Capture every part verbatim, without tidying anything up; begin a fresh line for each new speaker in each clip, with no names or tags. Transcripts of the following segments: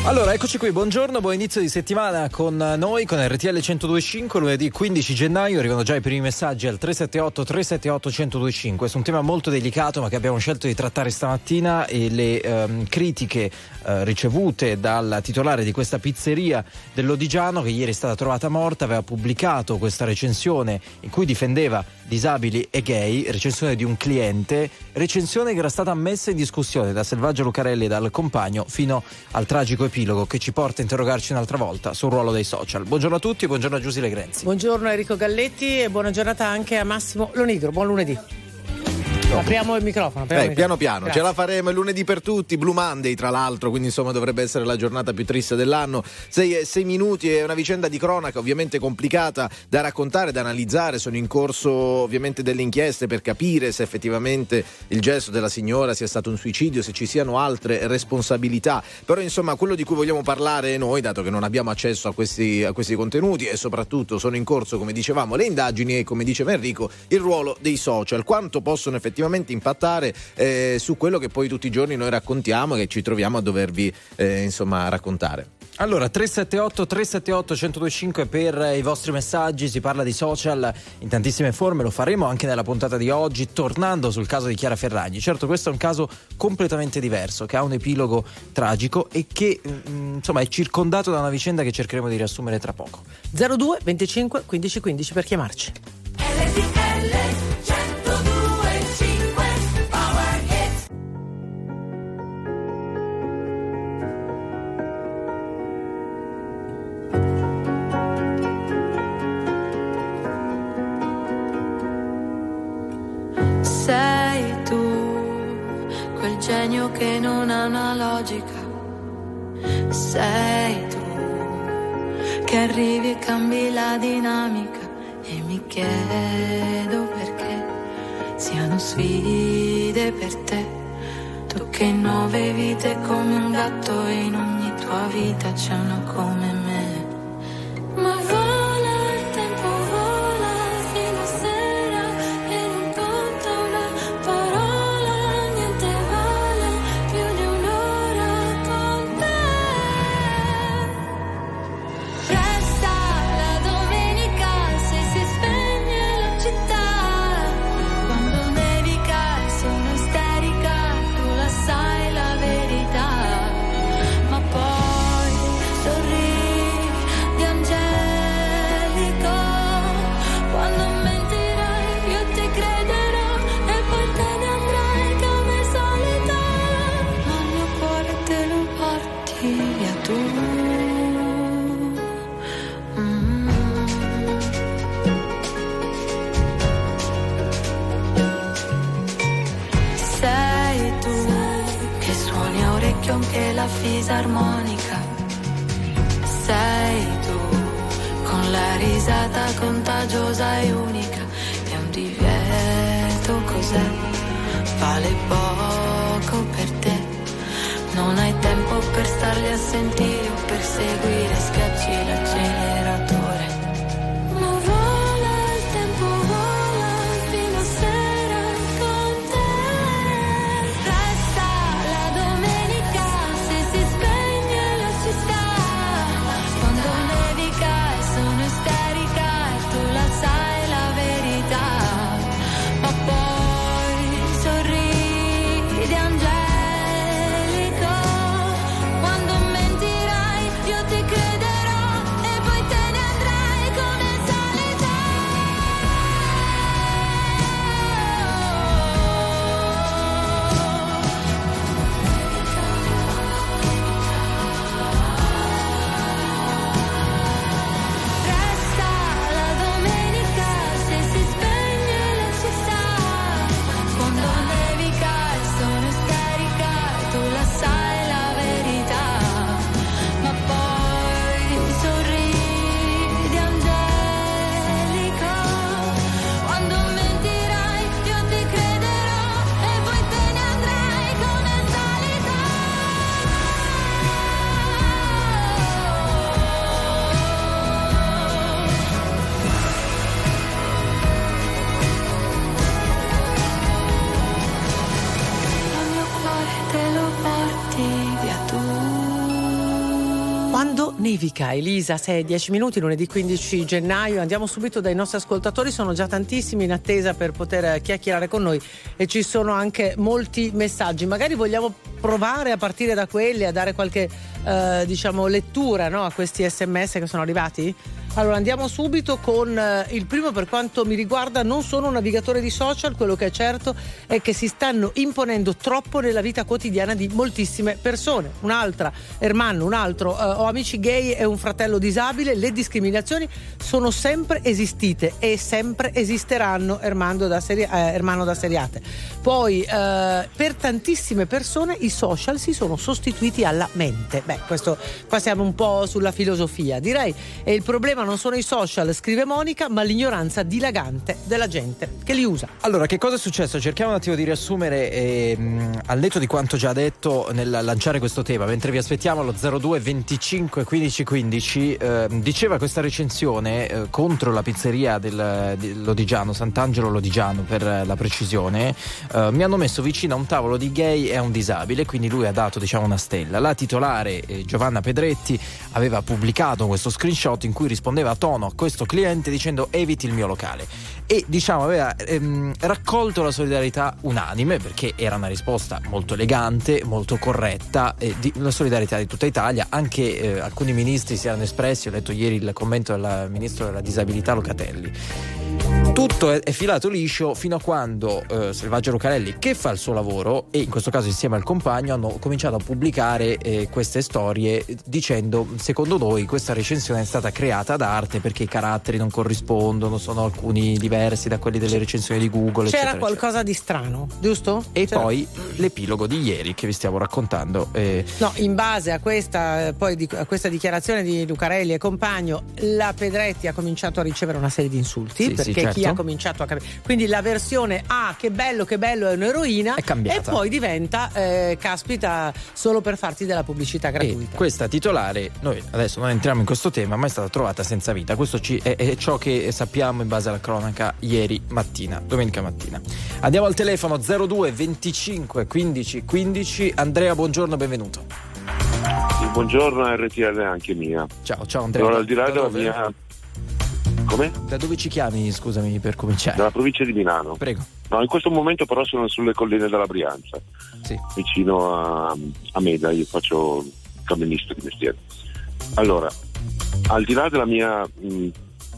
Allora, eccoci qui, buongiorno, buon inizio di settimana con noi, con R T L centodue e cinque, lunedì quindici gennaio, arrivano già i primi messaggi al tre sette otto tre sette otto uno zero due cinque, su un tema molto delicato ma che abbiamo scelto di trattare stamattina, e le ehm, critiche eh, ricevute dal titolare di questa pizzeria dell'Odigiano, che ieri è stata trovata morta. Aveva pubblicato questa recensione in cui difendeva disabili e gay, recensione di un cliente, recensione che era stata messa in discussione da Selvaggio Lucarelli e dal compagno, fino al tragico epilogo che ci porta a interrogarci un'altra volta sul ruolo dei social. Buongiorno a tutti, buongiorno a Giusile Grenzi.
Buongiorno Enrico Galletti e buona giornata anche a Massimo Lonigro. Buon lunedì. Apriamo il microfono. Apriamo
eh,
il
piano
microfono.
piano,
Grazie.
ce la faremo, è lunedì per tutti, Blue Monday tra l'altro, quindi insomma dovrebbe essere la giornata più triste dell'anno. Sei, sei minuti, è una vicenda di cronaca ovviamente complicata da raccontare, da analizzare. Sono in corso ovviamente delle inchieste per capire se effettivamente il gesto della signora sia stato un suicidio, se ci siano altre responsabilità. Però insomma quello di cui vogliamo parlare noi, dato che non abbiamo accesso a questi, a questi contenuti, e soprattutto sono in corso, come dicevamo, le indagini, e come diceva Enrico, il ruolo dei social, quanto possono effettivamente impattare eh, su quello che poi tutti i giorni noi raccontiamo e che ci troviamo a dovervi eh, insomma raccontare.
Allora, tre sette otto tre sette otto uno zero due cinque per i vostri messaggi. Si parla di social in tantissime forme, lo faremo anche nella puntata di oggi, tornando sul caso di Chiara Ferragni. Certo, questo è un caso completamente diverso, che ha un epilogo tragico e che mh, insomma è circondato da una vicenda che cercheremo di riassumere tra poco.
zero due venticinque quindici quindici per chiamarci.
Sei tu, quel genio che non ha una logica. Sei tu, che arrivi e cambi la dinamica. E mi chiedo perché siano sfide per te. Tu che in nove vite come un gatto, e in ogni tua vita c'è uno come me. Ma vola il tempo, vola fino a sera, e non conta una parola, niente vale più di un'ora con te. Resta la domenica se si spegne la città, quando nevica e sono isterica, tu la sai la verità, ma poi sorridi angelico, quando mentirai io ti crederò e poi te ne andrai come solita, ma il mio cuore te lo porti via tu. Mm. Sei tu che suoni a orecchio anche la fisarmonica. Sei tu con la risata contagiosa e unica. È un divieto, cos'è? Vale poco per te. Non hai tempo per starli a sentire o per seguire, schiacci l'acceleratore. Ma vola il tempo, vola fino a sera con te. Resta la domenica se si spegne la città, quando nevica e sono isterica e tu la sai la verità, ma poi sorridi angelico, quando mentirai
Quando nevica, Elisa, sei e dieci minuti, lunedì quindici gennaio. Andiamo subito dai nostri ascoltatori, sono già tantissimi in attesa per poter chiacchierare con noi e ci sono anche molti messaggi. Magari vogliamo provare a partire da quelli, a dare qualche eh, diciamo lettura, no, a questi sms che sono arrivati? Allora andiamo subito con eh, il primo. Per quanto mi riguarda non sono un navigatore di social, quello che è certo è che si stanno imponendo troppo nella vita quotidiana di moltissime persone. Un'altra, Ermanno, un altro, eh, ho amici gay e un fratello disabile, le discriminazioni sono sempre esistite e sempre esisteranno, Ermanno da, serie, eh, Ermanno da Seriate. Poi eh, per tantissime persone i social si sono sostituiti alla mente. Beh, questo qua siamo un po' sulla filosofia, direi. E il problema non sono i social, scrive Monica, ma l'ignoranza dilagante della gente che li usa.
Allora, che cosa è successo? Cerchiamo un attimo di riassumere ehm, al netto di quanto già detto nel lanciare questo tema, mentre vi aspettiamo allo zero due venticinque quindici quindici. Eh, diceva questa recensione eh, contro la pizzeria del di Lodigiano, Sant'Angelo Lodigiano per la precisione. Eh, mi hanno messo vicino a un tavolo di gay e a un disabile, quindi lui ha dato, diciamo, una stella. La titolare eh, Giovanna Pedretti aveva pubblicato questo screenshot in cui rispondeva a tono a questo cliente dicendo eviti il mio locale, e diciamo aveva ehm, raccolto la solidarietà unanime, perché era una risposta molto elegante, molto corretta, e di, la solidarietà di tutta Italia. Anche eh, alcuni ministri si erano espressi, ho letto ieri il commento del ministro della disabilità Locatelli. Tutto è, è filato liscio fino a quando eh, Selvaggio Lucarelli, che fa il suo lavoro e in questo caso insieme al compagno, hanno cominciato a pubblicare eh, queste storie dicendo: secondo noi questa recensione è stata creata ad arte perché i caratteri non corrispondono, sono alcuni diversi da quelli delle recensioni di Google,
c'era
eccetera,
qualcosa
eccetera.
di strano, giusto?
E
c'era...
poi l'epilogo di ieri che vi stiamo raccontando. Eh...
No, in base a questa, poi di, a questa dichiarazione di Lucarelli e compagno, la Pedretti ha cominciato a ricevere una serie di insulti,
sì,
perché
sì, certo.
chi ha cominciato a capire, quindi la versione ah che bello che bello è un'eroina
è cambiata,
e poi diventa eh, caspita solo per farti della pubblicità gratuita.
E questa titolare, noi adesso non entriamo in questo tema, ma è stata trovata senza vita. Questo ci, è, è ciò che sappiamo in base alla cronaca ieri mattina, domenica mattina. Andiamo al telefono zero due venticinque quindici quindici. Andrea, buongiorno, benvenuto.
Sì, buongiorno a R T L anche mia.
Ciao, ciao Andrea.
Allora, al di là
da
della
dove?
mia... Come?
Da dove ci chiami, scusami, per cominciare?
Dalla provincia di Milano.
Prego.
No, in questo momento però sono sulle colline della Brianza,
sì. vicino
a, a Meda, io faccio camionista di mestiere. Allora, al di là della mia mh,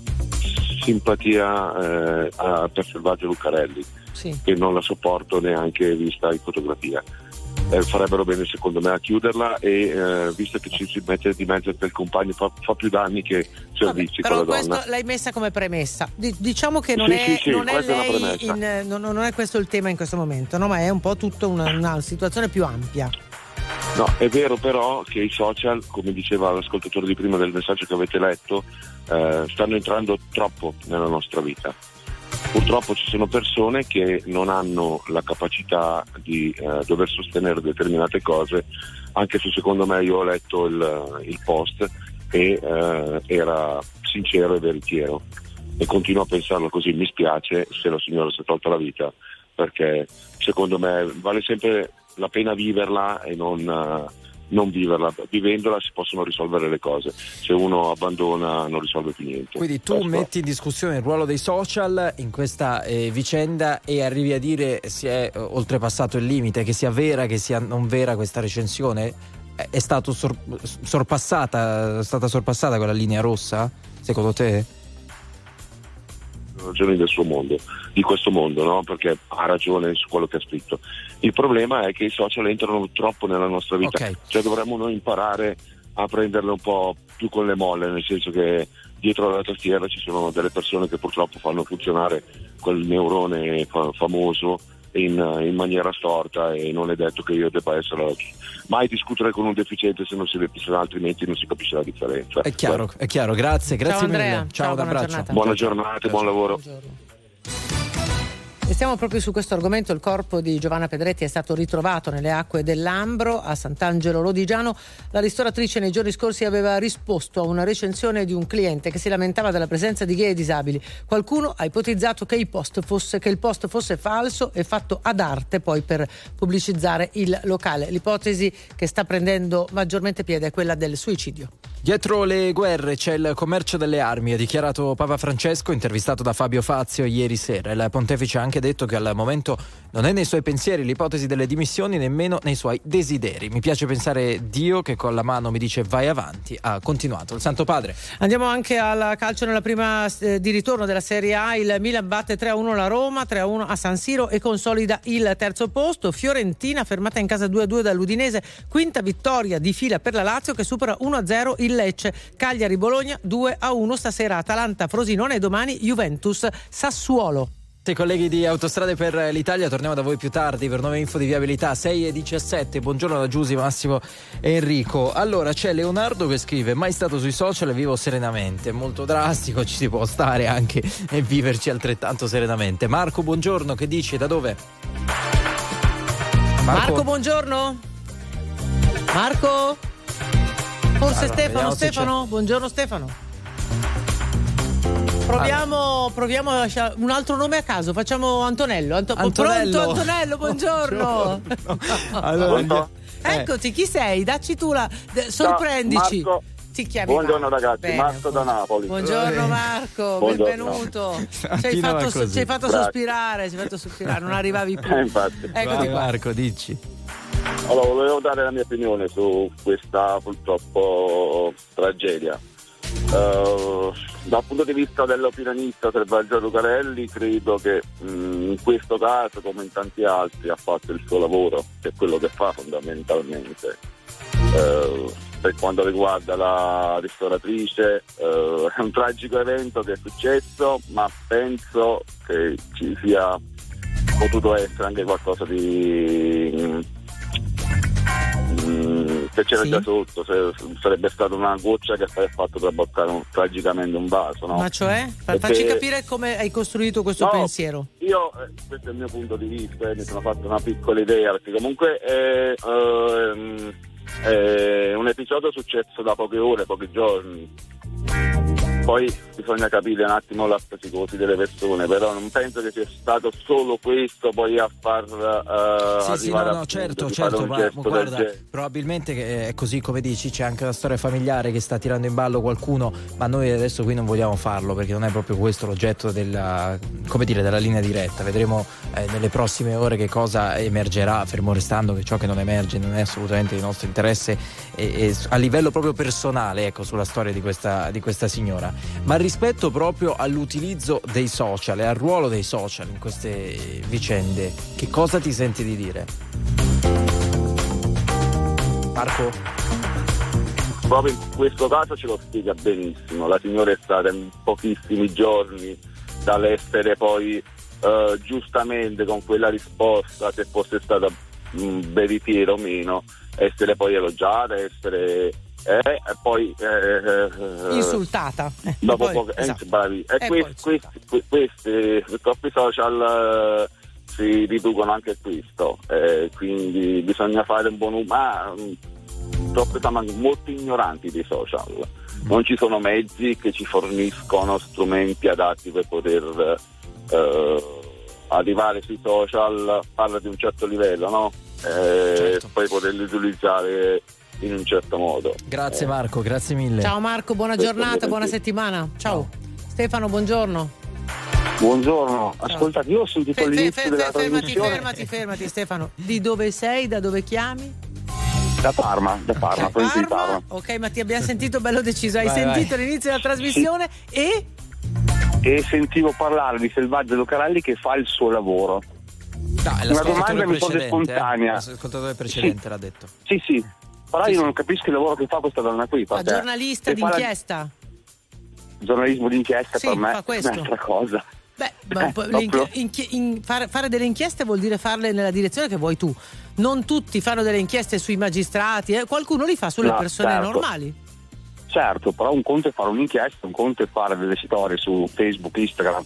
simpatia eh, a, per Selvaggio Lucarelli,
sì.
che non la sopporto neanche vista in fotografia, Eh, farebbero bene secondo me a chiuderla, e eh, visto che ci si mette di mezzo per il compagno fa, fa più danni che servizi.
Vabbè, però
con la
questo
donna.
L'hai messa come premessa. D- diciamo che non
sì,
è,
sì, sì,
non è
questa
lei
è una premessa.
in, non, non è questo il tema in questo momento, no? Ma è un po' tutta una, una situazione più ampia.
No, è vero però che i social, come diceva l'ascoltatore di prima del messaggio che avete letto, eh, stanno entrando troppo nella nostra vita. Purtroppo ci sono persone che non hanno la capacità di eh, dover sostenere determinate cose, anche se secondo me, io ho letto il, il post e eh, era sincero e veritiero, e continuo a pensarlo così. Mi spiace se la signora si è tolta la vita, perché secondo me vale sempre la pena viverla e non... Uh, non viverla. Vivendola si possono risolvere le cose, se uno abbandona non risolve più niente.
Quindi tu
Questo.
metti in discussione il ruolo dei social in questa eh, vicenda e arrivi a dire si è eh, oltrepassato il limite, che sia vera, che sia non vera questa recensione? È, è stato sor- sorpassata, è stata sorpassata quella linea rossa, secondo te?
Ragioni del suo mondo, di questo mondo, no? Perché ha ragione su quello che ha scritto. Il problema è che i social entrano troppo nella nostra vita,
okay.
Cioè dovremmo noi imparare a prenderle un po' più con le molle, nel senso che dietro alla tastiera ci sono delle persone che purtroppo fanno funzionare quel neurone fa- famoso in, in maniera storta, e non è detto che io debba essere mai discutere con un deficiente se non si se altrimenti non si capisce la differenza.
È chiaro, è chiaro, grazie, grazie
ciao,
mille.
Andrea.
Ciao,
Ciao,
un
buona
abbraccio.
giornata.
Buona giornata, buon lavoro.
Buongiorno. E stiamo proprio su questo argomento. Il corpo di Giovanna Pedretti è stato ritrovato nelle acque dell'Ambro a Sant'Angelo Lodigiano. La ristoratrice nei giorni scorsi aveva risposto a una recensione di un cliente che si lamentava della presenza di gay e disabili. Qualcuno ha ipotizzato che il post fosse, che il post fosse falso e fatto ad arte poi per pubblicizzare il locale. L'ipotesi che sta prendendo maggiormente piede è quella del suicidio.
Dietro le guerre c'è il commercio delle armi, ha dichiarato Papa Francesco, intervistato da Fabio Fazio ieri sera. Il pontefice ha anche detto che al momento non è nei suoi pensieri l'ipotesi delle dimissioni, nemmeno nei suoi desideri. Mi piace pensare Dio che con la mano mi dice vai avanti, ha continuato il Santo Padre.
Andiamo anche al calcio nella prima eh, di ritorno della Serie A. Il Milan batte tre a uno la Roma, tre a uno a San Siro e consolida il terzo posto. Fiorentina fermata in casa due a due dall'Udinese, quinta vittoria di fila per la Lazio che supera uno a zero il Lecce. Cagliari-Bologna due a uno stasera, Atalanta-Frosinone e domani Juventus-Sassuolo.
I colleghi di Autostrade per l'Italia, torniamo da voi più tardi per nuove info di viabilità. Sei e diciassette, buongiorno da Giusy, Massimo e Enrico. Allora c'è Leonardo che scrive: mai stato sui social e vivo serenamente. Molto drastico, ci si può stare anche e viverci altrettanto serenamente. Marco, buongiorno, che dici, da dove?
Marco, Marco buongiorno. Marco? Forse allora, Stefano, Stefano? Buongiorno Stefano. Proviamo, proviamo a lasciare un altro nome a caso, facciamo Antonello. Anto-
Antonello.
Pronto Antonello, buongiorno.
buongiorno. Allora,
eh. Eccoti, chi sei? Dacci tu la... sorprendici.
Ciao,
Ti chiami
buongiorno
Marco.
ragazzi,
Bene.
Marco da Napoli.
Buongiorno Marco,
buongiorno.
Benvenuto. Ci hai fatto, ci hai fatto sospirare, ci hai fatto sospirare, non arrivavi più.
Eh, infatti.
Eccoti qua. Marco, dici.
Allora, volevo dare la mia opinione su questa purtroppo tragedia. Uh, dal punto di vista dell'opinionista Selvaggia Lucarelli, credo che mh, in questo caso, come in tanti altri, ha fatto il suo lavoro, che è quello che fa fondamentalmente. Uh, per quanto riguarda la ristoratrice, uh, è un tragico evento che è successo, ma penso che ci sia potuto essere anche qualcosa di mh, che c'era sì. già sotto, se, sarebbe stata una goccia che ha fatto traboccare un, tragicamente un vaso, no?
Ma cioè? Perché... Facci capire come hai costruito questo
no,
pensiero.
Io, eh, questo è il mio punto di vista, eh, mi sono fatto una piccola idea, perché comunque è, uh, è un episodio successo da poche ore, pochi giorni. Poi bisogna capire un attimo la psicosi delle persone, però non penso che sia stato solo questo poi a far uh,
sì,
arrivare
sì, no, no,
a
certo, certo, ma, ma guarda, probabilmente è così come dici, c'è anche una storia familiare che sta tirando in ballo qualcuno, ma noi adesso qui non vogliamo farlo perché non è proprio questo l'oggetto della, come dire, della linea diretta. Vedremo eh, nelle prossime ore che cosa emergerà, fermo restando che ciò che non emerge non è assolutamente di nostro interesse e, e a livello proprio personale, ecco, sulla storia di questa, di questa signora. Ma rispetto proprio all'utilizzo dei social e al ruolo dei social in queste vicende, che cosa ti senti di dire? Marco?
Proprio in questo caso ce lo spiega benissimo. La signora è stata in pochissimi giorni dall'essere poi eh, giustamente con quella risposta, se fosse stata mh, veritiera o meno, essere poi elogiata, essere eh, e poi eh,
insultata eh,
dopo
poi,
poco,
esatto.
eh, bravi. E,
e
questi, questi, questi troppi social eh, si riducono anche a questo, eh, quindi bisogna fare un buon umano. Troppo siamo molto ignoranti dei social, non ci sono mezzi che ci forniscono strumenti adatti per poter eh, arrivare sui social, parla di un certo livello, no? Eh, certo. Poi poterli utilizzare in un certo modo.
Grazie Marco, grazie mille.
Ciao Marco, buona giornata, buona settimana. Ciao. Ciao. Stefano, buongiorno.
Buongiorno, ascolta, io ho sentito fe, l'inizio fe, fe, della
fermati,
trasmissione.
Fermati, fermati Stefano. Di dove sei, da dove chiami?
Da Parma, da Parma,
Parma,
di Parma.
Ok, ma ti abbiamo sentito bello deciso. Hai
vai,
sentito
vai.
l'inizio della trasmissione sì. e?
E sentivo parlare di Selvaggia Lucarelli che fa il suo lavoro.
No,
una domanda mi sorge spontanea.
Eh? L'ascoltatore precedente
sì.
l'ha detto.
Sì, sì. Però
sì,
io
sì.
non capisco il lavoro che fa questa donna qui.
La giornalista d'inchiesta.
La... Giornalismo d'inchiesta
sì,
per me
fa questo.
è un'altra cosa.
Beh, ma
eh,
inchi- in, fare, fare delle inchieste vuol dire farle nella direzione che vuoi tu. Non tutti fanno delle inchieste sui magistrati, eh? Qualcuno li fa sulle
no,
persone
certo.
normali.
Certo, però un conto è fare un'inchiesta, un conto è fare delle storie su Facebook, Instagram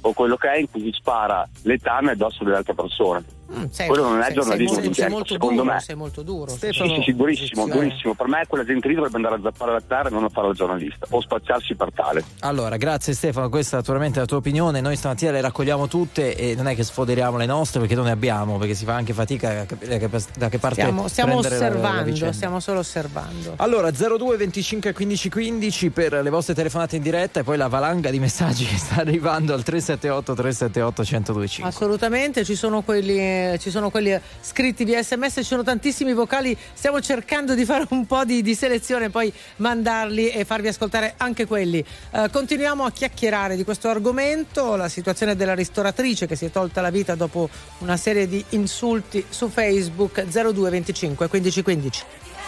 o quello che è in cui si spara letame addosso delle altre persone.
Mm, sei,
quello non è
sei,
giornalismo
sei,
di
sei
tempo,
molto
secondo
duro,
me.
sei molto duro.
Stefano,
Sì, sì, sì, durissimo,
sì,
durissimo. Per me quella gente lì dovrebbe andare a zappare la terra e non a fare la giornalista o spacciarsi per tale.
Allora, grazie Stefano, questa è naturalmente la tua opinione, noi stamattina le raccogliamo tutte e non è che sfoderiamo le nostre perché non ne abbiamo, perché si fa anche fatica a capire da che parte
stiamo, stiamo
prendere la- la
osservando,
vicenda.
stiamo solo osservando.
Allora zero due venticinque quindici quindici per le vostre telefonate in diretta e poi la valanga di messaggi che sta arrivando al tre sette otto tre sette otto uno zero due cinque.
Assolutamente, ci sono quelli eh, ci sono quelli scritti via sms, ci sono tantissimi vocali, stiamo cercando di fare un po' di, di selezione, poi mandarli e farvi ascoltare anche quelli. Eh, continuiamo a chiacchierare di questo argomento, la situazione della ristoratrice che si è tolta la vita dopo una serie di insulti su Facebook. Zero due venticinque quindici quindici.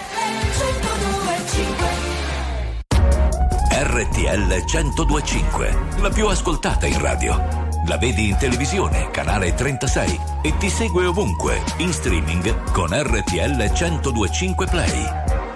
R T L centodue e cinque, la più ascoltata in radio. La vedi in televisione, canale trentasei, e ti segue ovunque, in streaming con R T L centodue e cinque Play.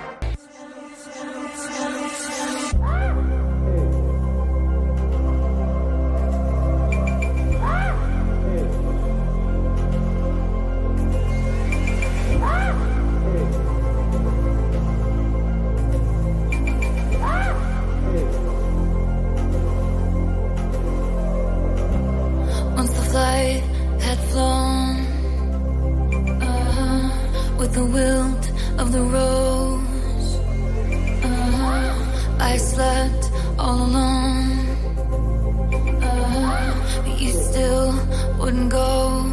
The wilt of the rose. Uh-huh. I slept all alone. Uh-huh. But you still wouldn't go.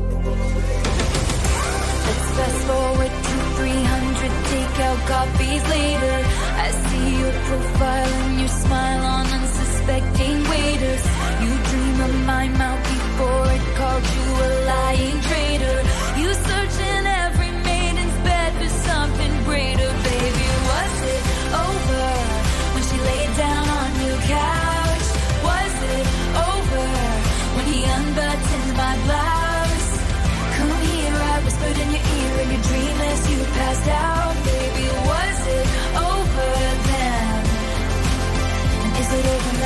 Let's fast forward to three hundred takeout coffees later. I see your profile and your smile on unsuspecting waiters. You dream of my mouth before it called you a lying traitor. You search in every something greater, baby. Was it over when she laid down on your couch? Was it over when he unbuttoned my blouse? Come here, I whispered in your ear in your dream as you passed out, baby. Was it over then? And is it over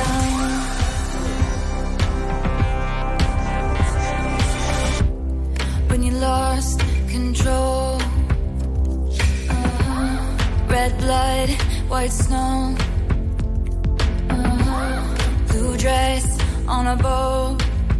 now? When you lost control. Red blood, white snow. Uh-huh. Blue dress on a boat.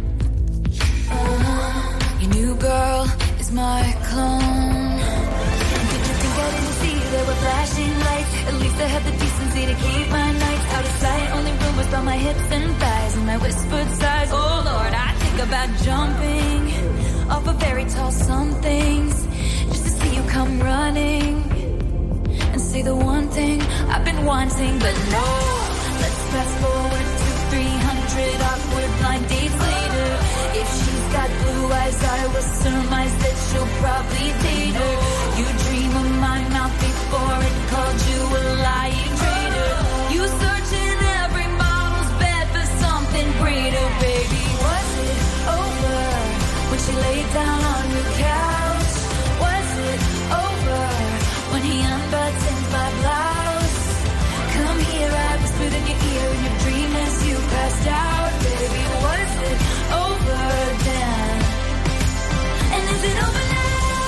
Uh-huh. Your new girl is my clone. Did you think I didn't see there were flashing lights? At least I had the decency to keep my nights out of sight. Only rumors about my hips and thighs and my whispered sighs. Oh Lord, I think about jumping off a very tall somethings just to see you come running. Say the one thing I've been wanting, but no. Let's fast forward to three hundred awkward blind dates later. If she's got blue eyes, I will surmise that she'll probably date her. You dream of my mouth before it called you a lying traitor. You search in every model's bed for something greater, baby. Was it over when she laid down on your couch? Was it over when he unbuttoned my blouse? Come here, I whispered in your ear in your dream as you passed out, baby. Was it over then? And is it over now?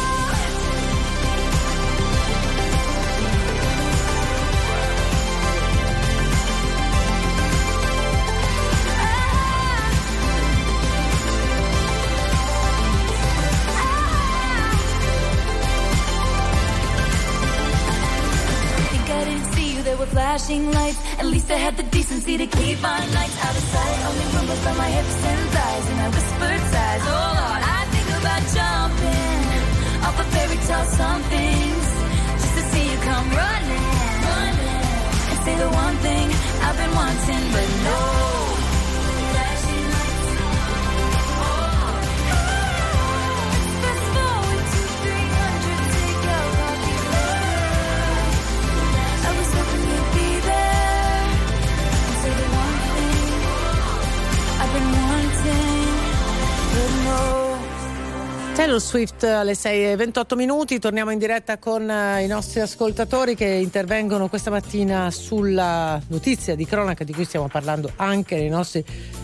There were flashing lights. At least I had the decency to keep my nights out of sight. Only rumors from my hips and thighs and my whispered sighs. Oh Lord, I think about jumping off a fairy tale somethings just to see you come running, running and say the one thing I've been wanting, but no. Flashing lights. Oh. Fast forward to three hundred takeout coffees later. I was hoping you'd be there and say the one thing I've been wanting, but no.
Taylor Swift alle sei e ventotto minuti, torniamo in diretta con i nostri ascoltatori che intervengono questa mattina sulla notizia di cronaca di cui stiamo parlando anche nei nostri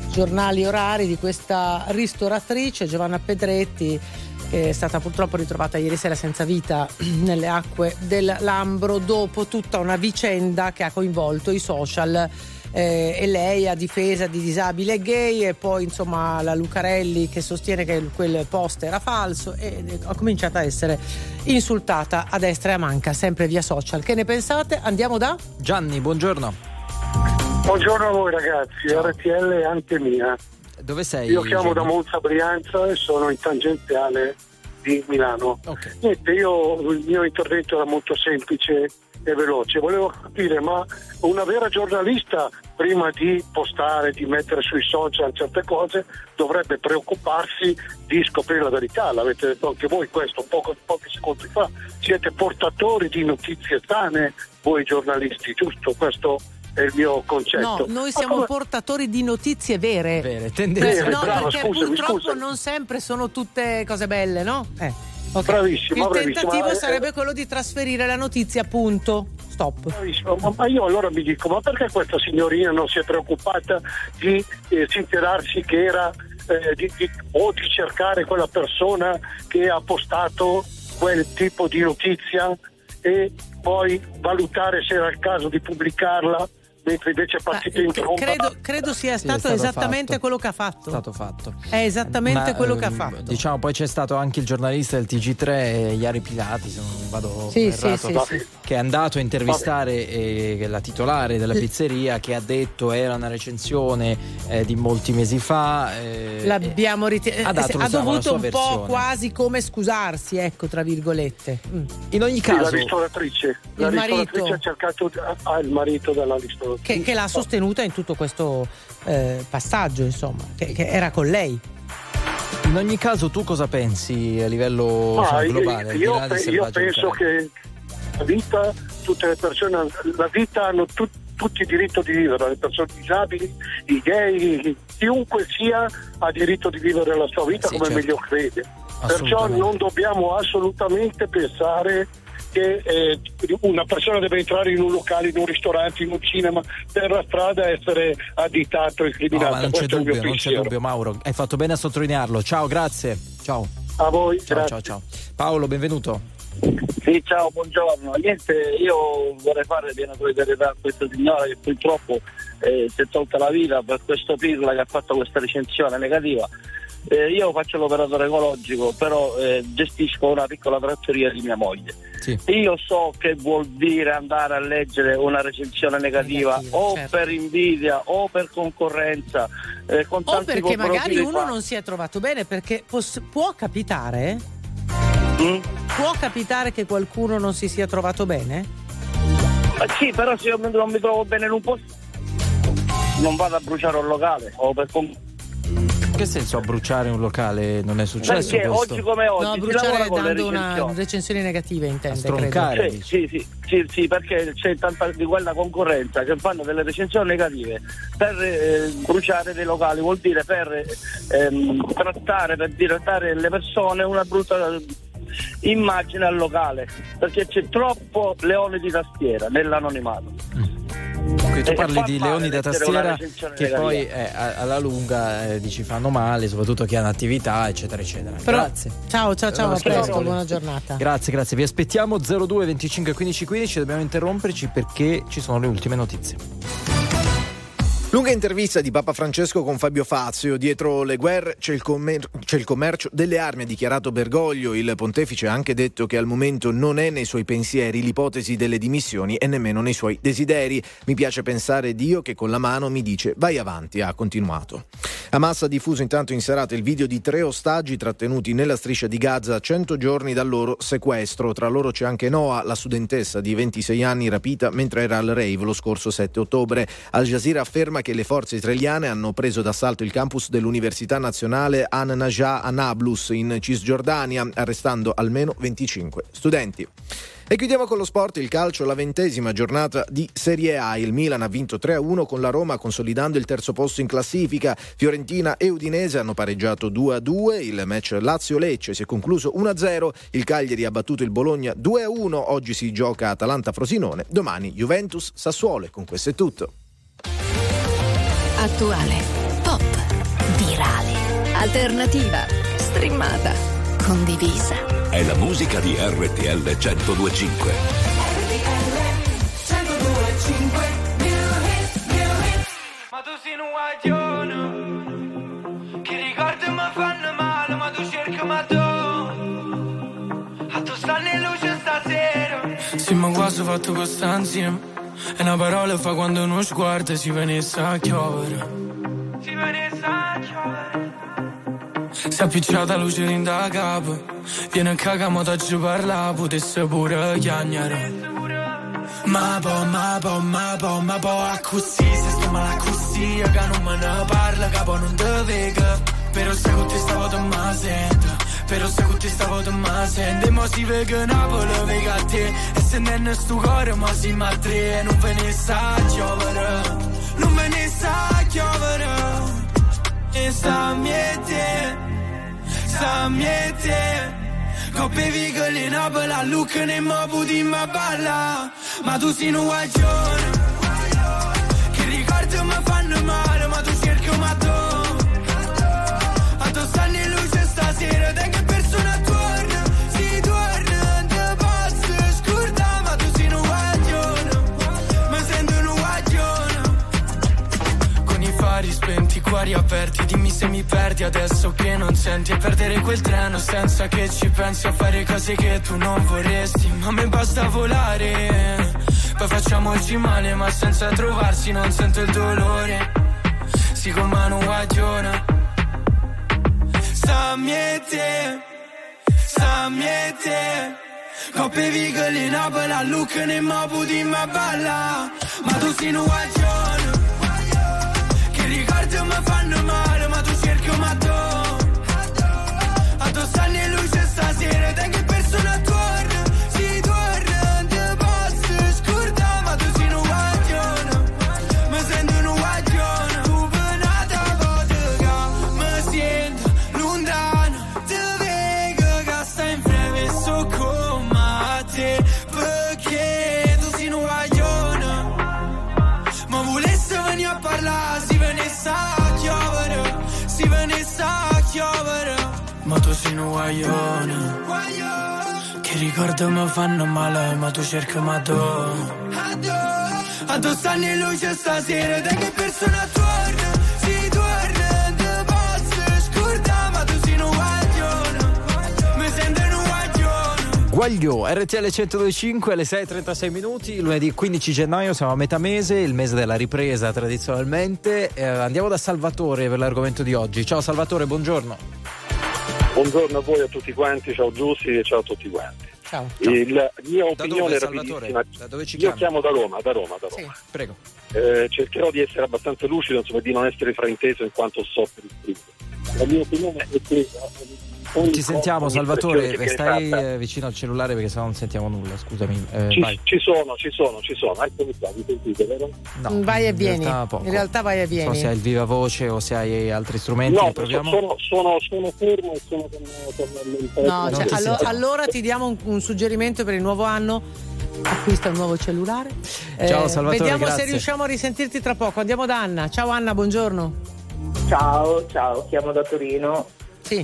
giornali orari di questa ristoratrice Giovanna Pedretti, che è stata purtroppo ritrovata ieri sera senza vita nelle acque del Lambro dopo tutta una vicenda che ha coinvolto i social eh, e lei a difesa di disabili e gay, e poi insomma la Lucarelli che sostiene che quel post era falso, e ha cominciato a essere insultata a destra e a manca sempre via social. Che ne pensate? Andiamo da
Gianni, buongiorno.
Buongiorno a voi ragazzi. R T L è anche mia.
Dove sei?
Io chiamo
Gianni?
da Monza Brianza e sono in tangenziale di Milano.
Okay.
Niente, io, il mio intervento era molto semplice e veloce. Volevo capire, ma una vera giornalista prima di postare, di mettere sui social certe cose, dovrebbe preoccuparsi di scoprire la verità. L'avete detto anche voi questo poco, pochi secondi fa. Siete portatori di notizie sane voi giornalisti, giusto? Questo è il mio concetto.
No, noi siamo
come...
portatori di notizie vere.
Vere,
Vere,
no,
bravo,
perché
scusami,
purtroppo
scusami.
non sempre sono tutte cose belle, no? Eh, okay.
Bravissimo,
Il
bravissimo.
tentativo
Eh,
sarebbe quello di trasferire la notizia, punto. Stop.
Bravissimo. Ma, ma io allora mi dico, ma perché questa signorina non si è preoccupata di eh, sincerarsi che era eh, di, di, o di cercare quella persona che ha postato quel tipo di notizia e poi valutare se era il caso di pubblicarla, mentre invece è partito in tromba?
Credo, credo sia stato,
Sì, è stato
esattamente
fatto.
quello che ha fatto.
È stato fatto.
È esattamente
Ma,
quello che ha
ehm,
fatto.
Diciamo, poi c'è stato anche il giornalista del T G tre, Iari Pilati, se non vado
Sì,
errato,
sì, sì, sì.
che è andato a intervistare eh, la titolare della pizzeria, che ha detto era una recensione eh, di molti mesi fa. Eh,
L'abbiamo ritenuto.
ha dato,
ha
diciamo, la
dovuto
sua
un po'
versione.
quasi come scusarsi, ecco, tra virgolette. Mm.
In ogni
Sì,
caso,
la ristoratrice, la
Il
ristoratrice
marito.
ha cercato ah, il marito della ristoratrice
Che, che l'ha sostenuta in tutto questo eh, passaggio, insomma, che, che era con lei.
in ogni caso, tu cosa pensi a livello
Ah,
insomma,
io,
globale? al di
io,
là del
pe- io
selvaggio
penso
locale?
che la vita, tutte le persone, la vita hanno tu- tutti il diritto di vivere, le persone disabili, i gay, chiunque sia ha diritto di vivere la sua vita
Sì,
come
certo.
meglio crede. Perciò
Assolutamente.
non dobbiamo assolutamente pensare che eh, una persona deve entrare in un locale, in un ristorante, in un cinema, per la strada essere additato e
No,
incriminato.
ma non c'è
Questo è il mio
dubbio, non c'è
pensiero.
dubbio, Mauro. Hai fatto bene a sottolinearlo. Ciao, grazie. Ciao.
A voi,
Ciao,
grazie.
ciao, ciao. Paolo, benvenuto.
Sì, ciao, buongiorno. Niente, io vorrei fare piena solidarietà a questa signora che purtroppo eh, si è tolta la vita per questo pirla che ha fatto questa recensione negativa. Eh, io faccio l'operatore ecologico, però eh, gestisco una piccola trattoria di mia moglie.
Sì.
Io so che vuol dire andare a leggere una recensione negativa,
Negativa,
o
certo.
per invidia o per concorrenza, eh, con
O
tanti
perché magari
profili
uno
fa-
non si è trovato bene, perché poss- può capitare,
Mm?
può capitare che qualcuno non si sia trovato bene?
Ma sì, però se io non mi trovo bene in un posto non vado a bruciare un locale o per con-
Che senso a bruciare un locale? Non è successo
perché
questo?
oggi come oggi
No,
si
bruciare
lavora con le
dando una
recensioni.
recensioni negative, intende,
A stroncare.
credo.
Sì,
dici.
sì, sì, sì, sì, perché c'è tanta di quella concorrenza che fanno delle recensioni negative per eh, bruciare dei locali, vuol dire per ehm, trattare, per dire, dare alle persone una brutta immagine al locale, perché c'è troppo leone di tastiera nell'anonimato.
Qui tu
E
parli
fa
di
male
leoni da
leggere una
tastiera
recensione
che
negativa.
poi eh, a- alla lunga eh, dici fanno male, soprattutto chi ha un'attività, eccetera, eccetera.
Però-
Grazie.
Ciao, ciao, ciao,
Allora,
a presto,
scusa.
buona giornata.
Grazie, grazie. Vi aspettiamo zero due venticinque quindici quindici, dobbiamo interromperci perché ci sono le ultime notizie.
Lunga intervista di Papa Francesco con Fabio Fazio. Dietro le guerre c'è il, commer- c'è il commercio delle armi, ha dichiarato Bergoglio. Il pontefice ha anche detto che al momento non è nei suoi pensieri l'ipotesi delle dimissioni e nemmeno nei suoi desideri. Mi piace pensare Dio che con la mano mi dice vai avanti, ha continuato. Hamas ha diffuso intanto in serata il video di tre ostaggi trattenuti nella striscia di Gaza a cento giorni dal loro sequestro. Tra loro c'è anche Noah, la studentessa di ventisei anni rapita mentre era al rave lo scorso sette ottobre. Al Jazeera afferma che le forze israeliane hanno preso d'assalto il campus dell'Università Nazionale An-Najah a Nablus in Cisgiordania, arrestando almeno venticinque studenti. E chiudiamo con lo sport, il calcio, la ventesima giornata di Serie A. Il Milan ha vinto tre a uno con la Roma, consolidando il terzo posto in classifica. Fiorentina e Udinese hanno pareggiato due a due. Il match Lazio-Lecce si è concluso uno a zero. Il Cagliari ha battuto il Bologna due a uno. Oggi si gioca Atalanta-Frosinone. Domani Juventus-Sassuolo. E con questo è tutto.
Attuale, pop, alternativa, streamata, condivisa.
È la musica di R T L centodue e cinque.
Ma tu sei un guaglione, che ricordi mi fanno male, ma tu cerchi ma tu, a tu stanno in luce stasera. Sì, ma quasi fatto questa insieme, e una parola fa quando uno sguardo si venisse a chiovere. Si venisse a chiovere. Si è appicciata luce in da capo, viene a cagamo da giù parla, potesse pure chiagnare. Ma po, ma po, ma po, ma po, a così, se sto male a così, che non me ne parla, capo non te vega. Però se con te stavo te ma sento, però se con te stavo te ma sento. E mo si vega Napoli, vega a te, e se non è sto cuore, mo si ma tre. Non ve ne sa chiovere, non ve ne sa chiovere. E sta miete, sta miete, coppe vigole in Napoli, a Lucca ne mo puti ma balla. Ma tu sei un guaglione, che ricordi mi fanno male, ma tu cerchi ma tu, a tu stanno in luce stasera, te che persona torna, si torna, te posso scordare, ma tu sei un guaglione, mi sento un guaglione. Con i fari spenti, i cuori aperti, dimmi se mi perdi adesso che non senti, e perdere quel treno senza che ci pensi, a fare cose che tu non vorresti, ma a me basta volare. Poi facciamoci male ma senza trovarsi non sento il dolore. Si con mano guaglione. Sta miete, sta miete, coppe vigole in Napoli, a Lucca ne mo puti ma balla. Ma tu sei un guaglione, che ricordi mi fanno male, ma tu cerchi ma tu, a tu stanno in luce stasera, te che persona torna, si torna, te posso scordare, ma tu sei un guaglione, mi sento un guaglione. Tu penata vodka, mi sento lontano, te vedo che stai in breve so come te, perché tu sei un guaglione, ma volesse venire a parlare, si venisse a chiovere, si venisse a chiovere. Ma tu sei un guaglione, che ricordi mi fanno male, ma tu cerchi ma tu, a tu stanno in luce stasera, te che persona torna, si torna, te posso scordare, ma tu sei un guaglione, mi sento un guaglione.
Guaglio, R T L centodue e cinque alle sei e trentasei minuti, lunedì quindici gennaio, siamo a metà mese, il mese della ripresa tradizionalmente. Eh, andiamo da Salvatore per l'argomento di oggi. Ciao Salvatore, buongiorno.
Buongiorno a voi, a tutti quanti, ciao Giussi e ciao a tutti quanti.
Ciao.
La mia opinione è
Salvatore?
rapidissima.
Da dove ci
Io
chiami?
chiamo da Roma, da Roma, da Roma.
Sì, prego.
Eh, cercherò di essere abbastanza lucido, insomma, di non essere frainteso in quanto so per iscritto. La mia opinione è che
Ti sentiamo Salvatore, stai eh, vicino al cellulare perché sennò non sentiamo nulla, scusami. Eh,
ci,
vai.
ci sono, ci sono, ci sono. Eccomi qua, mi sentite, vero?
No,
vai e vieni.
In realtà,
in realtà vai e vieni.
Non so se hai il viva voce o se hai altri strumenti.
No,
proviamo.
sono, sono, sono fermo e sono con, con il
No, cioè, allo, allora ti diamo un, un suggerimento per il nuovo anno. Acquista un nuovo cellulare.
Ciao
eh,
Salvatore,
vediamo
grazie.
se riusciamo a risentirti tra poco. Andiamo da Anna. Ciao Anna, buongiorno.
Ciao, ciao, chiamo da Torino.
Sì.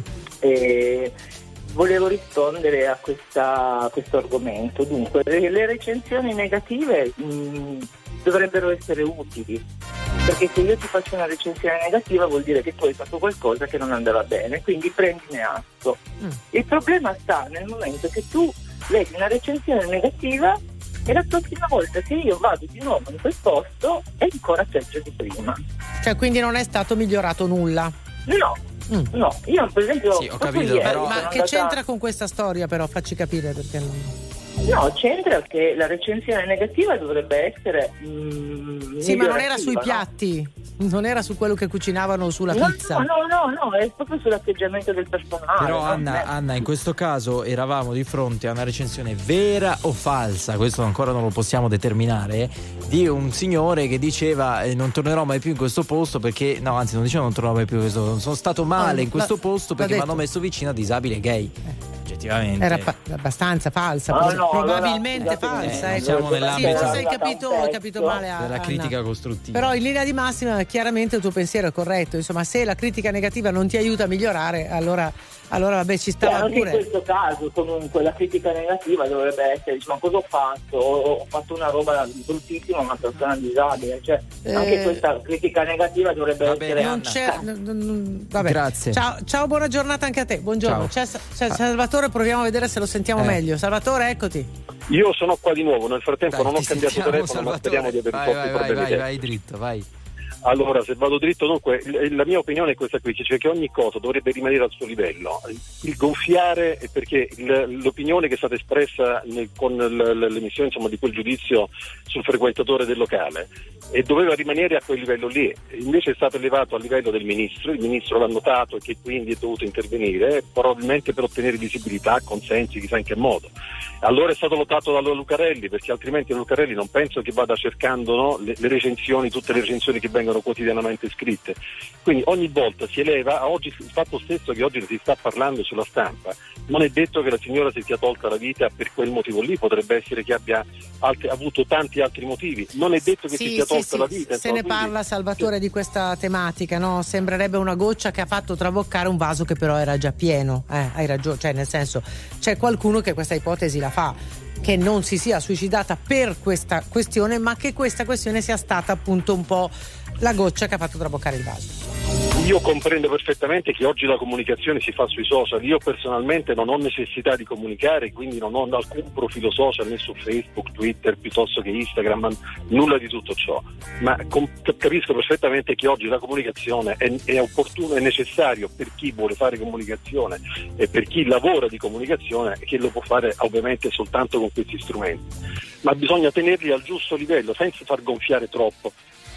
E volevo rispondere a, questa, a questo argomento. Dunque, le, le recensioni negative mh, dovrebbero essere utili, perché se io ti faccio una recensione negativa vuol dire che tu hai fatto qualcosa che non andava bene, quindi prendine atto. Mm. Il problema sta nel momento che tu leggi una recensione negativa e la prossima volta che io vado di nuovo in quel posto è ancora peggio di prima.
Cioè, quindi non è stato migliorato nulla?
No. Mm. No, io per esempio
sì, ho capito,
ieri,
però...
ma che
andata...
c'entra con questa storia, però facci capire perché non...
No, c'entra che la recensione negativa dovrebbe essere mh,
sì, ma non era sui
no?
piatti, non era su quello che cucinavano o sulla
no,
pizza.
No, no, no, no, è proprio sull'atteggiamento del personale.
Però
no?
Anna,
eh.
Anna, in questo caso eravamo di fronte a una recensione vera o falsa, questo ancora non lo possiamo determinare, di un signore che diceva eh, non tornerò mai più in questo posto perché, no, anzi non diceva non tornerò mai più in questo, sono stato male
oh,
in questo
la,
posto perché mi hanno
detto.
messo vicino a disabili e gay.
Eh.
oggettivamente
era pa- abbastanza falsa,
No, no,
probabilmente
allora,
falsa.
eh,
eh,
siamo
cioè,
nell'ambito-
sì, hai capito, hai capito male.
della
Anna.
critica costruttiva.
Però in linea di massima chiaramente il tuo pensiero è corretto, insomma, se la critica negativa non ti aiuta a migliorare, allora, allora vabbè, ci
Cioè,
stava
anche
pure.
in questo caso comunque la critica negativa dovrebbe essere, diciamo, cosa ho fatto? Ho, ho fatto una roba bruttissima a una persona disabile, cioè
Eh,
anche questa critica negativa dovrebbe
va bene,
essere
Non c'è, n- n- vabbè.
Grazie.
Ciao, ciao, buona giornata anche a te. Buongiorno. C'è, c'è Salvatore, proviamo a vedere se lo sentiamo
Eh.
meglio. Salvatore, eccoti.
Io sono qua di nuovo, nel frattempo
Dai,
non ho
ti
cambiato
sentiamo,
telefono, ma
Salvatore.
speriamo di avere un
vai,
po'
vai,
di
vai,
problemi
vai,
tecnici.
vai dritto, vai.
Allora, se vado dritto, dunque, l- la mia opinione è questa qui, cioè che ogni cosa dovrebbe rimanere al suo livello. Il gonfiare, è perché il- l'opinione che è stata espressa nel- con l- l'emissione, insomma, di quel giudizio sul frequentatore del locale e doveva rimanere a quel livello lì, invece è stato elevato a livello del ministro, il ministro l'ha notato e che quindi è dovuto intervenire, probabilmente per ottenere visibilità, consensi, chissà in che modo. Allora è stato lottato da Lucarelli, perché altrimenti Lucarelli non penso che vada cercando, no, le, le recensioni, tutte le recensioni che vengono quotidianamente scritte. Quindi ogni volta si eleva, oggi il fatto stesso che oggi si sta parlando sulla stampa, non è detto che la signora si sia tolta la vita per quel motivo lì, potrebbe essere che abbia altri, avuto tanti altri motivi, non è detto che
Sì,
si sia
sì,
tolta
sì,
la vita.
se
insomma,
ne
quindi-
parla, Salvatore, di questa tematica, no? Sembrerebbe una goccia che ha fatto traboccare un vaso che però era già pieno. Eh, hai ragione, cioè nel senso c'è qualcuno che questa ipotesi la fa, che non si sia suicidata per questa questione, ma che questa questione sia stata appunto un po' la goccia che ha fatto traboccare il vaso.
Io comprendo perfettamente che oggi la comunicazione si fa sui social. Io personalmente non ho necessità di comunicare, quindi non ho alcun profilo social né su Facebook, Twitter, piuttosto che Instagram, nulla di tutto ciò. Ma com- capisco perfettamente che oggi la comunicazione è, è opportuno, è necessario per chi vuole fare comunicazione e per chi lavora di comunicazione, che lo può fare ovviamente soltanto con questi strumenti. Ma bisogna tenerli al giusto livello, senza far gonfiare troppo.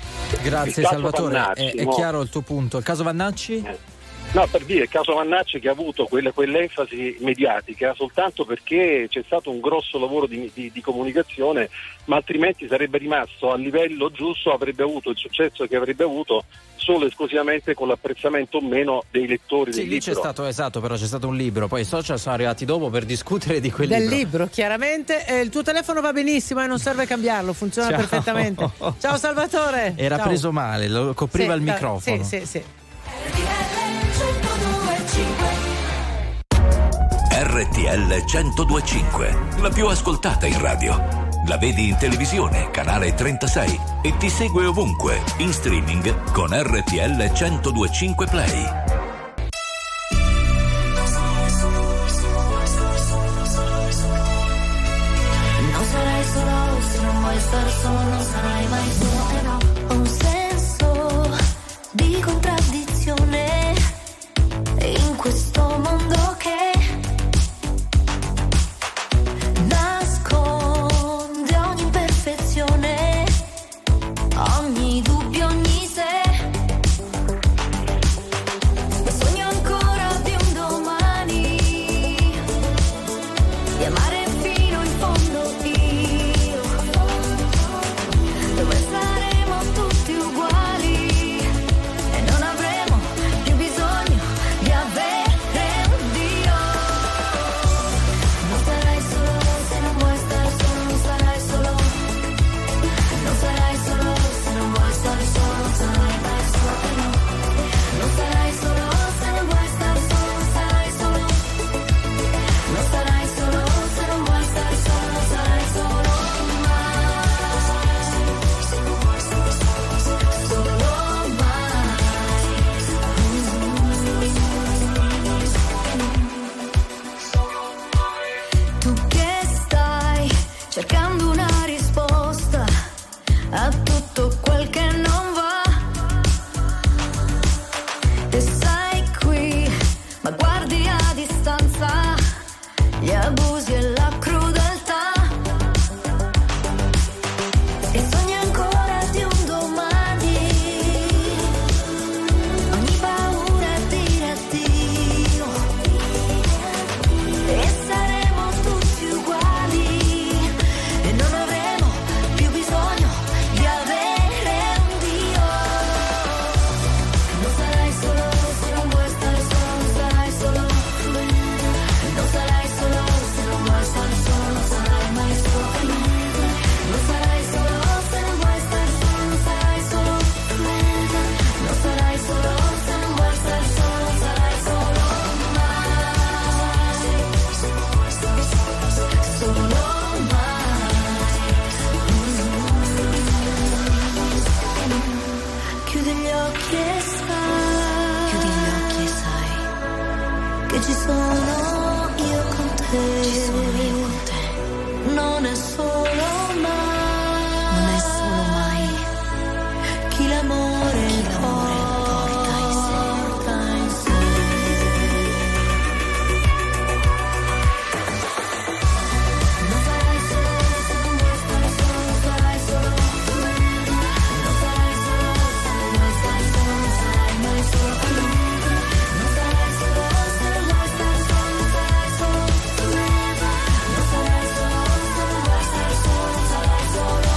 Grazie
Il caso
Salvatore,
Vannacci,
è, è
no?
chiaro il tuo punto. Il caso Vannacci?
Eh. No, per dire, il caso Vannacci che ha avuto quella, quell'enfasi mediatica soltanto perché c'è stato un grosso lavoro di, di, di comunicazione, ma altrimenti sarebbe rimasto a livello giusto, avrebbe avuto il successo che avrebbe avuto solo e esclusivamente con l'apprezzamento o meno dei lettori
Sì,
del
lì
libro.
c'è stato, esatto, però c'è stato un libro, poi i social sono arrivati dopo per discutere di quel
Del
libro.
libro, chiaramente. Eh, il tuo telefono va benissimo e non serve cambiarlo, funziona
Ciao.
perfettamente. Ciao Salvatore.
Era
Ciao.
preso male, lo copriva
Sì,
il
da-
microfono.
Sì, sì, sì.
R T L centodue e cinque, la più ascoltata in radio. La vedi in televisione, canale trentasei, e ti segue ovunque, in streaming con R T L centodue e cinque Play.
Non sarai solo se non vuoi star solo, non sarai mai solo, eh no. Ho un senso di contraddizione in questo mondo che nasconde ogni imperfezione, ogni dubbio, ogni se. E sogno ancora di un domani, di amare fino in fondo io, dove saremo tutti uguali e non avremo più bisogno di avere un Dio. Non sarai solo se non vuoi stare solo, non sarai solo, non sarai solo se non vuoi stare solo, non sarai mai solo, no. Non sarai solo se non vuoi stare solo, non sarai solo, non sarai solo se non vuoi stare solo, non sarai solo mai, solo mai. Tu che stai cercando una risposta a tutto quel che non va, e sei qui, ma guardi a distanza gli abusi e la crudeltà, e sogni ancora di un domani, ogni paura è dire addio, e saremo tutti uguali e non avremo più bisogno di avere un Dio. Non sarai solo se non vuoi stare solo, non sarai solo, non sarai sono io con te, ci sono io con te. Non è solo mai, non è solo mai chi l'amore, chi l'amore porta in sé, porta in sé. Non farai solo se non vuoi stare solo, farai solo tu. Non farai solo se non vuoi stare solo, sarai mai solo tu. Non farai solo se non vuoi stare solo, farai solo tu. Non farai solo se non vuoi stare solo, sarai solo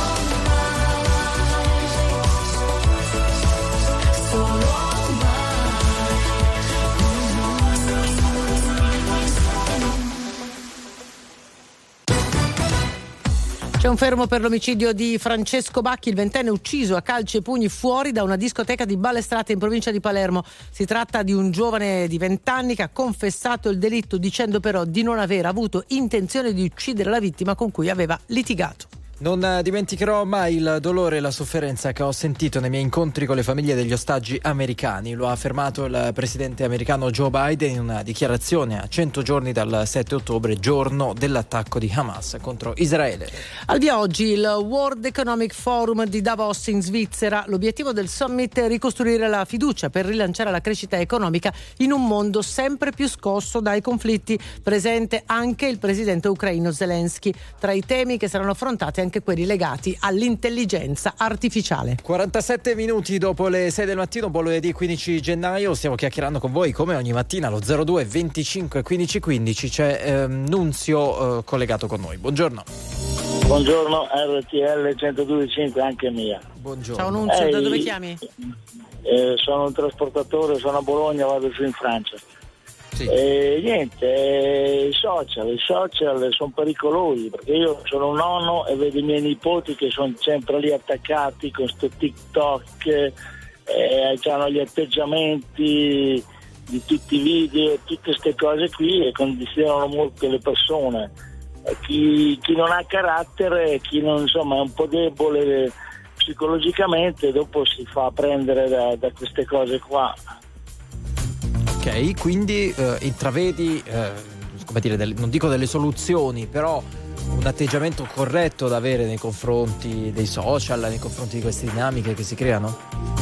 C'è un fermo per l'omicidio di Francesco Bacchi, il ventenne ucciso a calci e pugni fuori da una discoteca di Balestrate in provincia di Palermo. Si tratta di un giovane di vent'anni che ha confessato il delitto dicendo però di non aver avuto intenzione di uccidere la vittima con cui aveva litigato.
Non dimenticherò mai il dolore e la sofferenza che ho sentito nei miei incontri con le famiglie degli ostaggi americani. Lo ha affermato il presidente americano Joe Biden in una dichiarazione a cento giorni dal sette ottobre, giorno dell'attacco di Hamas contro Israele.
Al via oggi il World Economic Forum di Davos in Svizzera. L'obiettivo del summit è ricostruire la fiducia per rilanciare la crescita economica in un mondo sempre più scosso dai conflitti. Presente anche il presidente ucraino Zelensky. Tra i temi che saranno affrontati anche quelli legati all'intelligenza artificiale.
quarantasette minuti dopo le sei del mattino, buon lunedì quindici gennaio, stiamo chiacchierando con voi come ogni mattina allo zero due venticinque quindici quindici. C'è ehm, Nunzio eh, collegato con noi. Buongiorno.
Buongiorno, R T L centodue e cinque anche mia.
Buongiorno.
Ciao Nunzio,
Ehi,
da dove chiami?
Eh, sono un trasportatore, sono a Bologna, vado su in Francia.
Sì.
E niente, eh, i social, i social sono pericolosi perché io sono un nonno e vedo i miei nipoti che sono sempre lì attaccati con sto TikTok, eh, hanno gli atteggiamenti di tutti i video, tutte queste cose qui e condizionano molto le persone. E chi, chi non ha carattere, chi non insomma è un po' debole psicologicamente, dopo si fa prendere da, da queste cose qua.
Ok, quindi eh, intravedi, eh, come dire, delle, non dico delle soluzioni, però un atteggiamento corretto da avere nei confronti dei social, nei confronti di queste dinamiche che si creano?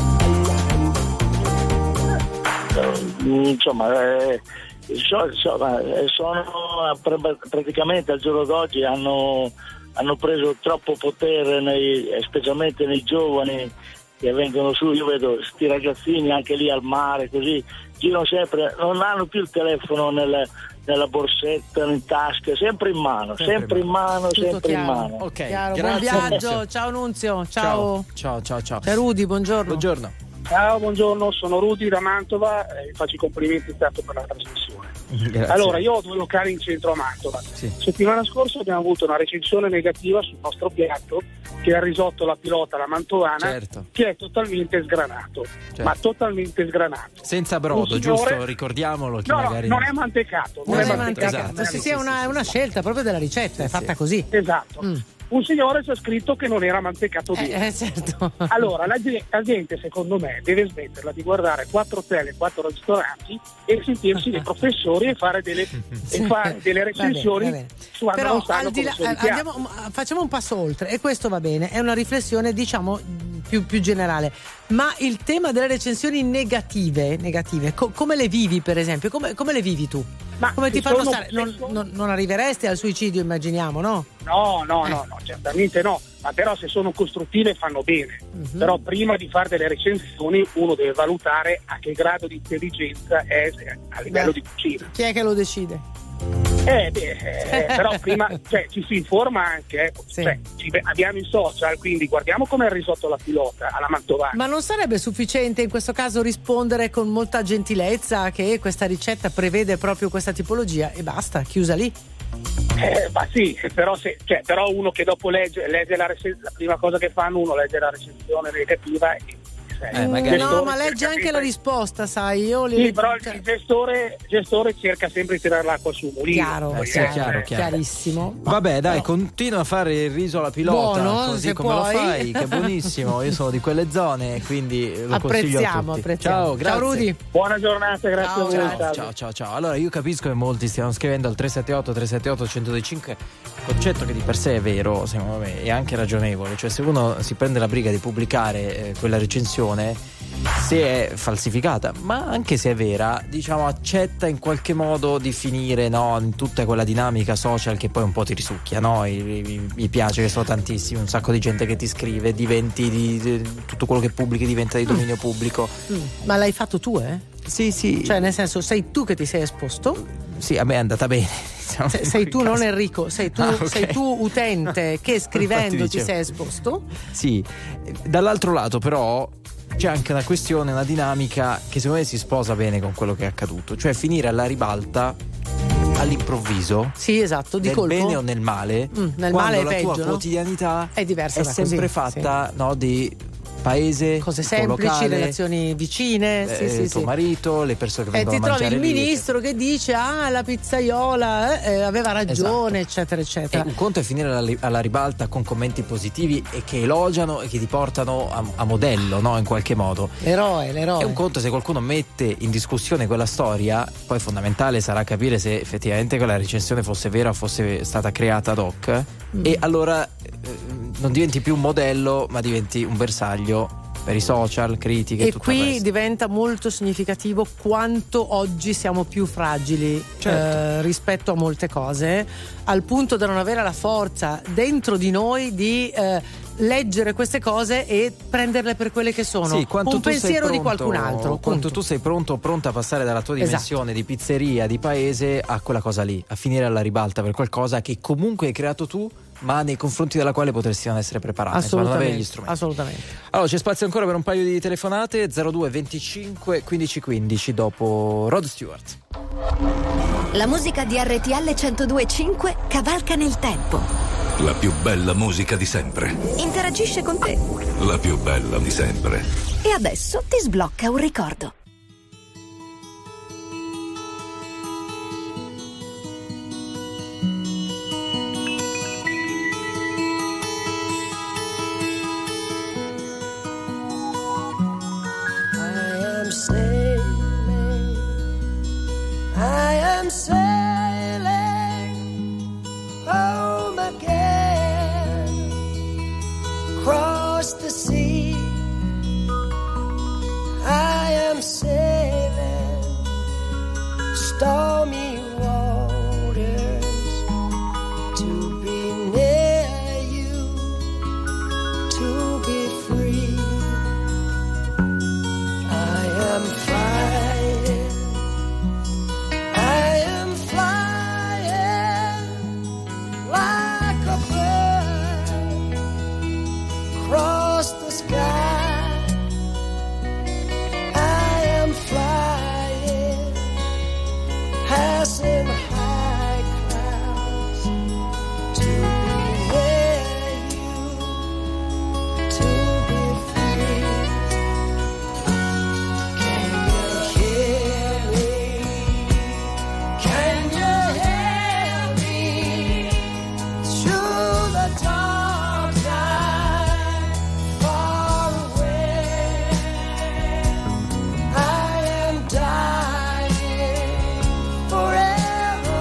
Insomma, eh, insomma sono praticamente al giorno d'oggi hanno, hanno preso troppo potere, nei, specialmente nei giovani che vengono su. Io vedo sti ragazzini anche lì al mare così, girano sempre, non hanno più il telefono nella, nella borsetta, in tasca, sempre in mano, sempre, sempre in mano,
Tutto
sempre
chiaro.
in mano.
Ok,
Chiaro,
grazie.
buon viaggio, ciao Nunzio, ciao.
Ciao, ciao, ciao.
C'è Rudy, buongiorno.
Buongiorno.
Ciao, buongiorno, sono Rudy da Mantova e faccio i complimenti tanto per la trasmissione.
Grazie.
Allora, io ho due locali in centro a Mantova.
Sì.
Settimana scorsa abbiamo avuto una recensione negativa sul nostro piatto, che è il risotto alla pilota alla mantovana,
Certo.
che è totalmente sgranato,
Certo.
ma totalmente sgranato.
Senza brodo,
Un signore-
giusto? Ricordiamolo. Chi
No, no,
magari...
non è mantecato.
Non è
mantecato.
mantecato, sì, sì, è una, è una scelta proprio della ricetta, è fatta così.
Esatto.
Mm.
Un signore ci ha scritto che non era mantecato bene.
Eh, eh, certo.
Allora, la, ge- la gente, secondo me, deve smetterla di guardare quattro hotel e quattro ristoranti e sentirsi dei professori e fare delle, e fare delle recensioni
Va bene, va bene.
su quando
Però
non sanno
al di là,
come sono i piatti.
andiamo, facciamo un passo oltre e questo va bene, è una riflessione diciamo più, più generale, ma il tema delle recensioni negative, negative co- come le vivi per esempio? Come, come le vivi tu?
Ma
come ti
ci
fanno
sono-
stare? Non, non- non arriveresti al suicidio, immaginiamo, no?
No, no,
Eh.
no, no, certamente no, ma però se sono costruttive fanno bene.
Mhm.
Però prima di fare delle recensioni uno deve valutare a che grado di intelligenza è a livello
Beh.
di cucina.
Chi è che lo decide?
Eh, beh, eh, però prima cioè, ci si informa anche, eh.
Sì.
Cioè, ci- abbiamo i social, quindi guardiamo come è il risotto alla pilota, alla mantovana.
Ma non sarebbe sufficiente in questo caso rispondere con molta gentilezza che questa ricetta prevede proprio questa tipologia e basta, chiusa lì?
Eh, ma sì, però, se, cioè, però uno che dopo legge, legge la, rec- la prima cosa che fanno, uno legge la recensione negativa e sei.
Eh, magari.
No, ma leggi anche la risposta, sai. Io li...
Sì, però il gestore, il gestore cerca sempre di tirare l'acqua sul mulino.
Chiaro,
Eh, sì,
chiaro,
chiaro, chiaro.
chiarissimo.
Vabbè, dai, continua a fare il riso alla pilota,
Buono,
così
se
come
puoi.
lo fai, che è buonissimo. Io sono di quelle zone, quindi lo consiglio a
Apprezziamo,
tutti.
apprezziamo.
Ciao, grazie.
Ciao Rudy.
Buona giornata, grazie
Ciao,
a voi.
ciao.
salve.
Ciao, ciao, ciao. Allora, io capisco che molti stiano scrivendo al tre sette otto tre sette otto uno zero due cinque, concetto che di per sé è vero, secondo me, è anche ragionevole. Cioè, se uno si prende la briga di pubblicare eh, quella recensione, se è falsificata, ma anche se è vera, diciamo, accetta in qualche modo di finire, no, in tutta quella dinamica social che poi un po' ti risucchia, no? Mi piace che sono tantissimi, un sacco di gente che ti scrive, diventi di, di, tutto quello che pubblichi diventa di dominio pubblico.
Mm. Ma l'hai fatto tu, eh?
Sì, sì.
Cioè, nel senso, sei tu che ti sei esposto?
Sì, a me è andata bene.
Se, sei tu, non Enrico, sei tu,
Ah, okay.
sei tu utente che scrivendo ti
dicevo.
sei esposto?
Sì, dall'altro lato però c'è anche una questione, una dinamica che secondo me si sposa bene con quello che è accaduto, cioè finire alla ribalta all'improvviso.
Sì, esatto, di
nel
colpo.
bene o nel male,
Mm, nel
quando
male è
la
peggio,
tua
no?
quotidianità
È diversa
è
da
sempre
così,
fatta, no, di paese,
cose
tuo
semplici,
locale,
relazioni vicine, sì,
eh,
sì,
tuo
sì.
marito, le persone che
E
vengono
ti
a
trovi
mangiare
il
lì,
ministro che dice ah la pizzaiola eh, eh, aveva ragione, eccetera eccetera.
E un conto è finire alla, alla ribalta con commenti positivi e che elogiano e che ti portano a, a modello, no, in qualche modo.
L'eroe, l'eroe.
È un conto se qualcuno mette in discussione quella storia, poi fondamentale sarà capire se effettivamente quella recensione fosse vera o fosse stata creata ad hoc,
Mm.
e allora eh, non diventi più un modello ma diventi un bersaglio per i social, critiche e tutto il
qui
resto.
diventa molto significativo quanto oggi siamo più fragili,
Certo.
eh, rispetto a molte cose, al punto da non avere la forza dentro di noi di eh, leggere queste cose e prenderle per quelle che sono,
Sì, quanto
un
tu sei
pensiero di
pronto-
qualcun altro.
Quanto
punto.
tu sei pronto o pronta a passare dalla tua
Esatto.
dimensione di pizzeria, di paese, a quella cosa lì, a finire alla ribalta per qualcosa che comunque hai creato tu, ma nei confronti della quale potresti non essere preparato, insomma, non avevi gli strumenti.
Assolutamente.
Allora, c'è spazio ancora per un paio di telefonate. Zero due venticinque quindici quindici dopo Rod Stewart.
La musica di R T L centodue e cinque cavalca nel tempo.
La più bella musica di sempre.
Interagisce con te.
La più bella di sempre.
E adesso ti sblocca un ricordo.
I am sailing, I am sailing home again, across the sea. I am sailing stormy waters to be near you, to be free. I am flying, I am flying like a bird across the sky. I am flying, passing high clouds to be near you, to be free. Can you hear me? Can you hear me? Through the dark night, far away. I am dying, forever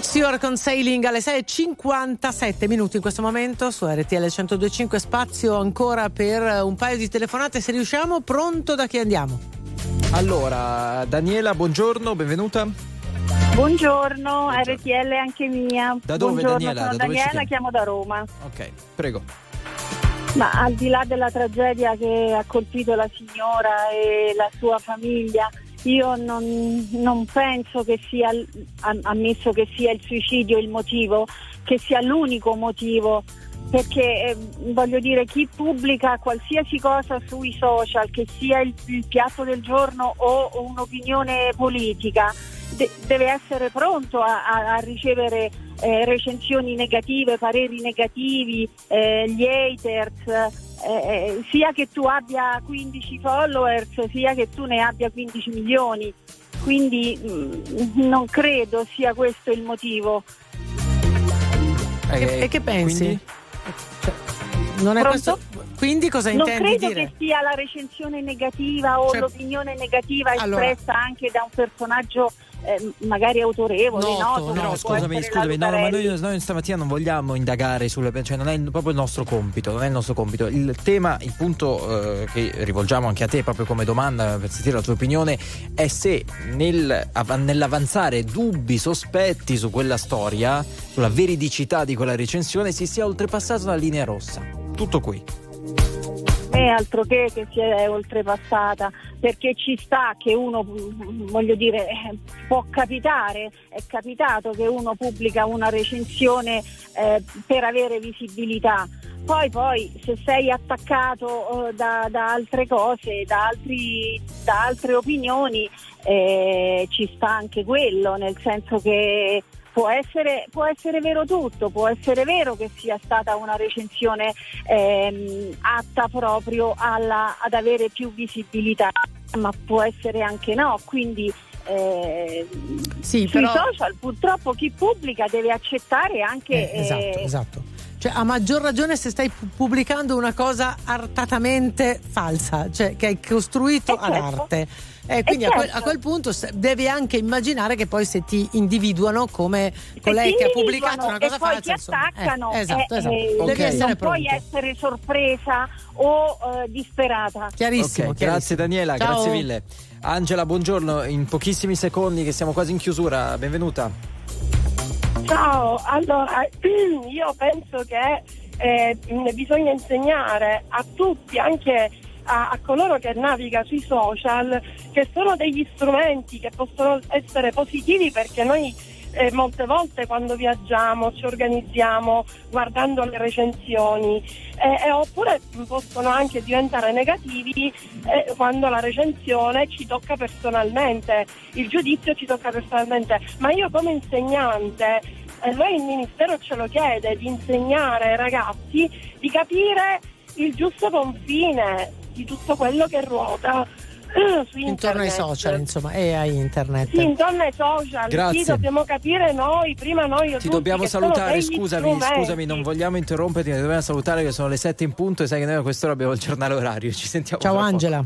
Rod Stewart con Sailing alle sei e cinquantasette minuti in questo momento su R T L centodue e cinque. Spazio ancora per un paio di telefonate se riusciamo. Pronto, da chi andiamo?
Allora, Daniela, buongiorno, benvenuta.
Buongiorno, R T L anche mia.
Da dove,
Buongiorno,
Daniela?
sono
Da dove ci
Daniela,
chiami?
chiamo da Roma.
Ok, prego.
Ma al di là della tragedia che ha colpito la signora e la sua famiglia, io non, non penso che sia, ammesso che sia il suicidio il motivo, che sia l'unico motivo, perché eh, voglio dire, chi pubblica qualsiasi cosa sui social, che sia il, il piatto del giorno o un'opinione politica, de- deve essere pronto a, a, a ricevere eh, recensioni negative, pareri negativi, eh, gli haters. Eh, sia che tu abbia quindici followers, sia che tu ne abbia quindici milioni, quindi mh, non credo sia questo il motivo.
E, e che pensi?
Quindi?
Cioè, non è
Pronto?
questo. Quindi cosa
Non
intendi
credo
dire?
che sia la recensione negativa o
Cioè,
l'opinione negativa
allora-
espressa anche da un personaggio eh, magari autorevole,
Noto,
noto,
no,
come
Però
può
scusami,
essere
scusami,
la
no, ma noi,
Lucarelli.
noi stamattina non vogliamo indagare sulle, cioè non è proprio il nostro compito, non è il nostro compito. Il tema, il punto eh, che rivolgiamo anche a te proprio come domanda per sentire la tua opinione è se nel, av- nell'avanzare dubbi, sospetti su quella storia, sulla veridicità di quella recensione, si sia oltrepassato la linea rossa. Tutto qui.
È altro che che si è oltrepassata, perché ci sta che uno, voglio dire, eh, può capitare, è capitato che uno pubblica una recensione eh, per avere visibilità, poi poi se sei attaccato eh, da, da altre cose, da, altri, da altre opinioni, eh, ci sta anche quello, nel senso che Può essere, può essere vero tutto, può essere vero che sia stata una recensione ehm, atta proprio alla, ad avere più visibilità, ma può essere anche no, quindi eh,
Sì,
sui
però-
social purtroppo chi pubblica deve accettare anche...
Eh, esatto,
eh,
esatto. Cioè, a maggior ragione se stai pu- pubblicando una cosa artatamente falsa, cioè che hai costruito
Eh, certo.
all'arte. Eh, quindi
Eh,
a, quel,
certo.
a quel punto se- devi anche immaginare che poi se ti individuano come
se
colei
ti
che ha
individuano
pubblicato una cosa
e poi
falsa,
ti
insomma.
attaccano,
Eh, esatto,
eh,
esatto.
eh,
Devi
Ok.
essere
non puoi
pronto.
essere sorpresa o eh, disperata.
Chiarissimo,
Ok,
chiarissimo.
grazie Daniela,
Ciao.
grazie mille. Angela, buongiorno, in pochissimi secondi che siamo quasi in chiusura, benvenuta.
Ciao, allora io penso che eh, bisogna insegnare a tutti, anche a, a coloro che navigano sui social, che sono degli strumenti che possono essere positivi, perché noi eh, molte volte quando viaggiamo ci organizziamo guardando le recensioni eh, eh, oppure possono anche diventare negativi eh, quando la recensione ci tocca personalmente, il giudizio ci tocca personalmente, ma io come insegnante, e noi il Ministero ce lo chiede, di insegnare ai ragazzi di capire il giusto confine di tutto quello che ruota eh, su
Intorno ai
internet.
social, insomma, e a internet.
Sì, intorno ai social.
Grazie.
Sì, dobbiamo capire noi, prima noi
Ti
tutti,
dobbiamo
che sono
salutare,
degli
scusami,
strumenti.
scusami, non vogliamo interromperti, ti dobbiamo salutare che sono le sette in punto e sai che noi a quest'ora abbiamo il giornale orario, ci sentiamo.
Ciao
fra poco.
Angela.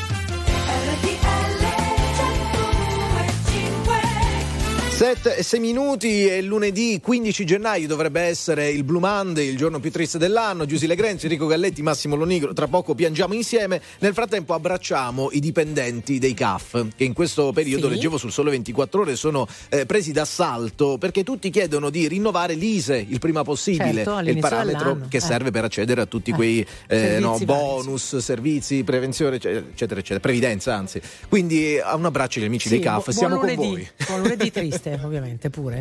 sette e sei minuti e lunedì quindici gennaio dovrebbe essere il Blue Monday, il giorno più triste dell'anno. Giusy Legrenzi, Enrico Galletti, Massimo Lonigro, tra poco piangiamo insieme. Nel frattempo abbracciamo i dipendenti dei C A F che in questo periodo,
Sì.
leggevo sul Sole ventiquattro Ore, sono eh, presi d'assalto perché tutti chiedono di rinnovare l'I S E il prima possibile,
Certo,
è il
all'inizio
parametro
dell'anno.
che
Eh.
serve per accedere a tutti
Eh.
quei eh, no,
Servizi vari,
bonus, servizi, prevenzione, eccetera, eccetera, previdenza anzi. Quindi eh, un abbraccio agli amici
Sì,
dei C A F,
bu-
siamo
buon
con
lunedì,
voi.
Buon lunedì triste, ovviamente, pure.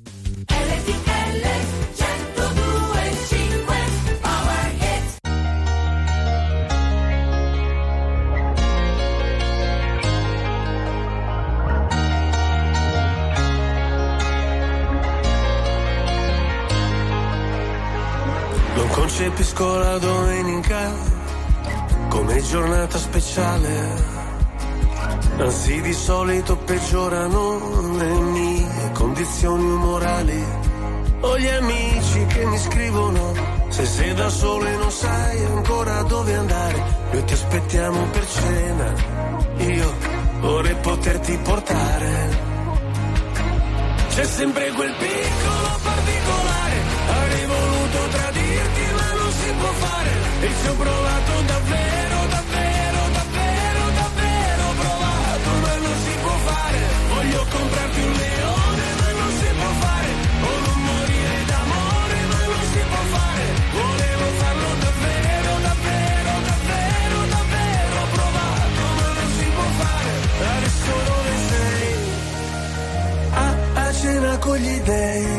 Non concepisco la domenica come giornata speciale, anzi di solito peggiorano le mie condizioni umorali. Ho gli amici che mi scrivono: se sei da solo e non sai ancora dove andare, noi ti aspettiamo per cena, io vorrei poterti portare.
C'è sempre quel piccolo particolare, avrei voluto tradirti ma non si può fare, e ci ho provato davvero, davvero, davvero, davvero provato, ma non si può fare, voglio comprarti un leone ma non si può fare, o non morire d'amore ma non si può fare, volevo farlo davvero, davvero, davvero, davvero provato, ma non si può fare, adesso dove sei? A cena con gli dèi,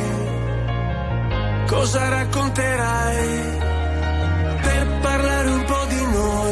cosa racconterai per parlare un po' di noi?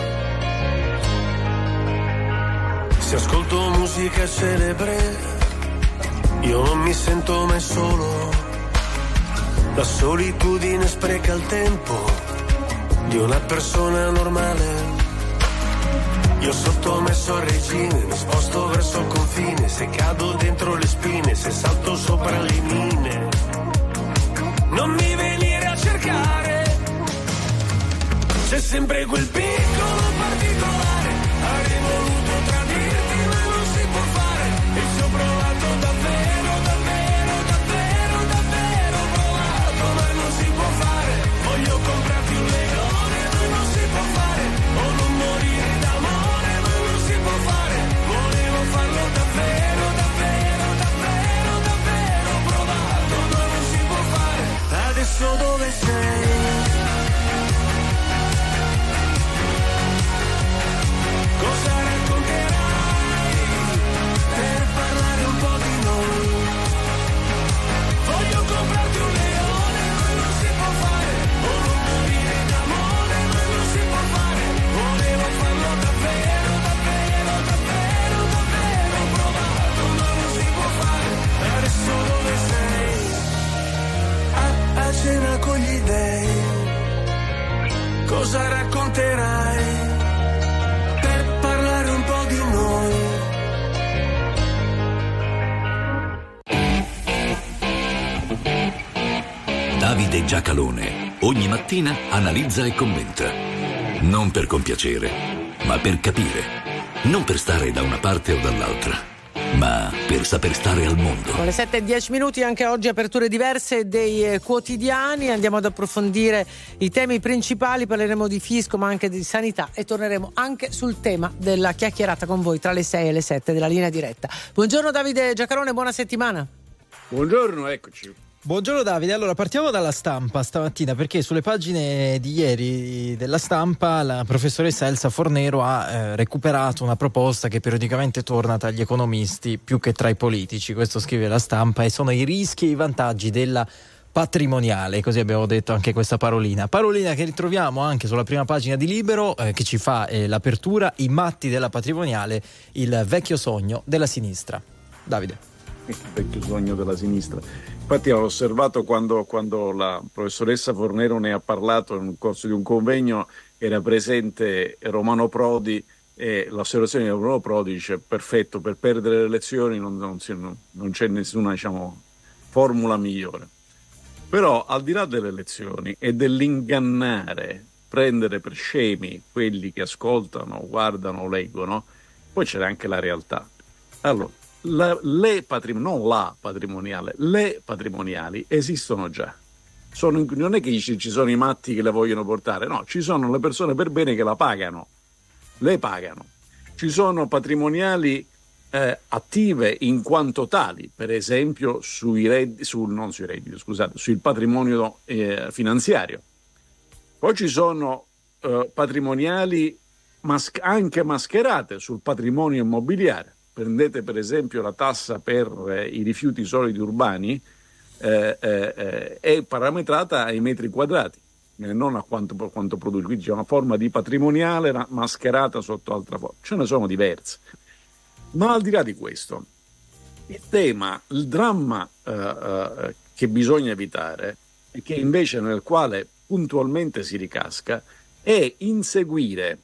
Se ascolto musica celebre, io non mi sento mai solo, la solitudine spreca il tempo di una persona normale. Io sottomesso al regime, mi sposto verso il confine, se cado dentro le spine, se salto sopra le mine. Non mi venire a cercare, c'è sempre quel piccolo particolare, avrei voluto tradirti ma non si può fare, e ci ho provato davvero, davvero, davvero, davvero provato, ma non si può fare, voglio comprarti un leone ma non si può fare, o non morire d'amore ma non si può fare, volevo farlo davvero, davvero, davvero, davvero provato, ma non si può fare, adesso dove sei? Cosa racconterai per parlare un po' di noi? Voglio comprarti un leone ma non si può fare, o non morire d'amore ma non si può fare, volevo farlo davvero, davvero, davvero, davvero provato, ma non si può fare, adesso dove sei? A, a cena con gli dèi, cosa racconterai per parlare un po' di noi?
Davide Giacalone ogni mattina analizza e commenta. Non per compiacere, ma per capire. Non per stare da una parte o dall'altra, ma per saper stare al mondo.
Con le sette e dieci minuti anche oggi aperture diverse dei eh, quotidiani, andiamo ad approfondire i temi principali, parleremo di fisco ma anche di sanità e torneremo anche sul tema della chiacchierata con voi tra le sei e le sette della linea diretta. Buongiorno Davide Giacalone, buona settimana.
Buongiorno, eccoci.
Buongiorno Davide, allora partiamo dalla Stampa stamattina, perché sulle pagine di ieri della Stampa la professoressa Elsa Fornero ha eh, recuperato una proposta che periodicamente torna tra gli economisti più che tra i politici, questo scrive la Stampa, e sono i rischi e i vantaggi della patrimoniale, così abbiamo detto anche questa parolina parolina che ritroviamo anche sulla prima pagina di Libero, eh, che ci fa eh, l'apertura, i matti della patrimoniale, il vecchio sogno della sinistra. Davide.
Il vecchio sogno della sinistra. Infatti ho osservato quando, quando la professoressa Fornero ne ha parlato nel corso di un convegno, era presente Romano Prodi, e l'osservazione di Romano Prodi dice: perfetto, per perdere le elezioni non, non, non, non c'è nessuna, diciamo, formula migliore. Però al di là delle elezioni e dell'ingannare, prendere per scemi quelli che ascoltano, guardano, leggono, poi c'è anche la realtà. Allora, La, le patrimoniali, non la patrimoniale, le patrimoniali esistono già. Sono, non è che ci, ci sono i matti che le vogliono portare, no, ci sono le persone per bene che la pagano, le pagano. Ci sono patrimoniali eh, attive in quanto tali, per esempio sui redditi, sul, non sui redditi, scusate, sul patrimonio eh, finanziario. Poi ci sono eh, patrimoniali mas- anche mascherate sul patrimonio immobiliare. Prendete per esempio la tassa per eh, i rifiuti solidi urbani, eh, eh, è parametrata ai metri quadrati, eh, non a quanto, quanto produce, quindi c'è una forma di patrimoniale mascherata sotto altra forma, ce ne sono diverse. Ma al di là di questo, il tema, il dramma eh, eh, che bisogna evitare, e che invece nel quale puntualmente si ricasca, è inseguire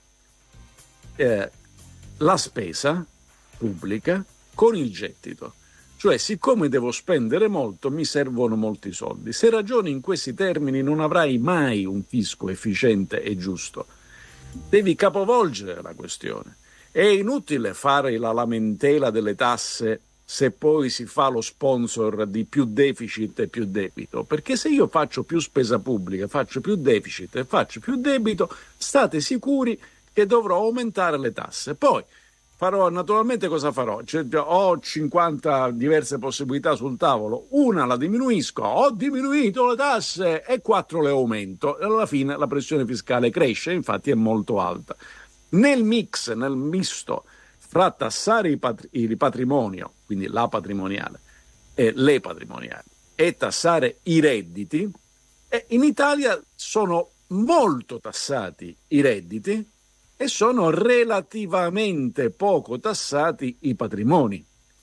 eh, la spesa pubblica con il gettito, cioè siccome devo spendere molto mi servono molti soldi. Se ragioni in questi termini non avrai mai un fisco efficiente e giusto, devi capovolgere la questione. È inutile fare la lamentela delle tasse se poi si fa lo sponsor di più deficit e più debito, perché se io faccio più spesa pubblica, faccio più deficit e faccio più debito, state sicuri che dovrò aumentare le tasse. Poi farò, naturalmente cosa farò? Cioè, ho cinquanta diverse possibilità sul tavolo, una la diminuisco, ho diminuito le tasse e quattro le aumento, e alla fine la pressione fiscale cresce, infatti è molto alta. Nel mix, nel misto fra tassare il patrimonio, quindi la patrimoniale e le patrimoniali, e tassare i redditi, e in Italia sono molto tassati i redditi e sono relativamente poco tassati i patrimoni.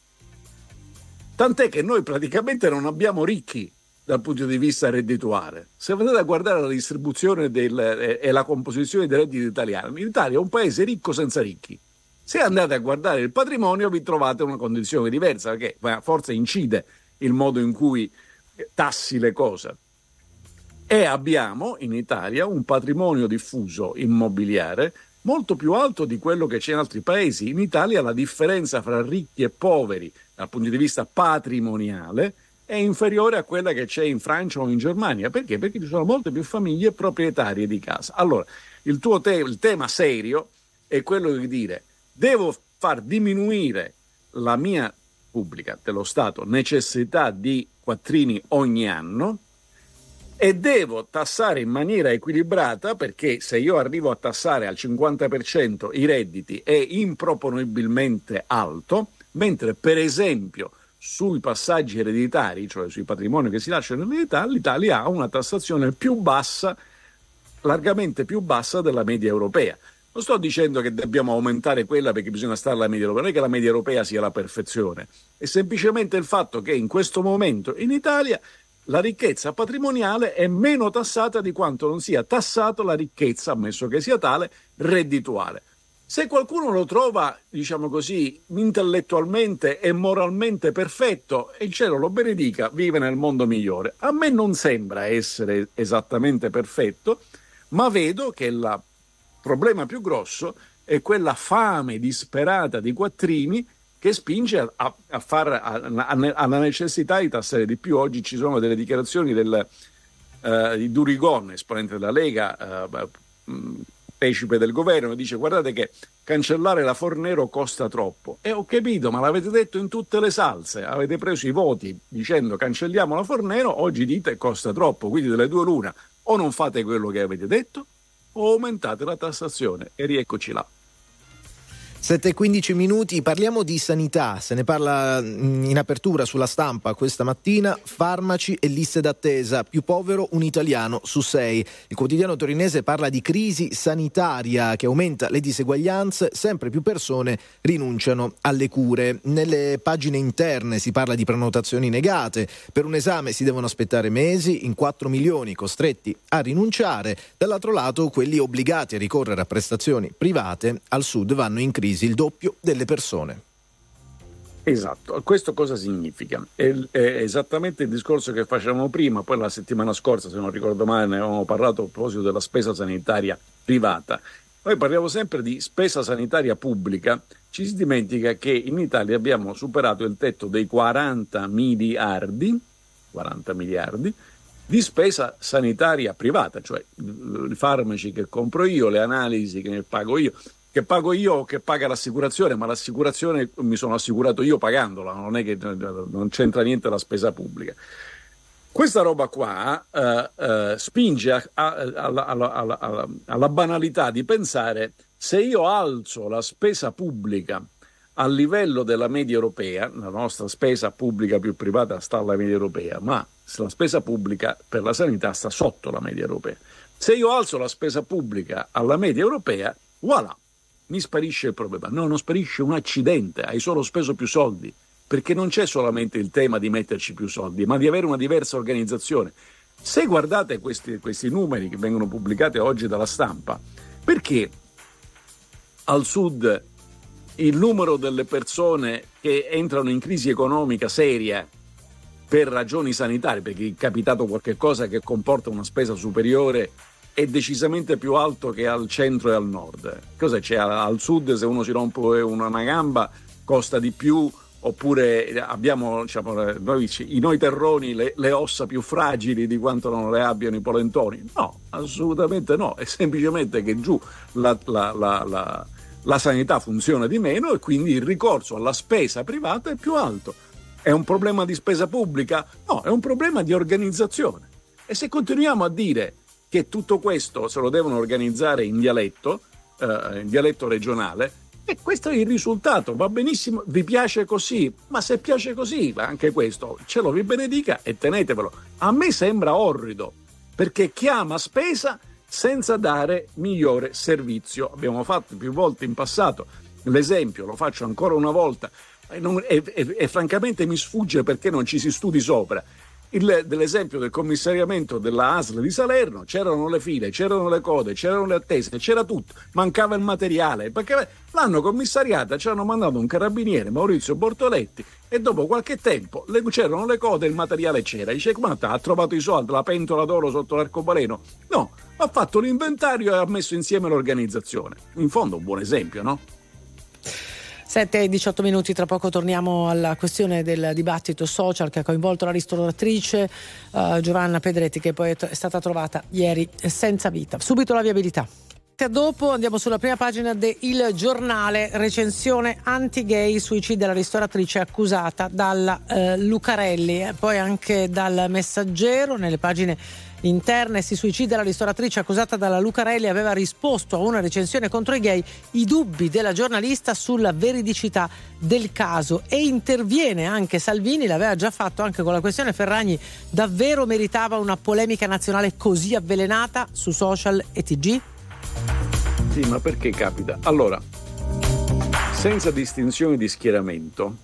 Tant'è che noi praticamente non abbiamo ricchi dal punto di vista reddituale. Se andate a guardare la distribuzione del, eh, e la composizione dei redditi italiani, l'Italia è un paese ricco senza ricchi. Se andate a guardare il patrimonio vi trovate una condizione diversa, perché forse incide il modo in cui tassi le cose. E abbiamo in Italia un patrimonio diffuso immobiliare molto più alto di quello che c'è in altri paesi. In Italia la differenza fra ricchi e poveri dal punto di vista patrimoniale è inferiore a quella che c'è in Francia o in Germania. Perché? Perché ci sono molte più famiglie proprietarie di casa. Allora, il tuo te- il tema serio è quello di dire: devo far diminuire la mia pubblica dello Stato necessità di quattrini ogni anno e devo tassare in maniera equilibrata, perché se io arrivo a tassare al cinquanta per cento i redditi è improponibilmente alto, mentre per esempio sui passaggi ereditari, cioè sui patrimoni che si lasciano in eredità, l'Italia ha una tassazione più bassa, largamente più bassa della media europea. Non sto dicendo che dobbiamo aumentare quella perché bisogna stare alla media europea, non è che la media europea sia la perfezione, è semplicemente il fatto che in questo momento in Italia la ricchezza patrimoniale è meno tassata di quanto non sia tassata la ricchezza, ammesso che sia tale, reddituale. Se qualcuno lo trova, diciamo così, intellettualmente e moralmente perfetto, il cielo lo benedica, vive nel mondo migliore. A me non sembra essere esattamente perfetto, ma vedo che il problema più grosso è quella fame disperata di quattrini che spinge a, a far, a, a, alla necessità di tassare di più. Oggi ci sono delle dichiarazioni del, uh, di Durigon, esponente della Lega, uh, partecipe del governo, e dice: guardate che cancellare la Fornero costa troppo. E ho capito, ma l'avete detto in tutte le salse, avete preso i voti dicendo cancelliamo la Fornero, oggi dite costa troppo, quindi delle due l'una: o non fate quello che avete detto o aumentate la tassazione, e rieccoci là.
sette e quindici minuti, parliamo di sanità, se ne parla in apertura sulla Stampa questa mattina. Farmaci e liste d'attesa, più povero un italiano su sei. Il quotidiano torinese parla di crisi sanitaria che aumenta le diseguaglianze, sempre più persone rinunciano alle cure. Nelle pagine interne si parla di prenotazioni negate, per un esame si devono aspettare mesi, in quattro milioni costretti a rinunciare. Dall'altro lato quelli obbligati a ricorrere a prestazioni private, al sud vanno in crisi il doppio delle persone.
Esatto, questo cosa significa? È, è esattamente il discorso che facevamo prima, poi la settimana scorsa, se non ricordo male, ne avevamo parlato a proposito della spesa sanitaria privata. Noi parliamo sempre di spesa sanitaria pubblica, ci si dimentica che in Italia abbiamo superato il tetto dei quaranta miliardi, quaranta miliardi di spesa sanitaria privata, cioè i farmaci che compro io, le analisi che pago io, che pago io o che paga l'assicurazione, ma l'assicurazione mi sono assicurato io pagandola, non è che non c'entra niente la spesa pubblica. Questa roba qua eh, eh, spinge a, a, alla, alla, alla, alla banalità di pensare: se io alzo la spesa pubblica a livello della media europea, la nostra spesa pubblica più privata sta alla media europea, ma la spesa pubblica per la sanità sta sotto la media europea. Se io alzo la spesa pubblica alla media europea, voilà, mi sparisce il problema. No, non sparisce un accidente, hai solo speso più soldi, perché non c'è solamente il tema di metterci più soldi, ma di avere una diversa organizzazione. Se guardate questi, questi numeri che vengono pubblicati oggi dalla Stampa, perché al sud il numero delle persone che entrano in crisi economica seria per ragioni sanitarie, perché è capitato qualche cosa che comporta una spesa superiore, è decisamente più alto che al centro e al nord. Cosa c'è? Al sud, se uno si rompe una, una gamba, costa di più oppure abbiamo, diciamo, noi, i noi terroni le, le ossa più fragili di quanto non le abbiano i polentoni? No, assolutamente no, è semplicemente che giù la, la, la, la, la sanità funziona di meno e quindi il ricorso alla spesa privata è più alto. È un problema di spesa pubblica? No, è un problema di organizzazione. E se continuiamo a dire che tutto questo se lo devono organizzare in dialetto, eh, in dialetto regionale, e questo è il risultato, va benissimo, vi piace così, ma se piace così, anche questo, ce lo vi benedica e tenetevelo. A me sembra orrido, perché chiama spesa senza dare migliore servizio. Abbiamo fatto più volte in passato l'esempio, lo faccio ancora una volta, e, non, e, e, e francamente mi sfugge perché non ci si studi sopra. Il, dell'esempio del commissariamento della A S L di Salerno, c'erano le file, c'erano le code, c'erano le attese, c'era tutto, mancava il materiale, perché l'hanno commissariata, ci hanno mandato un carabiniere, Maurizio Bortoletti, e dopo qualche tempo le, c'erano le code e il materiale c'era. Dice, ma ha trovato i soldi, la pentola d'oro sotto l'arcobaleno? No, ha fatto l'inventario e ha messo insieme l'organizzazione. In fondo un buon esempio, no?
sette e diciotto minuti, tra poco torniamo alla questione del dibattito social che ha coinvolto la ristoratrice uh, Giovanna Pedretti, che poi è stata trovata ieri senza vita. Subito la viabilità. Dopo andiamo sulla prima pagina de Il Giornale, recensione anti-gay, suicidio della ristoratrice accusata dalla eh, Lucarelli, e poi anche dal Messaggero. Nelle pagine interne si suicida la ristoratrice accusata dalla Lucarelli, aveva risposto a una recensione contro i gay, i dubbi della giornalista sulla veridicità del caso, e interviene anche Salvini, l'aveva già fatto anche con la questione Ferragni. Davvero meritava una polemica nazionale così avvelenata su social e T G?
Sì, ma perché capita? Allora, senza distinzione di schieramento,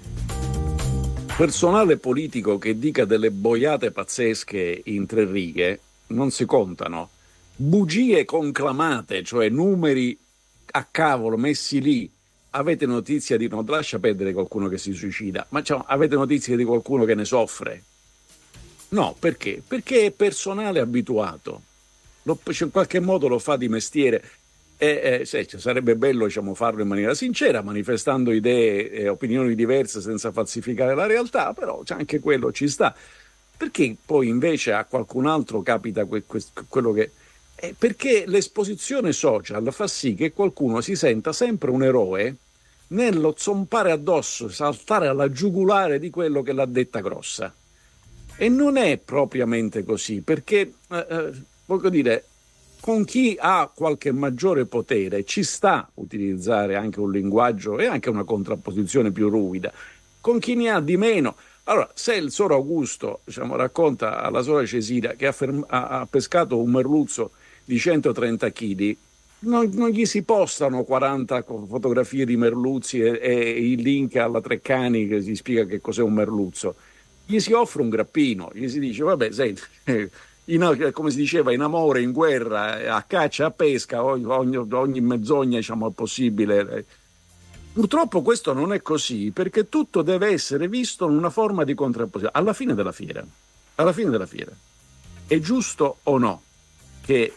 personale politico che dica delle boiate pazzesche in tre righe non si contano. Bugie conclamate, cioè numeri a cavolo messi lì. Avete notizia di, no, lascia perdere qualcuno che si suicida, ma cioè, avete notizia di qualcuno che ne soffre? No, perché? Perché è personale abituato, lo, in qualche modo lo fa di mestiere. E, eh, se, cioè, sarebbe bello, diciamo, farlo in maniera sincera, manifestando idee e opinioni diverse senza falsificare la realtà, però cioè, anche quello ci sta. Perché poi invece a qualcun altro capita que- que- quello che... Eh, perché l'esposizione social fa sì che qualcuno si senta sempre un eroe nello zompare addosso, saltare alla giugulare di quello che l'ha detta grossa. E non è propriamente così, perché, eh, eh, voglio dire, con chi ha qualche maggiore potere ci sta utilizzare anche un linguaggio e anche una contrapposizione più ruvida. Con chi ne ha di meno, allora se il Sor Augusto, diciamo, racconta alla Sora Cesira che ha, ferm- ha, ha pescato un merluzzo di centotrenta chili, non, non gli si postano quaranta fotografie di merluzzi e, e il link alla Treccani che si spiega che cos'è un merluzzo. Gli si offre un grappino, gli si dice vabbè, senti, in, come si diceva, in amore, in guerra, a caccia, a pesca, ogni, ogni, ogni mezzogna, diciamo, è possibile. Purtroppo questo non è così, perché tutto deve essere visto in una forma di contrapposizione. Alla fine della fiera, alla fine della fiera, è giusto o no che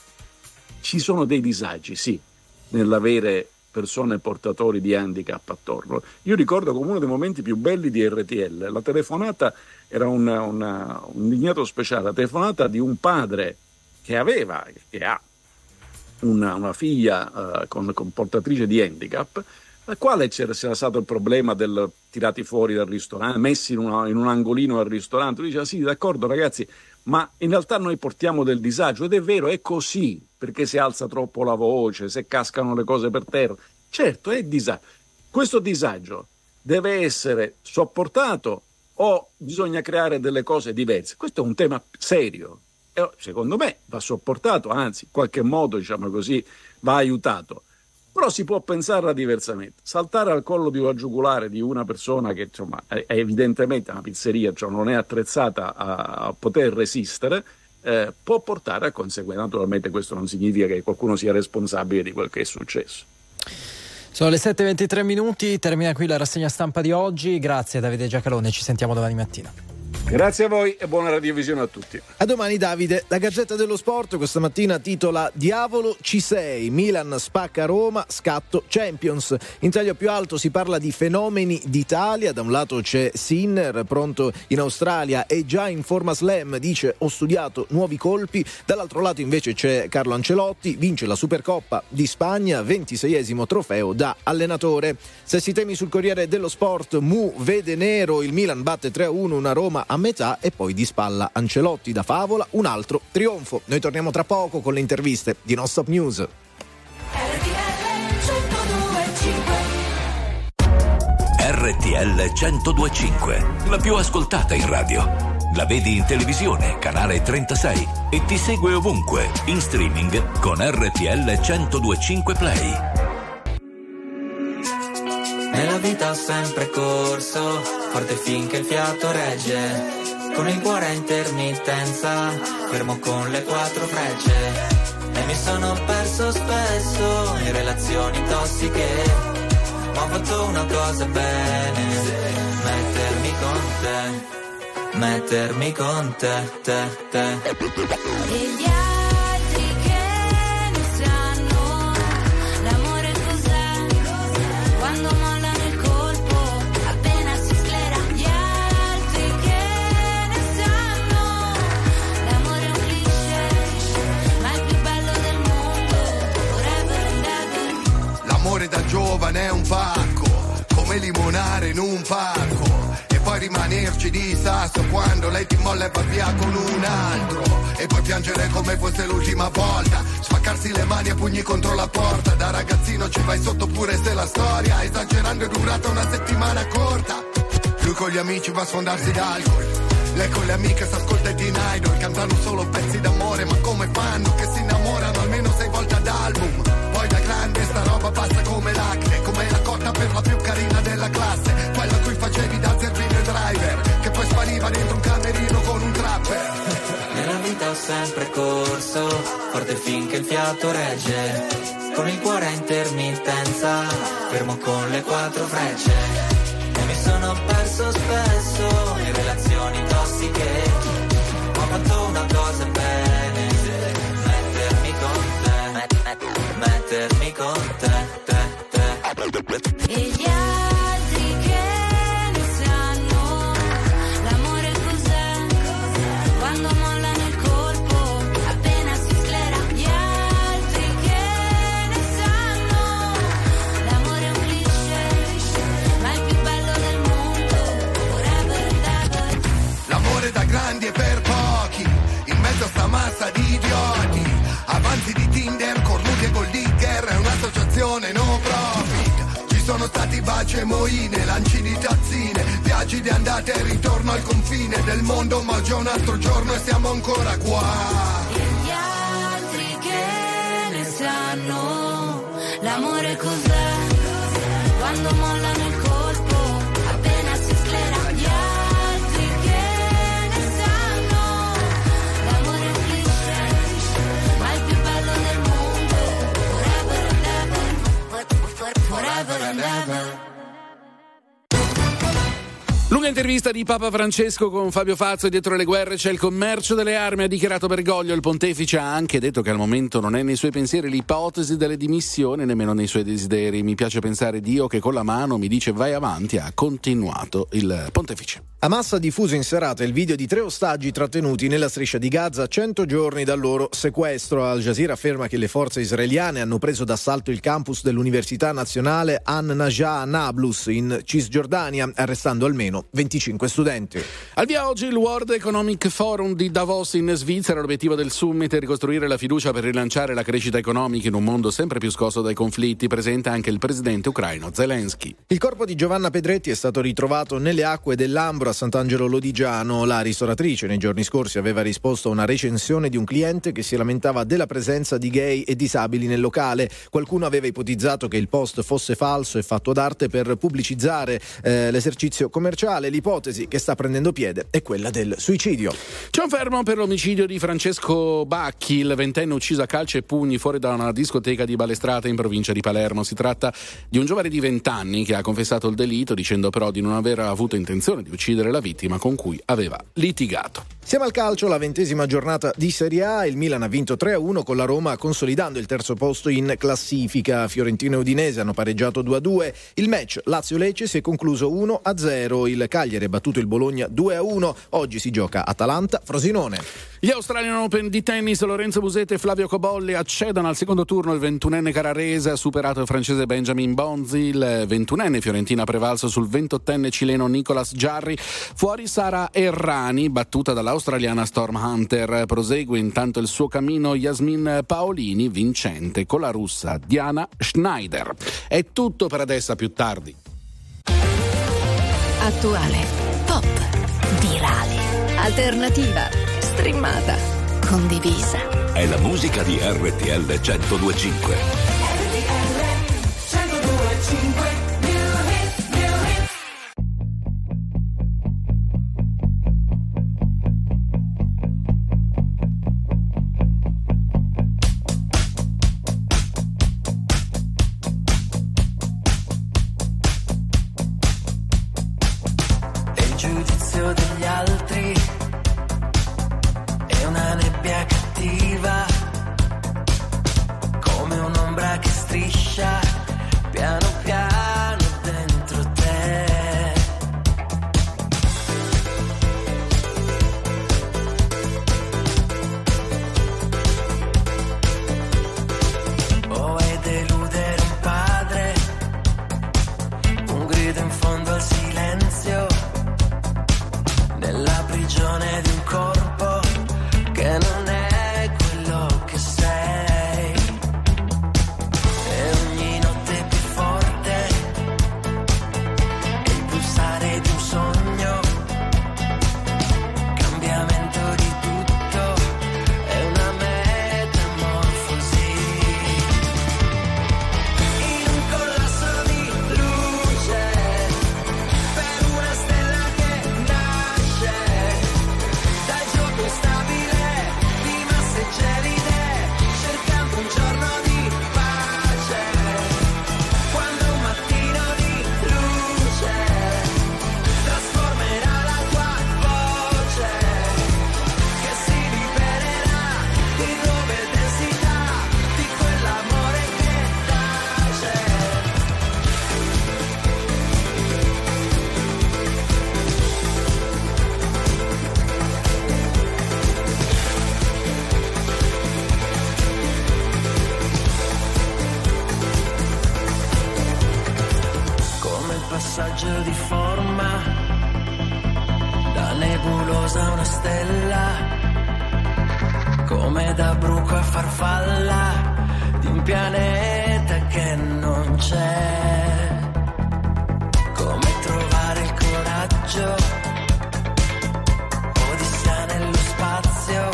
ci sono dei disagi, sì, nell'avere persone portatori di handicap attorno. Io ricordo come uno dei momenti più belli di R T L, la telefonata era una, una, un dignato speciale, la telefonata di un padre che aveva, che ha una, una figlia uh, con, con portatrice di handicap, la quale c'era, c'era stato il problema del tirati fuori dal ristorante, messi in, una, in un angolino al ristorante. Lui diceva sì, d'accordo ragazzi, ma in realtà noi portiamo del disagio, ed è vero, è così, perché si alza troppo la voce, se cascano le cose per terra. Certo, è disagio. Questo disagio deve essere sopportato o bisogna creare delle cose diverse? Questo è un tema serio e secondo me va sopportato, anzi in qualche modo, diciamo così, va aiutato. Però si può pensarla diversamente. Saltare al collo di una giugulare di una persona che, insomma, è evidentemente una pizzeria, cioè non è attrezzata a, a poter resistere, eh, può portare a conseguenze. Naturalmente questo non significa che qualcuno sia responsabile di quel che è successo.
Sono le sette e ventitré minuti, termina qui la rassegna stampa di oggi. Grazie a Davide Giacalone, ci sentiamo domani mattina.
Grazie a voi e buona radiovisione a tutti.
A domani Davide. La Gazzetta dello Sport questa mattina titola Diavolo ci sei, Milan spacca Roma, scatto Champions. In taglio più alto si parla di fenomeni d'Italia, da un lato c'è Sinner pronto in Australia e già in forma slam, dice ho studiato nuovi colpi, dall'altro lato invece c'è Carlo Ancelotti, vince la Supercoppa di Spagna, ventiseiesimo trofeo da allenatore. Se si temi sul Corriere dello Sport, Mu vede nero, il Milan batte tre a uno una Roma a metà e poi di spalla Ancelotti da favola, un altro trionfo. Noi torniamo tra poco con le interviste di Non Stop News.
R T L centodue e cinque, la più ascoltata in radio. La vedi in televisione, canale trentasei, e ti segue ovunque, in streaming con R T L centodue e cinque Play.
Nella vita ho sempre corso, forte finché il fiato regge, con il cuore a intermittenza, fermo con le quattro frecce. E mi sono perso spesso in relazioni tossiche, ma ho fatto una cosa bene, mettermi con te, mettermi con te, te, te.
E gli altri che ne sanno, l'amore cos'è, quando mollano il colpo, appena si sclera. Gli altri che ne sanno, l'amore è un cliché, ma è il più bello del mondo, forever and ever.
L'amore da giovane è un pacco, come limonare in un parco, e poi rimanerci di sasso quando lei ti molla e va via con un altro, e poi piangere come fosse l'ultima volta, spaccarsi le mani a pugni contro la porta. Da ragazzino ci vai sotto pure se la storia, esagerando, è durata una settimana corta. Lui con gli amici va a sfondarsi d'alcol, lei con le amiche s'ascolta i Teen Idol, cantano solo pezzi d'amore, ma come fanno che si innamorano almeno sei volte ad album. Poi da grande sta roba passa come l'acne, come la cotta per la più carina della classe, quella a cui facevi da zerbino e driver, che poi spariva dentro un camerino con un trapper.
Nella vita ho sempre corso, forte finché il fiato regge, con il cuore a intermittenza, fermo con le quattro frecce. E mi sono perso spesso in relazioni tossiche, ma ho fatto una cosa bene, mettermi con te, mettermi con te, te, te.
E gli altri che ne sanno, l'amore cos'è, quando mollano il colpo, appena si sclera. Gli altri che ne sanno, l'amore è un cliché, ma è il più bello del mondo, forever and ever.
L'amore da grandi e per pochi, in mezzo a sta massa di idioti, avanzi di Tinder, cornuti e gold digger, è un'associazione no profit. Ci sono stati baci e moine, lanci di tazzine, viaggi di andata e ritorno al confine del mondo, ma oggi è un altro giorno e siamo ancora qua.
E gli altri che ne sanno, l'amore cos'è, quando mollano il colpo, appena si sclera. Gli altri che ne sanno, l'amore è un cliché, ma è il più bello del mondo, forever and ever, forever and ever.
Lunga intervista di Papa Francesco con Fabio Fazio. Dietro le guerre c'è il commercio delle armi, ha dichiarato Bergoglio. Il pontefice ha anche detto che al momento non è nei suoi pensieri l'ipotesi delle dimissioni, nemmeno nei suoi desideri. Mi piace pensare Dio che con la mano mi dice vai avanti, ha continuato il pontefice.
Hamas ha diffuso in serata il video di tre ostaggi trattenuti nella striscia di Gaza a cento giorni dal loro sequestro. Al Jazeera afferma che le forze israeliane hanno preso d'assalto il campus dell'Università Nazionale An-Najah Nablus in Cisgiordania, arrestando almeno venticinque studenti.
Al via oggi il World Economic Forum di Davos in Svizzera. L'obiettivo del summit è ricostruire la fiducia per rilanciare la crescita economica in un mondo sempre più scosso dai conflitti. Presenta anche il presidente ucraino Zelensky.
Il corpo di Giovanna Pedretti è stato ritrovato nelle acque dell'Ambro a Sant'Angelo Lodigiano. La ristoratrice nei giorni scorsi aveva risposto a una recensione di un cliente che si lamentava della presenza di gay e disabili nel locale. Qualcuno aveva ipotizzato che il post fosse falso e fatto d'arte per pubblicizzare eh, l'esercizio commerciale. L'ipotesi che sta prendendo piede è quella del suicidio.
C'è un fermo per l'omicidio di Francesco Bacchi, il ventenne ucciso a calci e pugni fuori da una discoteca di Balestrata in provincia di Palermo. Si tratta di un giovane di venti anni che ha confessato il delitto, dicendo però di non aver avuto intenzione di uccidere uccidere la vittima con cui aveva litigato.
Siamo al calcio, la ventesima giornata di Serie A, il Milan ha vinto tre a uno con la Roma consolidando il terzo posto in classifica. Fiorentino e Udinese hanno pareggiato due a due, il match Lazio-Lecce si è concluso uno a zero, il Cagliari ha battuto il Bologna due a uno, oggi si gioca Atalanta-Frosinone.
Gli Australian Open di tennis, Lorenzo Musetti e Flavio Cobolli accedono al secondo turno, il ventunenne Carrarese ha superato il francese Benjamin Bonzi, il ventunenne Fiorentina ha prevalso sul ventottenne cileno Nicolas Jarry, fuori Sara Errani battuta dall'australiana Storm Hunter, prosegue intanto il suo cammino Yasmin Paolini vincente con la russa Diana Schneider. È tutto per adesso, a più tardi.
Attuale, pop, virale, alternativa, streamata, condivisa.
È la musica di R T L centodue e cinque.
R T L centodue e cinque. Degli altri è una nebbia cattiva, come un'ombra che striscia piano piano dentro te. Oh, è deludere un padre, un grido in fondo al silenzio, nella prigione di un corpo che non è quello che sei, e ogni notte più forte è il pulsare di un sogno, cambiamento di tutto, è una metamorfosi, in un collasso di luce, per una stella che nasce dal gioco instabile di masse gelide, cercando un giorno di pace, quando un mattino di luce trasformerà la tua voce, che si libererà di nuove densità di quell'amore che tace. Come il passaggio di forma da nebulosa a una stella, come da bruco a farfalla di un pianeta che non c'è, come trovare il coraggio, odissea nello spazio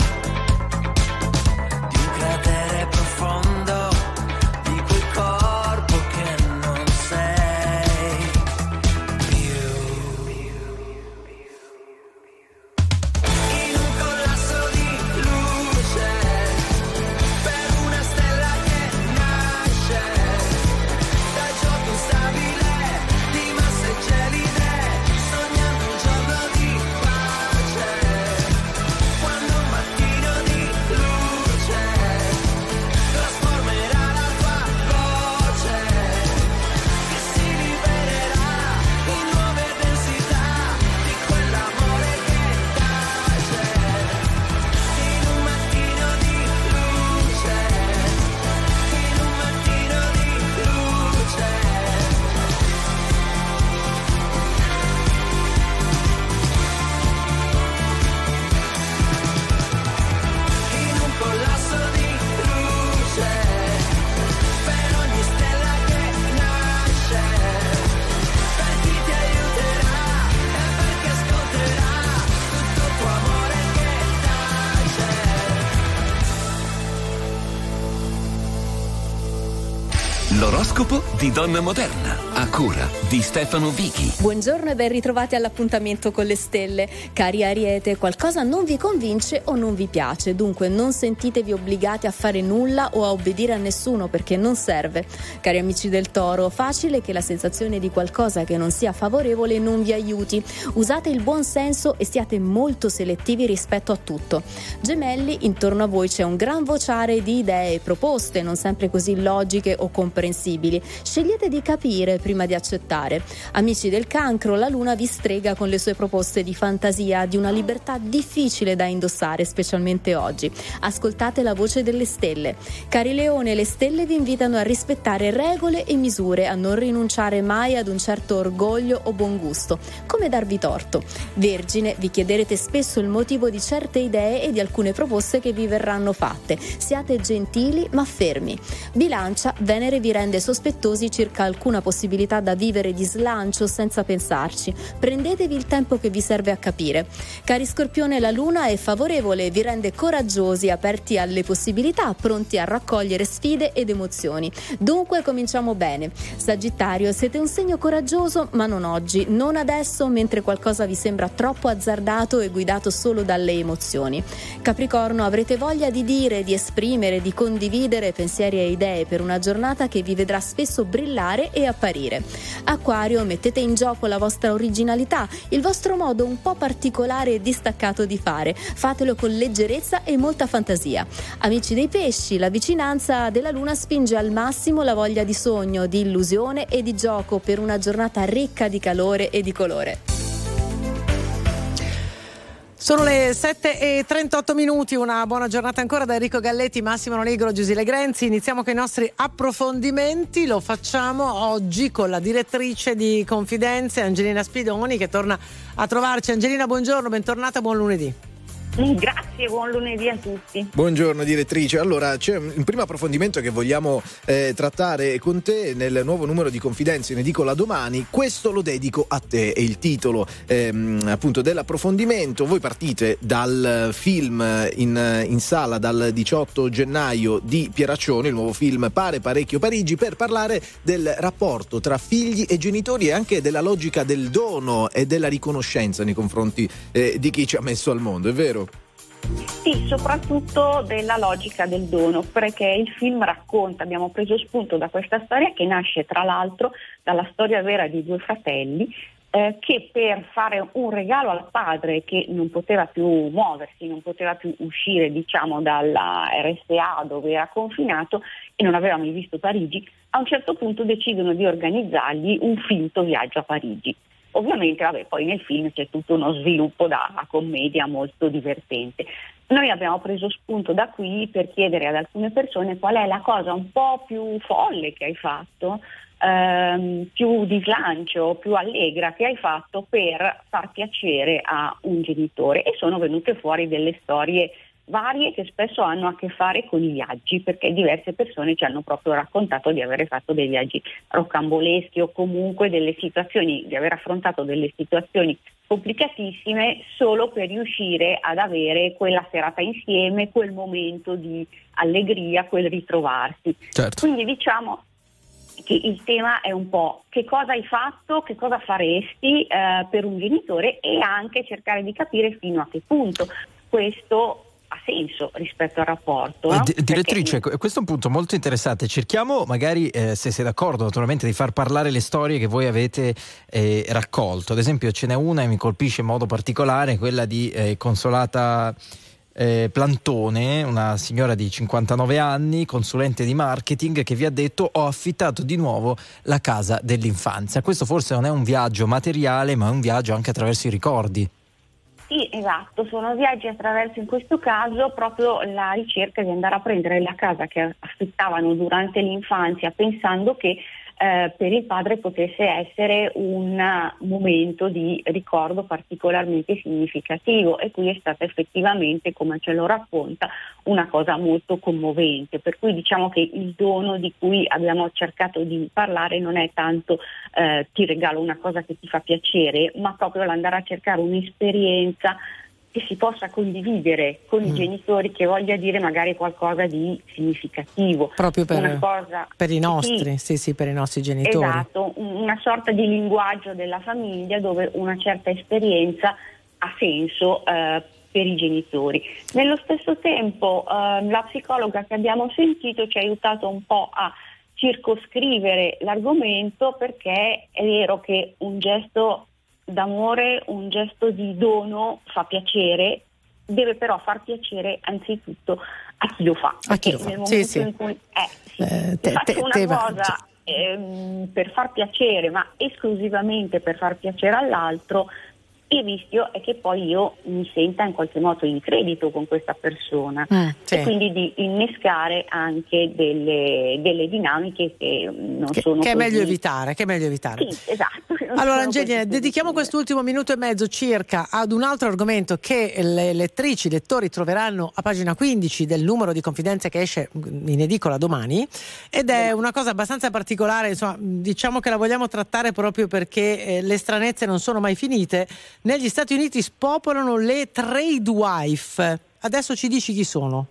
di un cratere profondo, di quel corpo che non sei più. In un collasso di luce, per una stella che nasce dal gioco instabile di masse gelide, sognando un giorno di pace, quando un mattino di luce trasformerà la tua voce, che si libererà in nuove densità di quell'amore che tace, in un mattino di luce, in un mattino di luce. In un collasso di luce, per ogni stella che nasce, per chi ti aiuterà e perché ascolterà tutto tuo amore che tace.
L'oroscopo di Donna Moderna, a cura di Stefano Vichi.
Buongiorno e ben ritrovati all'appuntamento con le stelle. Cari Ariete, qualcosa non vi convince o non vi piace, dunque non sentitevi obbligati a fare nulla o a obbedire a nessuno perché non serve. Cari amici del Toro, facile che la sensazione di qualcosa che non sia favorevole non vi aiuti. Usate il buon senso e siate molto selettivi rispetto a tutto. Gemelli, intorno a voi c'è un gran vociare di idee e proposte, non sempre così logiche o comprensibili. Scegliete di capire prima di accettare. Amici del Cancro, la luna vi strega con le sue proposte di fantasia, di una libertà difficile da indossare, specialmente oggi. Ascoltate la voce delle stelle. Cari Leone, le stelle vi invitano a rispettare regole e misure, a non rinunciare mai ad un certo orgoglio o buon gusto. Come darvi torto? Vergine, vi chiederete spesso il motivo di certe idee e di alcune proposte che vi verranno fatte. Siate gentili ma fermi. Bilancia, Venere vi rende sospettosi circa alcuna possibilità da vivere di slancio senza pensarci. Prendetevi il tempo che vi serve a capire. Cari Scorpione, la luna è favorevole, vi rende coraggiosi, aperti alle possibilità, pronti a raccogliere sfide ed emozioni. Dunque cominciamo bene. Sagittario, siete un segno coraggioso, ma non oggi, non adesso, mentre qualcosa vi sembra troppo azzardato e guidato solo dalle emozioni. Capricorno, avrete voglia di dire, di esprimere, di condividere pensieri e idee per una giornata che vi vedrà spesso brillare e apparire. Acquario, mettete in gioco la vostra originalità, il vostro modo un po' particolare e distaccato di fare. Fatelo con leggerezza e molta fantasia. Amici dei Pesci, la vicinanza della luna spinge al massimo la voglia di sogno, di illusione e di gioco per una giornata ricca di calore e di colore.
Sono le sette e trentotto minuti, una buona giornata ancora da Enrico Galletti, Massimo Nonegro, Giusile Grenzi. Iniziamo con i nostri approfondimenti, lo facciamo oggi con la direttrice di Confidenze, Angelina Spidoni, che torna a trovarci. Angelina, buongiorno, bentornata, buon lunedì.
Grazie, buon lunedì a tutti.
Buongiorno direttrice, allora c'è un primo approfondimento che vogliamo eh, trattare con te nel nuovo numero di Confidenze, ne dico la domani, questo lo dedico a te, è il titolo ehm, appunto dell'approfondimento. Voi partite dal film in, in sala dal diciotto gennaio di Pieraccioni, il nuovo film Pare Parecchio Parigi, per parlare del rapporto tra figli e genitori e anche della logica del dono e della riconoscenza nei confronti eh, di chi ci ha messo al mondo, è vero?
Sì, soprattutto della logica del dono, perché il film racconta, abbiamo preso spunto da questa storia che nasce tra l'altro dalla storia vera di due fratelli eh, che per fare un regalo al padre che non poteva più muoversi, non poteva più uscire diciamo dalla R S A dove era confinato e non aveva mai visto Parigi, a un certo punto decidono di organizzargli un finto viaggio a Parigi. Ovviamente vabbè, poi nel film c'è tutto uno sviluppo da commedia molto divertente. Noi abbiamo preso spunto da qui per chiedere ad alcune persone qual è la cosa un po' più folle che hai fatto, ehm, più di slancio, più allegra che hai fatto per far piacere a un genitore, e sono venute fuori delle storie varie che spesso hanno a che fare con i viaggi, perché diverse persone ci hanno proprio raccontato di aver fatto dei viaggi rocamboleschi o comunque delle situazioni, di aver affrontato delle situazioni complicatissime solo per riuscire ad avere quella serata insieme, quel momento di allegria, quel ritrovarsi.
Certo.
Quindi diciamo che il tema è un po' che cosa hai fatto, che cosa faresti eh, per un genitore, e anche cercare di capire fino a che punto questo ha senso rispetto al rapporto, no?
D- direttrice,
Perché...
questo è un punto molto interessante. Cerchiamo magari, eh, se sei d'accordo naturalmente, di far parlare le storie che voi avete eh, raccolto. Ad esempio ce n'è una e mi colpisce in modo particolare, quella di eh, Consolata eh, Plantone, una signora di cinquantanove anni, consulente di marketing, che vi ha detto: ho affittato di nuovo la casa dell'infanzia. Questo forse non è un viaggio materiale, ma è un viaggio anche attraverso i ricordi.
Sì, esatto, sono viaggi attraverso in questo caso proprio la ricerca di andare a prendere la casa che affittavano durante l'infanzia, pensando che eh, per il padre potesse essere un momento di ricordo particolarmente significativo, e qui è stata effettivamente, come ce lo racconta, una cosa molto commovente, per cui diciamo che il dono di cui abbiamo cercato di parlare non è tanto eh, ti regalo una cosa che ti fa piacere, ma proprio l'andare a cercare un'esperienza che si possa condividere con mm. i genitori, che voglia dire magari qualcosa di significativo.
Proprio per,
una cosa,
per i nostri, sì. sì sì, per i nostri genitori.
Esatto, una sorta di linguaggio della famiglia dove una certa esperienza ha senso eh, per i genitori. Nello stesso tempo eh, la psicologa che abbiamo sentito ci ha aiutato un po' a circoscrivere l'argomento, perché è vero che un gesto d'amore, un gesto di dono fa piacere, deve però far piacere anzitutto a chi lo fa.
A chi lo fa.
Nel momento
sì, sì.
in cui eh, sì,
eh, te,
faccio
te,
una
te
cosa ehm, per far piacere, ma esclusivamente per far piacere all'altro, il rischio è che poi io mi senta in qualche modo in credito con questa persona
mm, sì.
e quindi di innescare anche delle, delle dinamiche che non
che,
sono
che è
così...
meglio evitare, che è meglio evitare.
Sì, esatto.
Allora Angelina, dedichiamo quest'ultimo minuto e mezzo circa ad un altro argomento che le lettrici, i lettori troveranno a pagina quindici del numero di Confidenze che esce in edicola domani, ed è una cosa abbastanza particolare, insomma, diciamo che la vogliamo trattare proprio perché eh, le stranezze non sono mai finite. Negli Stati Uniti spopolano le trade wife. Adesso ci dici chi sono?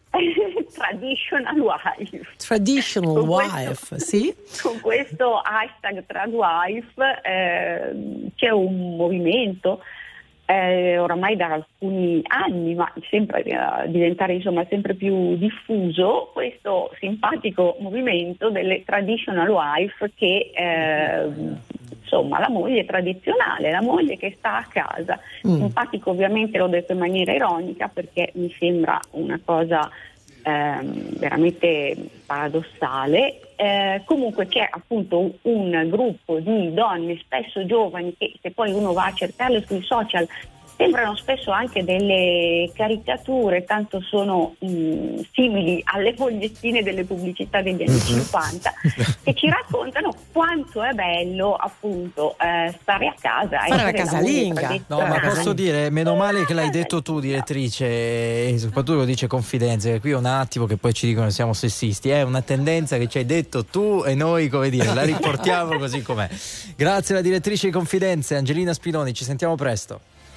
Traditional wife.
Traditional
con
wife,
questo,
sì.
Con questo hashtag trad wife eh, c'è un movimento eh, oramai da alcuni anni, ma sempre a diventare insomma sempre più diffuso, questo simpatico movimento delle traditional wife che eh, insomma la moglie tradizionale, la moglie che sta a casa. Mm. Simpatico ovviamente, l'ho detto in maniera ironica perché mi sembra una cosa ehm, veramente paradossale. Eh, comunque c'è appunto un gruppo di donne spesso giovani che, se poi uno va a cercarle sui social, sembrano spesso anche delle caricature, tanto sono mh, simili alle fogliettine delle pubblicità degli anni cinquanta, che ci raccontano quanto è bello appunto eh, stare a casa,
fare la casalinga.
No, ma posso dire, meno male che l'hai detto tu, direttrice, e soprattutto lo dice Confidenze, che qui è un attimo che poi ci dicono che siamo sessisti, è una tendenza che ci hai detto tu e noi, come dire, la riportiamo così com'è. Grazie alla direttrice di Confidenze, Angelina Spinoni, ci sentiamo presto.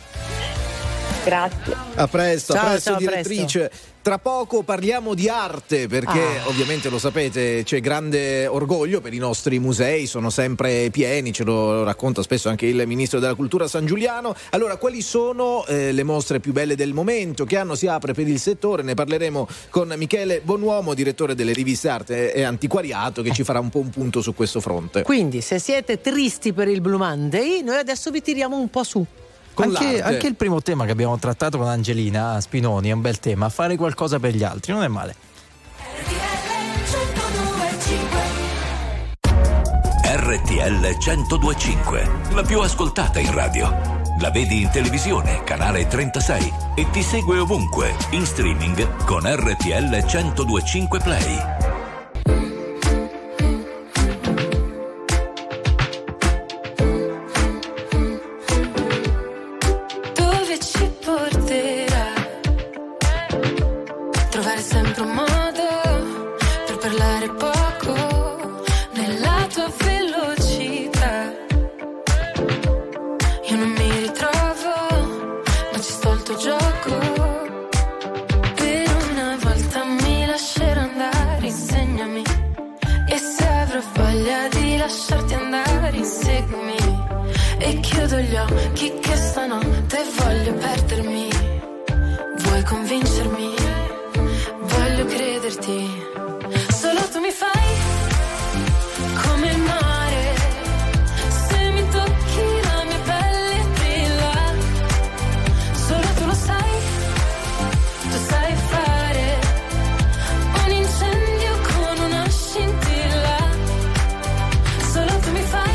Grazie.
A presto,
ciao,
a presto
ciao,
direttrice.
presto.
Tra poco parliamo di arte perché ah. ovviamente lo sapete, c'è grande orgoglio per i nostri musei, sono sempre pieni, ce lo racconta spesso anche il ministro della cultura San Giuliano. Allora, quali sono eh, le mostre più belle del momento? Che anno si apre per il settore? Ne parleremo con Michele Bonuomo, direttore delle riviste Arte e Antiquariato, che ci farà un po' un punto su questo fronte.
Quindi se siete tristi per il Blue Monday, noi adesso vi tiriamo un po' su.
Anche, anche il primo tema che abbiamo trattato con Angelina Spinoni è un bel tema, fare qualcosa per gli altri, non è male.
R T L centodue e cinque, la più ascoltata in radio. La vedi in televisione, canale trentasei, e ti segue ovunque, in streaming con R T L centodue e cinque Play.
Occhi che stanotte voglio perdermi, vuoi convincermi, voglio crederti, solo tu mi fai come il mare, se mi tocchi la mia pelle brilla, solo tu lo sai, tu sai fare un incendio con una scintilla, solo tu mi fai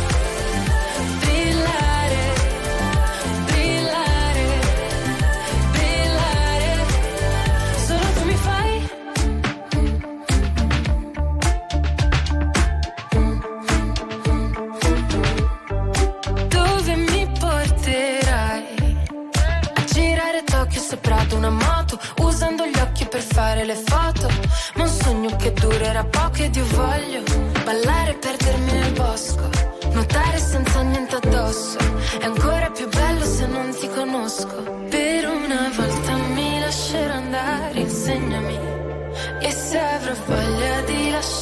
una moto, usando gli occhi per fare le foto, ma un sogno che durerà poco ed io voglio ballare e perdermi nel bosco, nuotare senza niente addosso, è ancora più bello se non ti conosco, per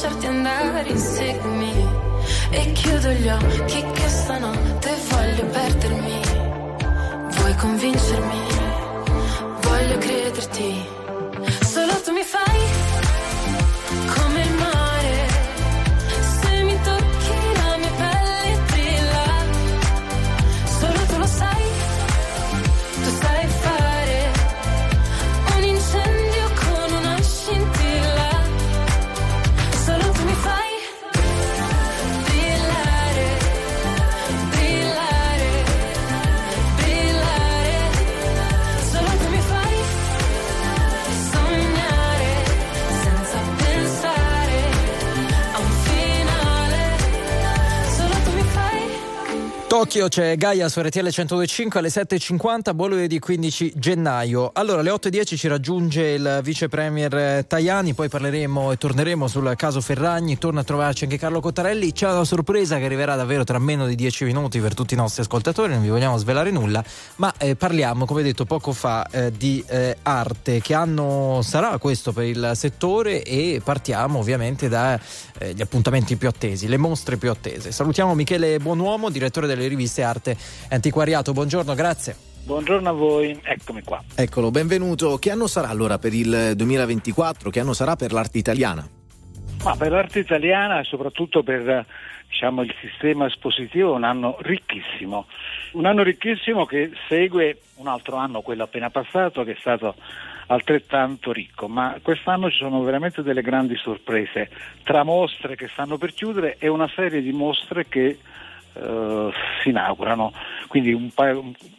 lasciarti andare, inseguimi e chiudo gli occhi che stanotte voglio perdermi. Vuoi convincermi? Voglio crederti. Solo tu mi fai come il mare. Se mi tocchi la mia pelle brilla. Solo tu lo sai. Tu sai fare un incendio con una scintilla. Solo tu mi fai brillare, brillare, brillare. Solo tu mi fai sognare senza pensare a un finale. Solo tu mi fai.
Tokyo, c'è Gaia su R T L centodue e cinque alle sette e cinquanta, buon lunedì quindici gennaio. Allora, alle otto e dieci ci raggiunge il vice premier Tajani, poi parleremo e torneremo sul caso Ferragni, torna a trovarci anche Carlo Cottarelli. C'è una sorpresa che arriverà davvero tra meno di dieci minuti per tutti i nostri ascoltatori, non vi vogliamo svelare nulla, ma eh, parliamo, come detto poco fa, eh, di eh, arte. Che anno sarà questo per il settore? E partiamo ovviamente dagli eh, appuntamenti più attesi, le mostre più attese. Salutiamo Michele Buonuomo, direttore delle riviste Arte e Antiquariato. Buongiorno, grazie.
Buongiorno a voi, eccomi qua.
Eccolo, benvenuto. Che anno sarà allora per il duemilaventiquattro? Che anno sarà per l'arte italiana?
Ma per l'arte italiana e soprattutto per, diciamo, il sistema espositivo è un anno ricchissimo. Un anno ricchissimo che segue un altro anno, quello appena passato, che è stato altrettanto ricco, ma quest'anno ci sono veramente delle grandi sorprese, tra mostre che stanno per chiudere e una serie di mostre che Uh, si inaugurano, quindi un pa-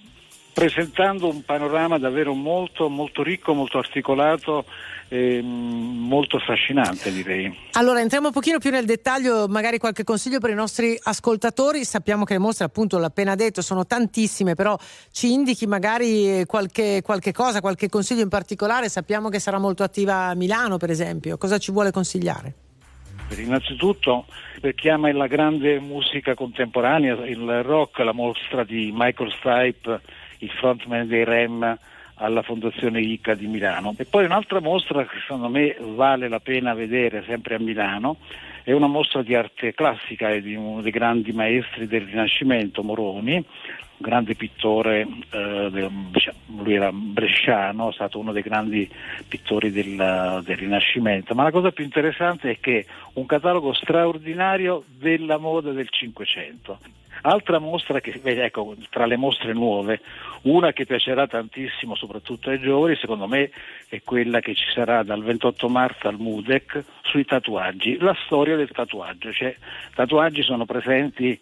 presentando un panorama davvero molto molto ricco, molto articolato e molto affascinante, direi.
Allora entriamo un pochino più nel dettaglio, magari qualche consiglio per i nostri ascoltatori. Sappiamo che le mostre, appunto, l'ho appena detto, sono tantissime, però ci indichi magari qualche, qualche cosa, qualche consiglio in particolare. Sappiamo che sarà molto attiva a Milano, per esempio. Cosa ci vuole consigliare?
Innanzitutto, per chi ama la grande musica contemporanea, il rock, la mostra di Michael Stipe, il frontman dei Rem, alla Fondazione I C A di Milano. E poi un'altra mostra che secondo me vale la pena vedere, sempre a Milano, è una mostra di arte classica e di uno dei grandi maestri del Rinascimento, Moroni, grande pittore, eh, del, lui era bresciano, è stato uno dei grandi pittori del, del Rinascimento, ma la cosa più interessante è che un catalogo straordinario della moda del Cinquecento. Altra mostra che, ecco, tra le mostre nuove, una che piacerà tantissimo soprattutto ai giovani, secondo me, è quella che ci sarà dal ventotto marzo al MUDEC sui tatuaggi, la storia del tatuaggio, cioè tatuaggi sono presenti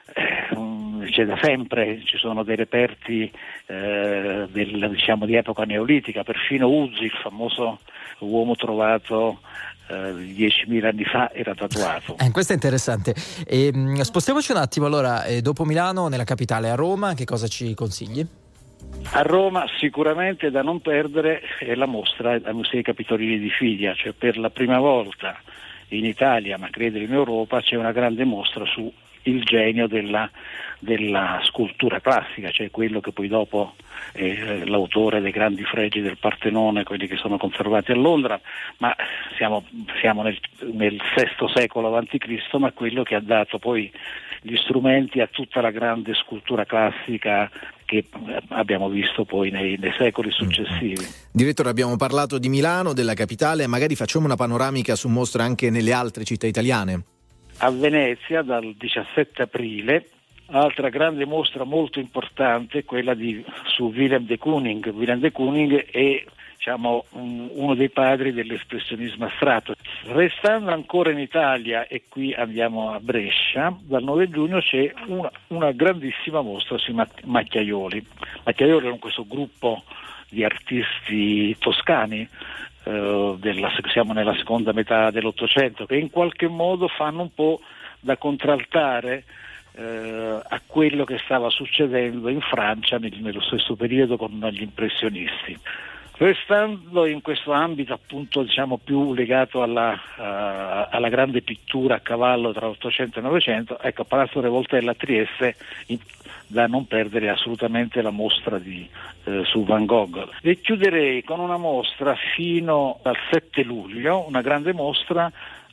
eh, cioè, da sempre, ci sono dei reperti eh, del, diciamo, di epoca neolitica, perfino Uzi, il famoso uomo trovato diecimila anni fa, era tatuato.
Eh, questo è interessante. E, mh, spostiamoci un attimo allora, eh, dopo Milano, nella capitale, a Roma, che cosa ci consigli?
A Roma sicuramente da non perdere è la mostra ai Musei Capitolini di Fidia, cioè per la prima volta in Italia, ma credo in Europa, c'è una grande mostra su il genio della, della scultura classica, cioè quello che poi dopo è l'autore dei grandi fregi del Partenone, quelli che sono conservati a Londra, ma siamo, siamo nel, nel sesto secolo avanti Cristo, ma quello che ha dato poi gli strumenti a tutta la grande scultura classica che abbiamo visto poi nei, nei secoli successivi.
Direttore, abbiamo parlato di Milano, della capitale, magari facciamo una panoramica su mostre anche nelle altre città italiane.
A Venezia dal diciassette aprile, altra grande mostra molto importante, quella di, su Willem de Kooning. Willem de Kooning è, diciamo, un, uno dei padri dell'espressionismo astratto. Restando ancora in Italia, e qui andiamo a Brescia, dal nove giugno c'è una, una grandissima mostra sui mac- macchiaioli. Macchiaioli è questo gruppo di artisti toscani, Della, siamo nella seconda metà dell'Ottocento, che in qualche modo fanno un po' da contraltare eh, a quello che stava succedendo in Francia nel, nello stesso periodo con gli impressionisti. Restando in questo ambito, appunto, diciamo più legato alla, uh, alla grande pittura a cavallo tra Ottocento e Novecento, ecco, Palazzo Revoltella a Trieste, in, da non perdere assolutamente la mostra di, eh, su Van Gogh. E chiuderei con una mostra fino al sette luglio, una grande mostra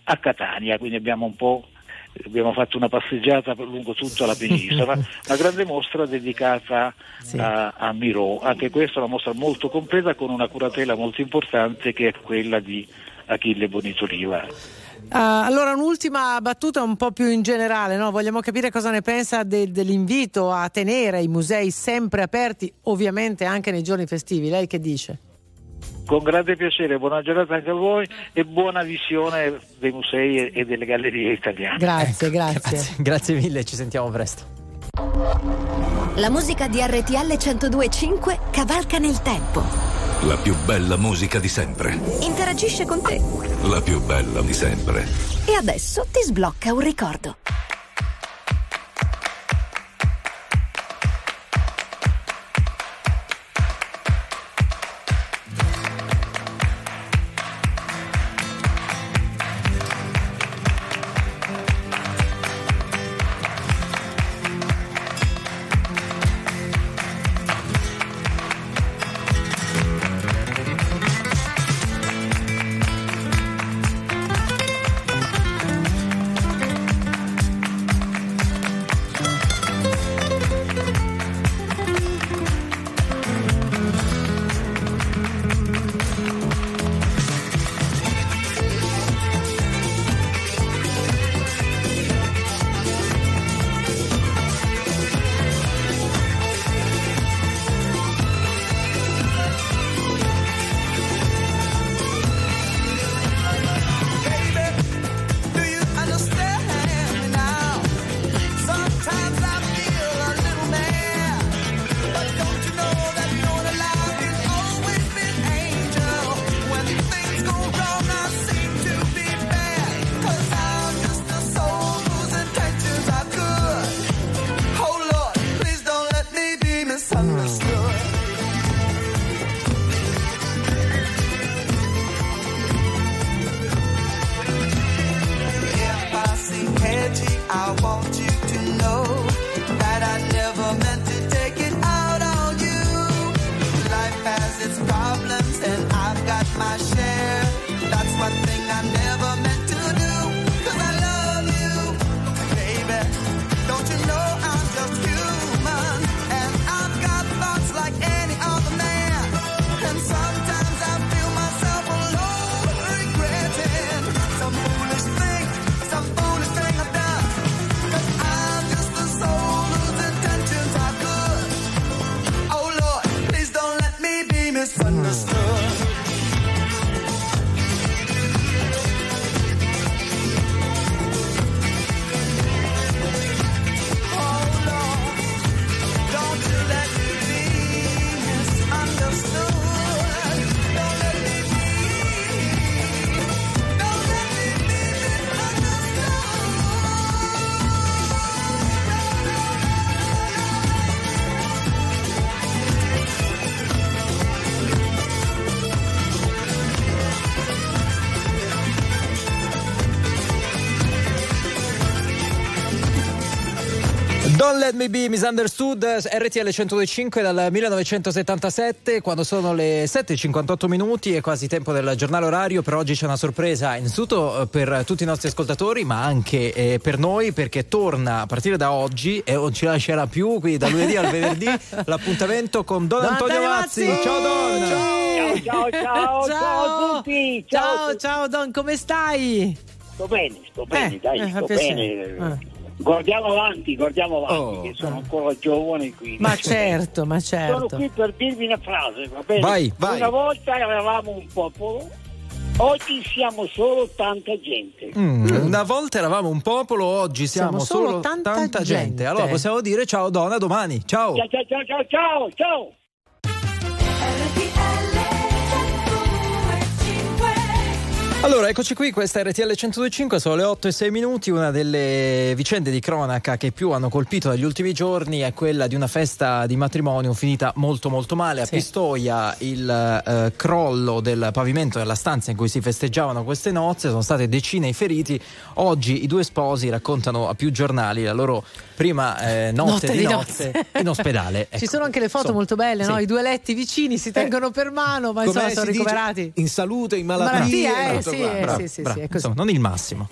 a Catania, quindi abbiamo un po' abbiamo fatto una passeggiata lungo tutta la penisola, una grande mostra dedicata sì. a, a Miro. Anche questa è una mostra molto completa con una curatela molto importante che è quella di Achille Bonitoliva.
Uh, allora un'ultima battuta un po' più in generale, no? Vogliamo capire cosa ne pensa de- dell'invito a tenere i musei sempre aperti, ovviamente anche nei giorni festivi. Lei che dice?
Con grande piacere, buona giornata anche a voi e buona visione dei musei e delle gallerie italiane.
Grazie,
ecco,
grazie.
grazie. Grazie mille, ci sentiamo presto.
La musica di R T L centodue e cinque cavalca nel tempo.
La più bella musica di sempre.
Interagisce con te.
La più bella di sempre.
E adesso ti sblocca un ricordo.
Don't Let Me Be Misunderstood, R T L centodue e cinque dal millenovecentosettantasette, quando sono le sette e cinquantotto minuti, è quasi tempo del giornale orario. Per oggi c'è una sorpresa innanzitutto per tutti i nostri ascoltatori, ma anche eh, per noi, perché torna a partire da oggi e non ci lascerà più, quindi da lunedì al venerdì, l'appuntamento con Don, Don Antonio Mazzi. Mazzi. Ciao Don!
Ciao, ciao, ciao, ciao, ciao a tutti!
Ciao,
ciao,
ciao, ciao Don, come stai?
Sto bene, sto bene,
eh,
dai,
eh,
sto bene. Eh. Guardiamo avanti, guardiamo avanti, oh. che sono ancora giovane qui.
Ma certo, ma certo.
Sono qui per dirvi una frase, va bene?
Vai, vai.
Una volta eravamo un popolo, oggi siamo solo tanta gente.
Mm, mm. Una volta eravamo un popolo, oggi siamo, siamo solo, solo tanta, tanta gente. gente. Allora possiamo dire ciao Donna, domani. Ciao.
Ciao, ciao, ciao, ciao, ciao. ciao.
Allora, eccoci qui, questa è R T L centodue e cinque, sono le otto e sei minuti. Una delle vicende di cronaca che più hanno colpito negli ultimi giorni è quella di una festa di matrimonio finita molto molto male. A sì. Pistoia il eh, crollo del pavimento della stanza in cui si festeggiavano queste nozze, sono state decine i feriti. Oggi i due sposi raccontano a più giornali la loro prima eh, notte, notte di, di nozze, nozze in ospedale. Ecco.
Ci sono anche le foto so, molto belle, sì. no? I due letti vicini si tengono eh, per mano, ma insomma sono ricoverati.
In salute, in malattia.
malattia eh, sì,
qua.
eh,
Bravo,
sì, sì,
bravo.
sì, è così.
Insomma, non il massimo.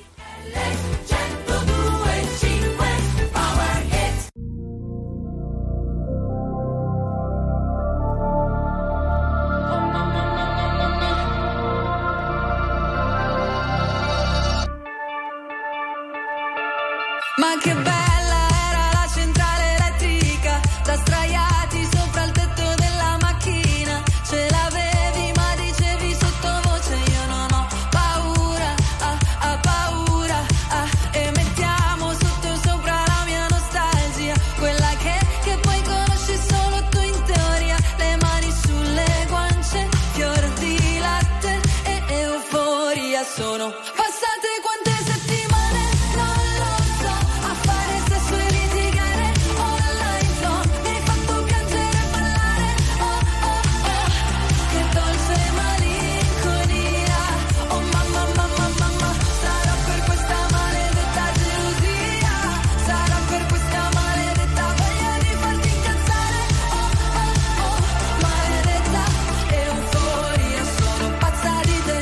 Ma che bella era la centrale elettrica, da sdraiati sopra il tetto della macchina. Ce l'avevi ma dicevi sottovoce io non ho paura, ah, ah, paura, ah. E mettiamo sotto sopra la mia nostalgia, quella che, che poi conosci solo tu in teoria. Le mani sulle guance, fior di latte e euforia. Sono passate quante settimane, non lo so, a fare sesso e litigare online zone. Mi hai fatto piangere e ballare, oh oh oh, che dolce malinconia. Oh mamma mamma mamma, sarà per questa maledetta gelosia, sarà per questa maledetta voglia di farti incazzare, oh oh oh, maledetta euforia. Sono pazza di te,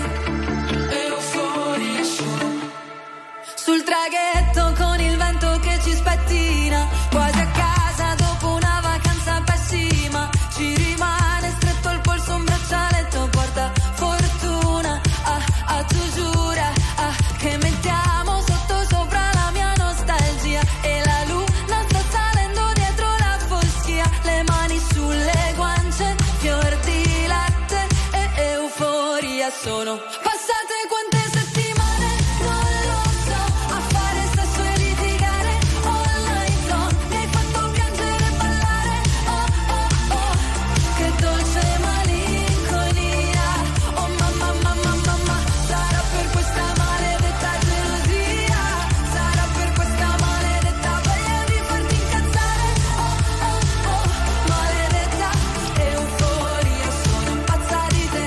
euforia sono. Sul traghetto con il vento che ci spettina, quasi a casa dopo una vacanza pessima. Ci rimane stretto il polso un braccialetto porta fortuna, ah ah tu giura, ah che mettiamo sotto sopra la mia nostalgia. E la luna sta salendo dietro la foschia, le mani sulle guance, fior di latte e euforia. Sono passate quante settimane, non lo so, a fare sesso e litigare online zone. Mi hai fatto piangere e ballare, oh oh oh, che dolce malinconia. Oh mamma mamma mamma, sarà per questa maledetta gelosia, sarà per questa maledetta voglia di farti incazzare, oh oh oh, maledetta euforia. Sono pazza di te,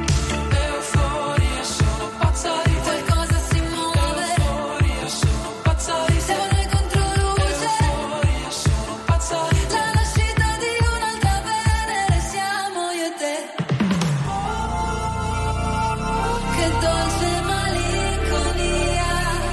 euforia, sono pazza di te. Qualcosa si muove, euforia, sono pazza di te. Siamo noi contro luce, euforia, sono pazza di te. La nascita di un'altra Venere siamo io e te. Che dolce malinconia,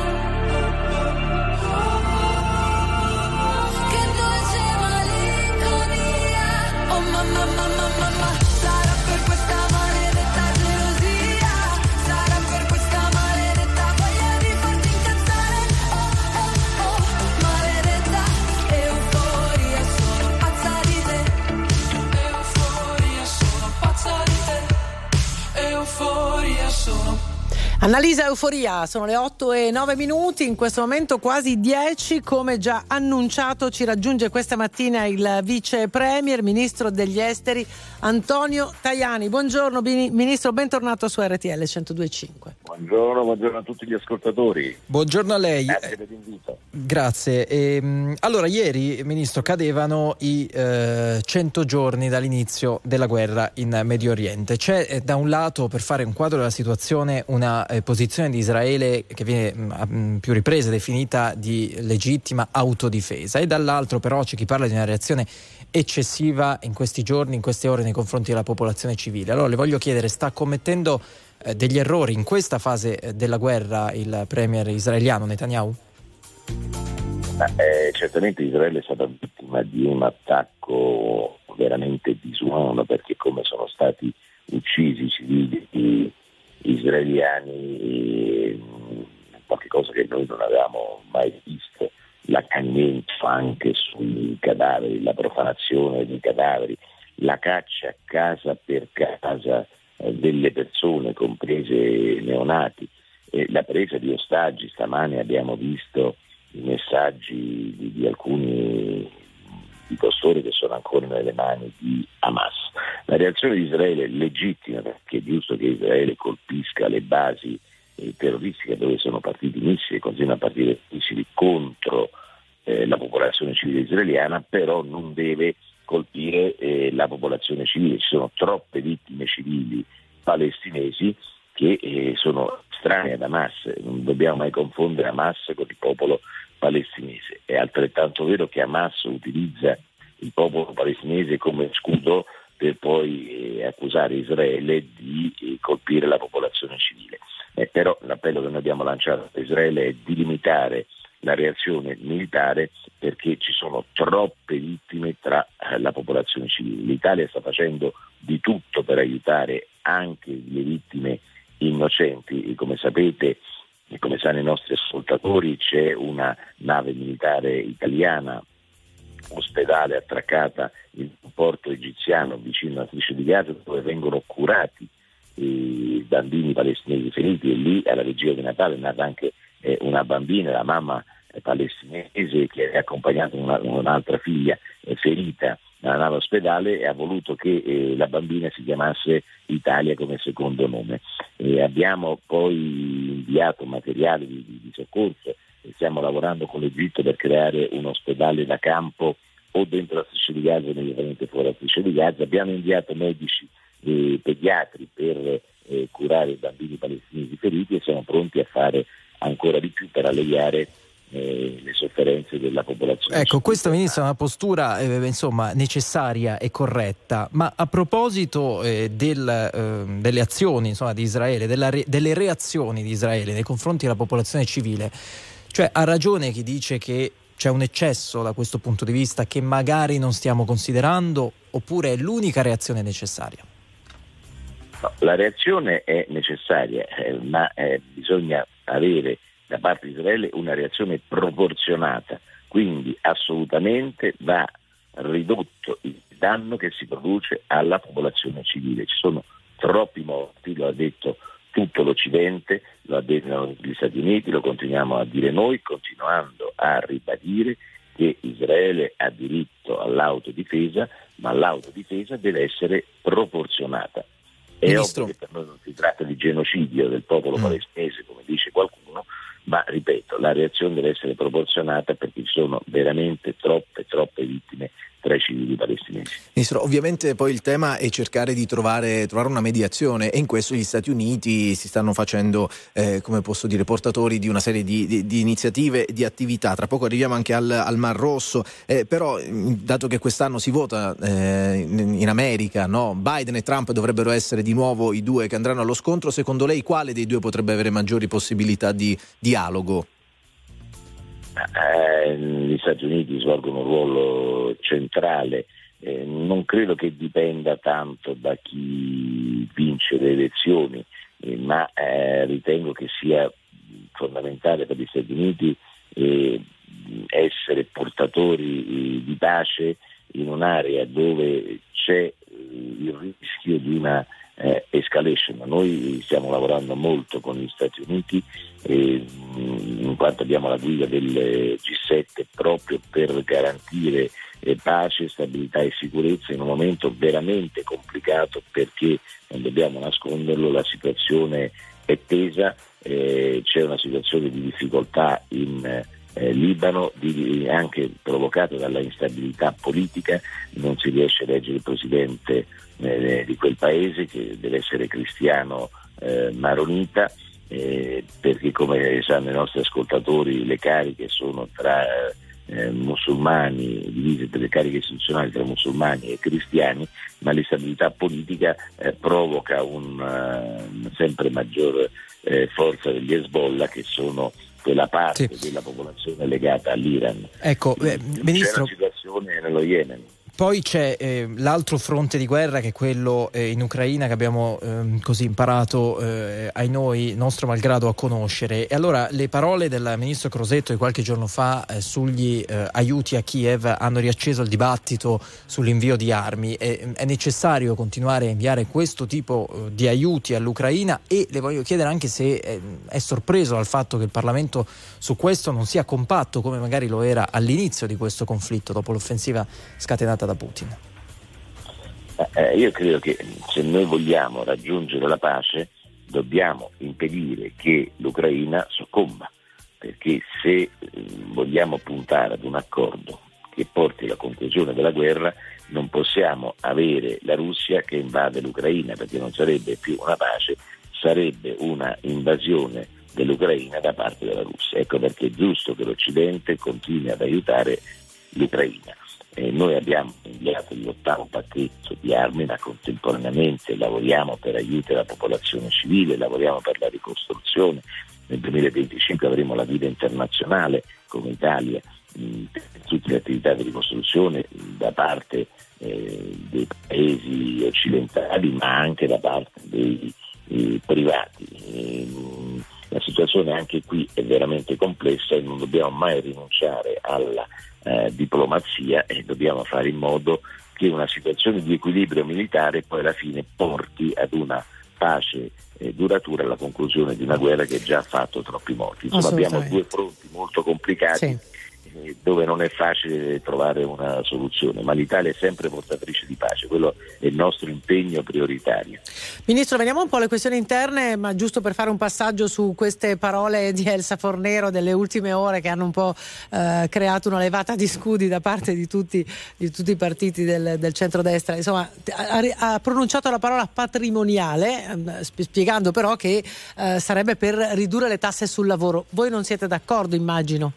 che dolce malinconia. Oh mamma mamma mamma, sarà per questa maledetta gelosia, sarà per questa maledetta voglia di farti incazzare, oh oh oh, maledetta euforia. Sono pazza di te, euforia, sono pazza di te, euforia sono.
Annalisa Euforia, sono le otto e nove minuti, in questo momento quasi dieci, come già annunciato ci raggiunge questa mattina il vice premier, ministro degli esteri Antonio Tajani. Buongiorno ministro, bentornato su R T L centodue e cinque.
Buongiorno, buongiorno a tutti gli ascoltatori.
Buongiorno a lei.
Grazie dell'invito.
Grazie. Ehm, allora, ieri, ministro, cadevano i eh, cento giorni dall'inizio della guerra in Medio Oriente. C'è eh, da un lato, per fare un quadro della situazione, una eh, posizione di Israele che viene mh, a mh, più riprese definita di legittima autodifesa, e dall'altro però c'è chi parla di una reazione eccessiva in questi giorni, in queste ore, nei confronti della popolazione civile. Allora le voglio chiedere, sta commettendo eh, degli errori in questa fase eh, della guerra il premier israeliano Netanyahu?
Eh, certamente Israele è stata vittima di un attacco veramente disumano, perché come sono stati uccisi i civili israeliani, qualche cosa che noi non avevamo mai visto, l'accanimento anche sui cadaveri, la profanazione dei cadaveri, la caccia casa per casa eh, delle persone, comprese neonati, eh, la presa di ostaggi. Stamane abbiamo visto i messaggi di, di alcuni di costoro che sono ancora nelle mani di Hamas. La reazione di Israele è legittima, perché è giusto che Israele colpisca le basi eh, terroristiche dove sono partiti missili e continuano a partire missili contro eh, la popolazione civile israeliana, però non deve colpire eh, la popolazione civile. Ci sono troppe vittime civili palestinesi che eh, sono estranee ad Hamas. Non dobbiamo mai confondere Hamas con il popolo palestinese. È altrettanto vero che Hamas utilizza il popolo palestinese come scudo per poi eh, accusare Israele di eh, colpire la popolazione civile. Eh, però l'appello che noi abbiamo lanciato a Israele è di limitare la reazione militare, perché ci sono troppe vittime tra eh, la popolazione civile. L'Italia sta facendo di tutto per aiutare anche le vittime innocenti e, come sapete e come sanno i nostri ascoltatori, c'è una nave militare italiana ospedale attraccata in un porto egiziano vicino alla striscia di Gaza, dove vengono curati i bambini palestinesi feriti, e lì alla vigilia di Natale è nata anche eh, una bambina, la mamma eh, palestinese che è accompagnata da una, un'altra figlia eh, ferita nella nave ospedale, e ha voluto che eh, la bambina si chiamasse Italia come secondo nome. E abbiamo poi inviato materiali di, di, di soccorso e stiamo lavorando con l'Egitto per creare un ospedale da campo o dentro la striscia di Gaza o immediatamente fuori la striscia di Gaza. Abbiamo inviato medici e pediatri per eh, curare i bambini palestinesi feriti, e siamo pronti a fare ancora di più per alleviare eh, le sofferenze della popolazione.
Ecco, questa Ministro è una postura eh, insomma necessaria e corretta, ma a proposito eh, del, eh, delle azioni insomma di Israele, della re, delle reazioni di Israele nei confronti della popolazione civile, cioè ha ragione chi dice che c'è un eccesso da questo punto di vista che magari non stiamo considerando, oppure è l'unica reazione necessaria?
No, la reazione è necessaria, eh, ma eh, bisogna avere da parte di Israele una reazione proporzionata, quindi assolutamente va ridotto il danno che si produce alla popolazione civile. Ci sono troppi morti, lo ha detto tutto l'Occidente, lo ha detto gli Stati Uniti, lo continuiamo a dire noi, continuando a ribadire che Israele ha diritto all'autodifesa, ma l'autodifesa deve essere proporzionata. È
Ministro.
ovvio che per noi non si tratta di genocidio del popolo mm. palestinese, come dice qualcuno, ma ripeto, la reazione deve essere proporzionata, perché ci sono veramente troppe, troppe vittime tra i civili palestinesi.
Ministro, ovviamente poi il tema è cercare di trovare, trovare una mediazione, e in questo gli Stati Uniti si stanno facendo, eh, come posso dire, portatori di una serie di, di, di iniziative, di attività. Tra poco arriviamo anche al, al Mar Rosso, eh, però dato che quest'anno si vota eh, in, in America, no? Biden e Trump dovrebbero essere di nuovo i due che andranno allo scontro. Secondo lei quale dei due potrebbe avere maggiori possibilità di dialogo?
Eh, gli Stati Uniti svolgono un ruolo centrale, eh, non credo che dipenda tanto da chi vince le elezioni, eh, ma eh, ritengo che sia fondamentale per gli Stati Uniti eh, essere portatori eh, di pace in un'area dove c'è eh, il rischio di una eh, escalation. Noi stiamo lavorando molto con gli Stati Uniti, eh, in quanto abbiamo la guida del G sette, proprio per garantire eh, pace, stabilità e sicurezza in un momento veramente complicato, perché non dobbiamo nasconderlo, la situazione è tesa, eh, c'è una situazione di difficoltà in eh, Libano, di, anche provocata dalla instabilità politica, non si riesce a eleggere il presidente eh, di quel paese, che deve essere cristiano eh, maronita, eh, perché come sanno i nostri ascoltatori le cariche sono tra eh, musulmani, divise delle cariche istituzionali tra musulmani e cristiani, ma l'instabilità politica eh, provoca una uh, sempre maggior eh, forza degli Hezbollah, che sono quella parte sì. della popolazione legata all'Iran.
Ecco, eh, Ministro,
c'è una situazione nello Yemen.
Poi c'è eh, l'altro fronte di guerra, che è quello eh, in Ucraina, che abbiamo eh, così imparato eh, ai noi, nostro malgrado, a conoscere. E allora le parole del ministro Crosetto di qualche giorno fa eh, sugli eh, aiuti a Kiev hanno riacceso il dibattito sull'invio di armi. E, è necessario continuare a inviare questo tipo eh, di aiuti all'Ucraina, e le voglio chiedere anche se eh, è sorpreso dal fatto che il Parlamento su questo non sia compatto come magari lo era all'inizio di questo conflitto, dopo l'offensiva scatenata da Putin.
Eh, io credo che se noi vogliamo raggiungere la pace dobbiamo impedire che l'Ucraina soccomba, perché se eh, vogliamo puntare ad un accordo che porti alla conclusione della guerra, non possiamo avere la Russia che invade l'Ucraina, perché non sarebbe più una pace, sarebbe una invasione dell'Ucraina da parte della Russia. Ecco perché è giusto che l'Occidente continui ad aiutare l'Ucraina. Eh, noi abbiamo inviato l'ottavo pacchetto di armi, ma contemporaneamente lavoriamo per aiuti alla popolazione civile, lavoriamo per la ricostruzione. Nel duemilaventicinque avremo la guida internazionale come Italia mh, per tutte le attività di ricostruzione da parte eh, dei paesi occidentali, ma anche da parte dei eh, privati. E, mh, la situazione anche qui è veramente complessa e non dobbiamo mai rinunciare alla eh, diplomazia, e dobbiamo fare in modo che una situazione di equilibrio militare poi alla fine porti ad una pace eh, duratura, alla conclusione di una guerra che già ha fatto troppi morti. Insomma, abbiamo due fronti molto complicati, sì, eh, dove non è facile trovare una soluzione, ma l'Italia è sempre portatrice di pace, quello è il nostro impegno prioritario.
Ministro, veniamo un po' alle questioni interne, ma giusto per fare un passaggio su queste parole di Elsa Fornero delle ultime ore, che hanno un po' eh, creato una levata di scudi da parte di tutti, di tutti i partiti del, del centrodestra. Insomma, ha, ha pronunciato la parola patrimoniale, spiegando però che eh, sarebbe per ridurre le tasse sul lavoro. Voi non siete d'accordo, immagino?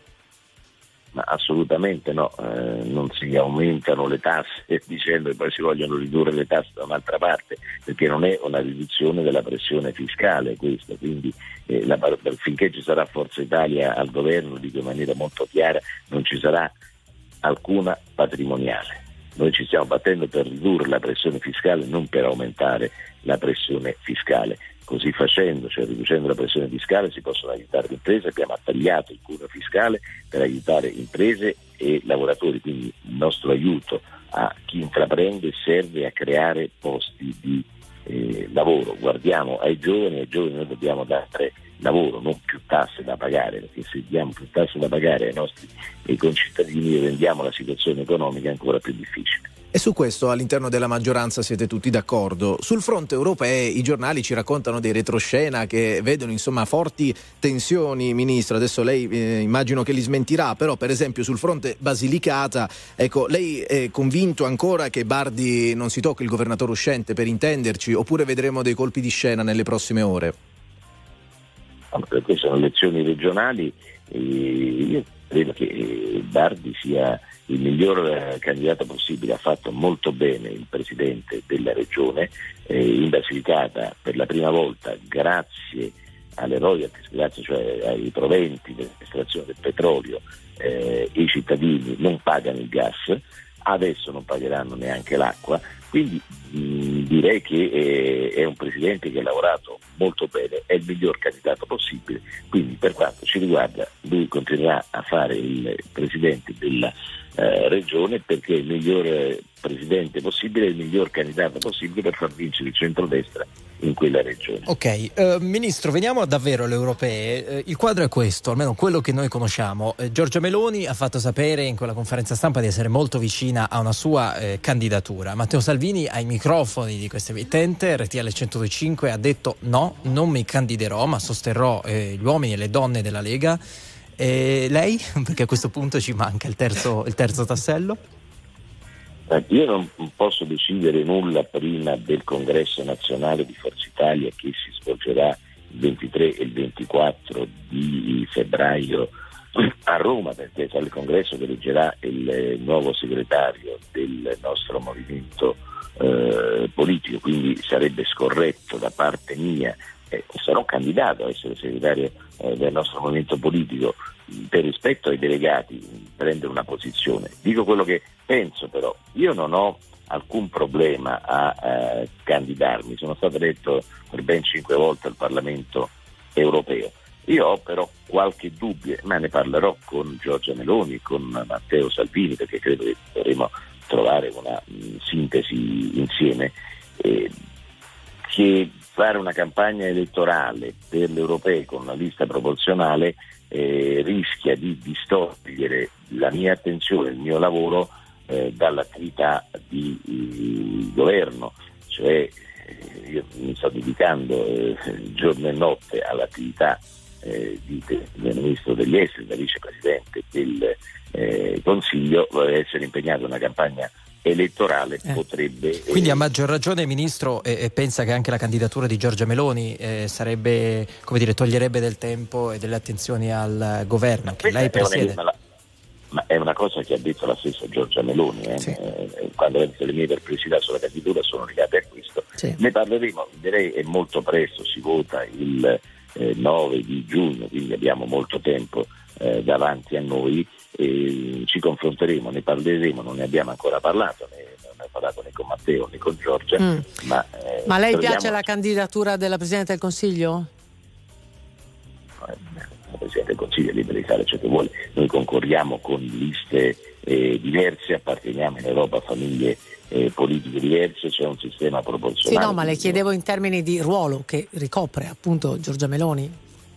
Ma assolutamente no, eh, non si aumentano le tasse dicendo che poi si vogliono ridurre le tasse da un'altra parte, perché non è una riduzione della pressione fiscale questa, quindi eh, la, finché ci sarà Forza Italia al governo, dico in maniera molto chiara, non ci sarà alcuna patrimoniale. Noi ci stiamo battendo per ridurre la pressione fiscale, non per aumentare la pressione fiscale. Così facendo, cioè riducendo la pressione fiscale, si possono aiutare le imprese. Abbiamo tagliato il cuneo fiscale per aiutare imprese e lavoratori, quindi il nostro aiuto a chi intraprende serve a creare posti di eh, lavoro. Guardiamo ai giovani, ai giovani noi dobbiamo dare lavoro, non più tasse da pagare, perché se diamo più tasse da pagare ai nostri ai concittadini rendiamo la situazione economica ancora più difficile.
E su questo all'interno della maggioranza siete tutti d'accordo. Sul fronte europeo i giornali ci raccontano dei retroscena che vedono insomma forti tensioni, Ministro. Adesso lei eh, immagino che li smentirà, però per esempio sul fronte Basilicata, ecco, lei è convinto ancora che Bardi non si tocchi il governatore uscente, per intenderci, oppure vedremo dei colpi di scena nelle prossime ore?
Queste sono elezioni regionali e io credo che Bardi sia il miglior candidato possibile. Ha fatto molto bene il presidente della regione, eh, in Basilicata per la prima volta, grazie alle royalties, grazie cioè ai proventi dell'estrazione del petrolio, eh, i cittadini non pagano il gas, adesso non pagheranno neanche l'acqua, quindi mh, direi che eh, è un presidente che ha lavorato molto bene, è il miglior candidato possibile, quindi per quanto ci riguarda lui continuerà a fare il presidente della eh, regione, perché è il miglior presidente possibile, il miglior candidato possibile per far vincere il centrodestra in quella regione.
Ok, uh, Ministro, veniamo davvero alle europee. Uh, il quadro è questo, almeno quello che noi conosciamo. Uh, Giorgia Meloni ha fatto sapere in quella conferenza stampa di essere molto vicina a una sua uh, candidatura. Matteo Salvini ai microfoni di questa emittente R T L centodue e cinque ha detto no, non mi candiderò, ma sosterrò uh, gli uomini e le donne della Lega. E lei? Perché a questo punto ci manca il terzo, il terzo tassello.
Io non posso decidere nulla prima del congresso nazionale di Forza Italia, che si svolgerà il ventitré e il ventiquattro di febbraio a Roma, perché sarà il congresso che eleggerà il nuovo segretario del nostro movimento eh, politico, quindi sarebbe scorretto da parte mia, eh, sarò candidato a essere segretario eh, del nostro movimento politico, per rispetto ai delegati prendere una posizione. Dico quello che penso, però io non ho alcun problema a eh, candidarmi, sono stato eletto per ben cinque volte al Parlamento europeo. Io ho però qualche dubbio, ma ne parlerò con Giorgia Meloni, con Matteo Salvini, perché credo che dovremo trovare una mh, sintesi insieme, eh, che fare una campagna elettorale per le europee con una lista proporzionale eh, rischia di distogliere la mia attenzione, il mio lavoro eh, dall'attività di, di governo, cioè eh, io mi sto dedicando eh, giorno e notte all'attività eh, di, del Ministro degli Esteri, da vicepresidente del eh, Consiglio. Essere impegnato in una campagna elettorale eh. potrebbe
quindi
eh,
a maggior ragione, Ministro, e, e pensa che anche la candidatura di Giorgia Meloni eh, sarebbe, come dire, toglierebbe del tempo e delle attenzioni al governo che lei presiede.
Una, ma è una cosa che ha detto la stessa Giorgia Meloni, eh? Sì. Eh, quando ha detto le mie perplessità sulla candidatura sono legate a questo. Sì. Ne parleremo, direi è molto presto, si vota il eh, nove di giugno, quindi abbiamo molto tempo eh, davanti a noi, e ci confronteremo, ne parleremo, non ne abbiamo ancora parlato, ne, non ne ho parlato né con Matteo né con Giorgia. Mm. Ma, eh,
ma a lei
troviamo...
piace la candidatura della Presidente del Consiglio?
La Presidente del Consiglio è libera di fare ciò che vuole, noi concorriamo con liste eh, diverse, apparteniamo in Europa a famiglie eh, politiche diverse, c'è un sistema proporzionale.
Sì, no, ma le chiedevo in termini di ruolo che ricopre appunto Giorgia Meloni.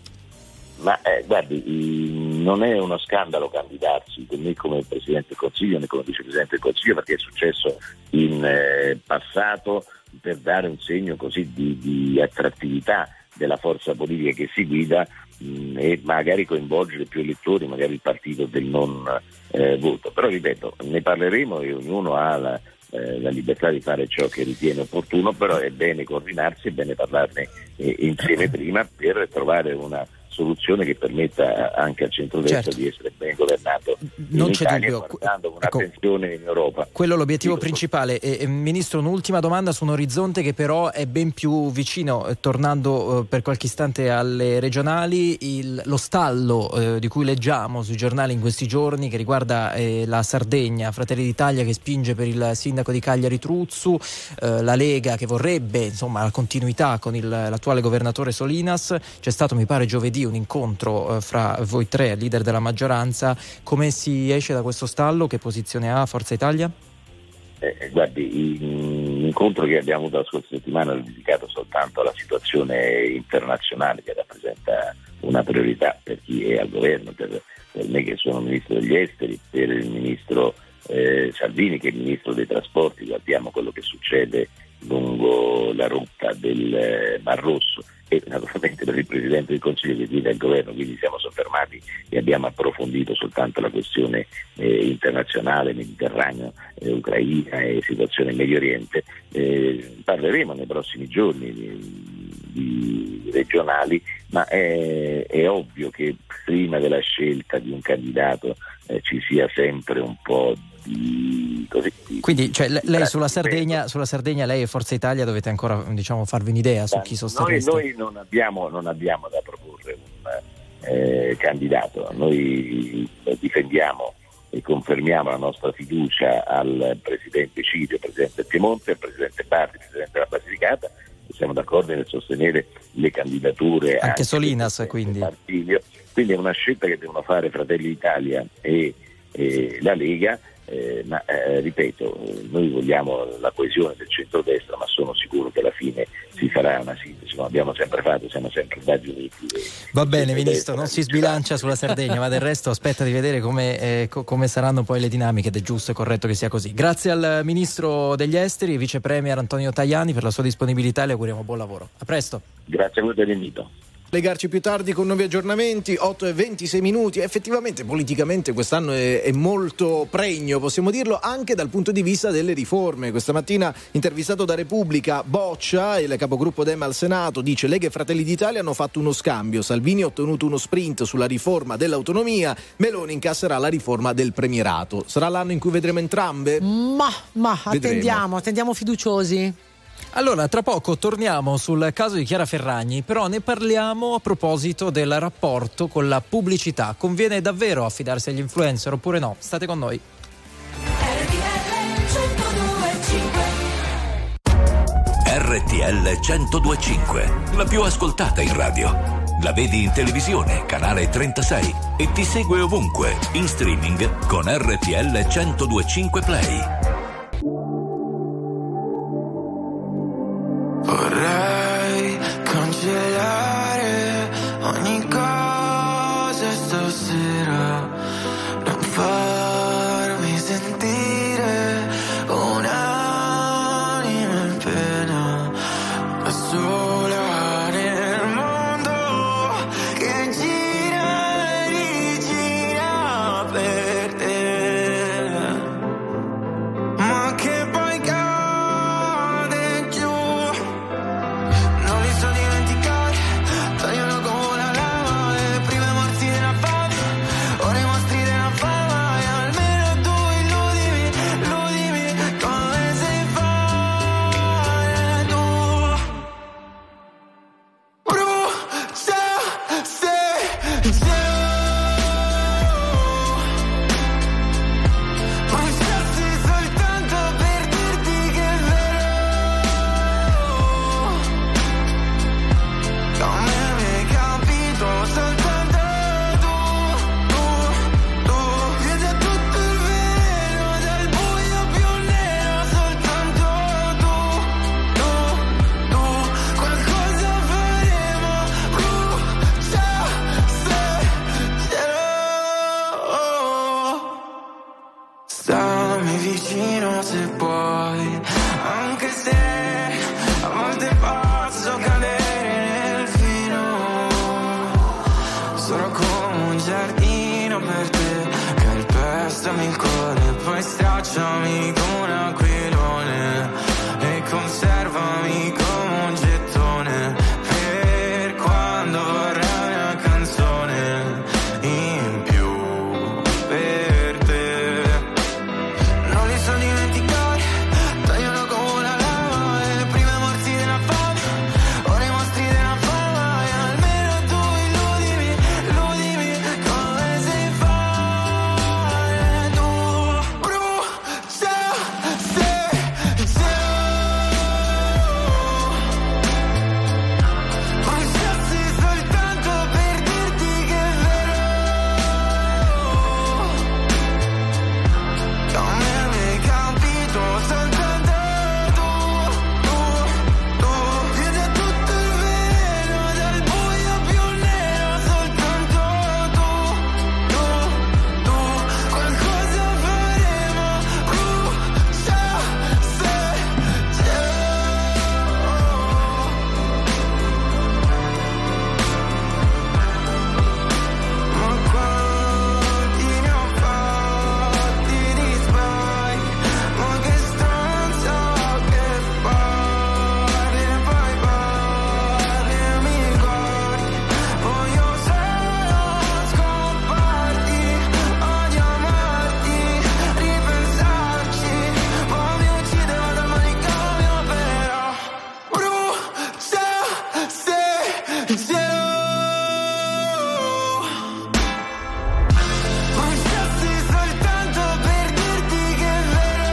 Ma eh, guardi, non è uno scandalo candidarsi né come Presidente del Consiglio né come Vicepresidente del Consiglio, perché è successo in eh, passato, per dare un segno così di, di attrattività della forza politica che si guida mh, e magari coinvolgere più elettori, magari il partito del non eh, voto. Però ripeto, ne parleremo e ognuno ha la, eh, la libertà di fare ciò che ritiene opportuno, però è bene coordinarsi, è bene parlarne eh, insieme prima per trovare una soluzione che permetta anche al centrodestra, certo, di essere ben governato
non
in
c'è
Italia,
dubbio.
guardando con ecco, attenzione in Europa.
Quello è l'obiettivo Dico, principale. E, e, Ministro, un'ultima domanda su un orizzonte che però è ben più vicino, eh, tornando eh, per qualche istante alle regionali, il, lo stallo eh, di cui leggiamo sui giornali in questi giorni, che riguarda eh, la Sardegna, Fratelli d'Italia che spinge per il sindaco di Cagliari Truzzu, eh, la Lega che vorrebbe insomma la continuità con il, l'attuale governatore Solinas. C'è stato, mi pare, giovedì un incontro eh, fra voi tre, leader della maggioranza. Come si esce da questo stallo? Che posizione ha Forza Italia?
Eh, guardi, l'incontro che abbiamo avuto la scorsa settimana è dedicato soltanto alla situazione internazionale, che rappresenta una priorità per chi è al governo, per, per me che sono Ministro degli Esteri, per il Ministro eh, Salvini che è il Ministro dei Trasporti. Guardiamo quello che succede lungo la rotta del eh, Mar Rosso, e naturalmente per il Presidente del Consiglio che guida il governo, quindi siamo soffermati e abbiamo approfondito soltanto la questione eh, internazionale, Mediterraneo, eh, Ucraina e situazione in Medio Oriente. Eh, parleremo nei prossimi giorni di, di regionali, ma è, è ovvio che prima della scelta di un candidato eh, ci sia sempre un po' di così. Di,
Quindi cioè, lei sulla Sardegna, sulla Sardegna lei e Forza Italia dovete ancora, diciamo, farvi un'idea su chi sosterreste?
Noi, noi non abbiamo non abbiamo da proporre un eh, candidato, noi difendiamo e confermiamo la nostra fiducia al Presidente Cirio, Presidente del Piemonte, al Presidente Pardi, Presidente della Basilicata, e siamo d'accordo nel sostenere le candidature
anche,
anche
Solinas, quindi.
Marsilio. Quindi è una scelta che devono fare Fratelli d'Italia e, e la Lega. Eh, ma eh, ripeto, noi vogliamo la coesione del centrodestra, ma sono sicuro che alla fine si farà una sintesi, come abbiamo sempre fatto, siamo sempre andati uniti.
Va bene, Ministro, non si sbilancia sulla Sardegna, ma del resto aspetta di vedere come, eh, co- come saranno poi le dinamiche, ed è giusto e corretto che sia così. Grazie al Ministro degli Esteri, Vice Premier Antonio Tajani, per la sua disponibilità e le auguriamo buon lavoro. A presto.
Grazie a voi per l'invito.
Legarci più tardi con nuovi aggiornamenti. Otto e ventisei minuti. Effettivamente politicamente quest'anno è, è molto pregno, possiamo dirlo, anche dal punto di vista delle riforme. Questa mattina, intervistato da Repubblica, Boccia, il capogruppo Dem al Senato, dice: Lega e Fratelli d'Italia hanno fatto uno scambio, Salvini ha ottenuto uno sprint sulla riforma dell'autonomia, Meloni incasserà la riforma del premierato. Sarà l'anno in cui vedremo entrambe?
Ma, ma attendiamo, attendiamo fiduciosi.
Allora, tra poco torniamo sul caso di Chiara Ferragni, però ne parliamo a proposito del rapporto con la pubblicità. Conviene davvero affidarsi agli influencer oppure no? State con noi.
R T L centodue e cinque, la più ascoltata in radio. La vedi in televisione, canale trentasei, e ti segue ovunque, in streaming con R T L centodue e cinque Play.
Vorrei cancellare ogni cosa stasera, non farmi sentire un'anima in pena, da sola nel mondo che gira e rigira per te. poi stracciami come un aquilone e conservami come un gettone per quando vorrai una canzone in più per te. Non li so dimenticare, tagliano come una lama le prime morsi della fame, ora i mostri della fama e almeno tu illudimi, illudimi come sei fare tu. Brucia se bruciassi soltanto per dirti che è vero, come mi capito soltanto tu, tu, tu, chiedi a tutto il vero dal buio più nero, soltanto tu, tu, tu, qualcosa faremo, brucia se ma quanti ne ho fatti di sbagli, ma che stronza che parli e poi parli e mi guardi, voglio solo scomparti, odio amarti, ripensarci, poi mi uccide vado al manicomio però, brucia se bruciassi soltanto per dirti che è vero,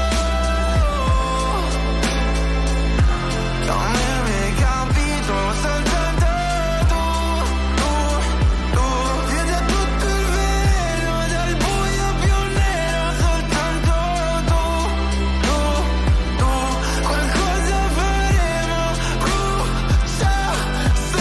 come mi hai capito soltanto tu, tu, tu, chiedi a tutto il vero dal buio più nero, soltanto tu, tu, tu, qualcosa faremo, brucia se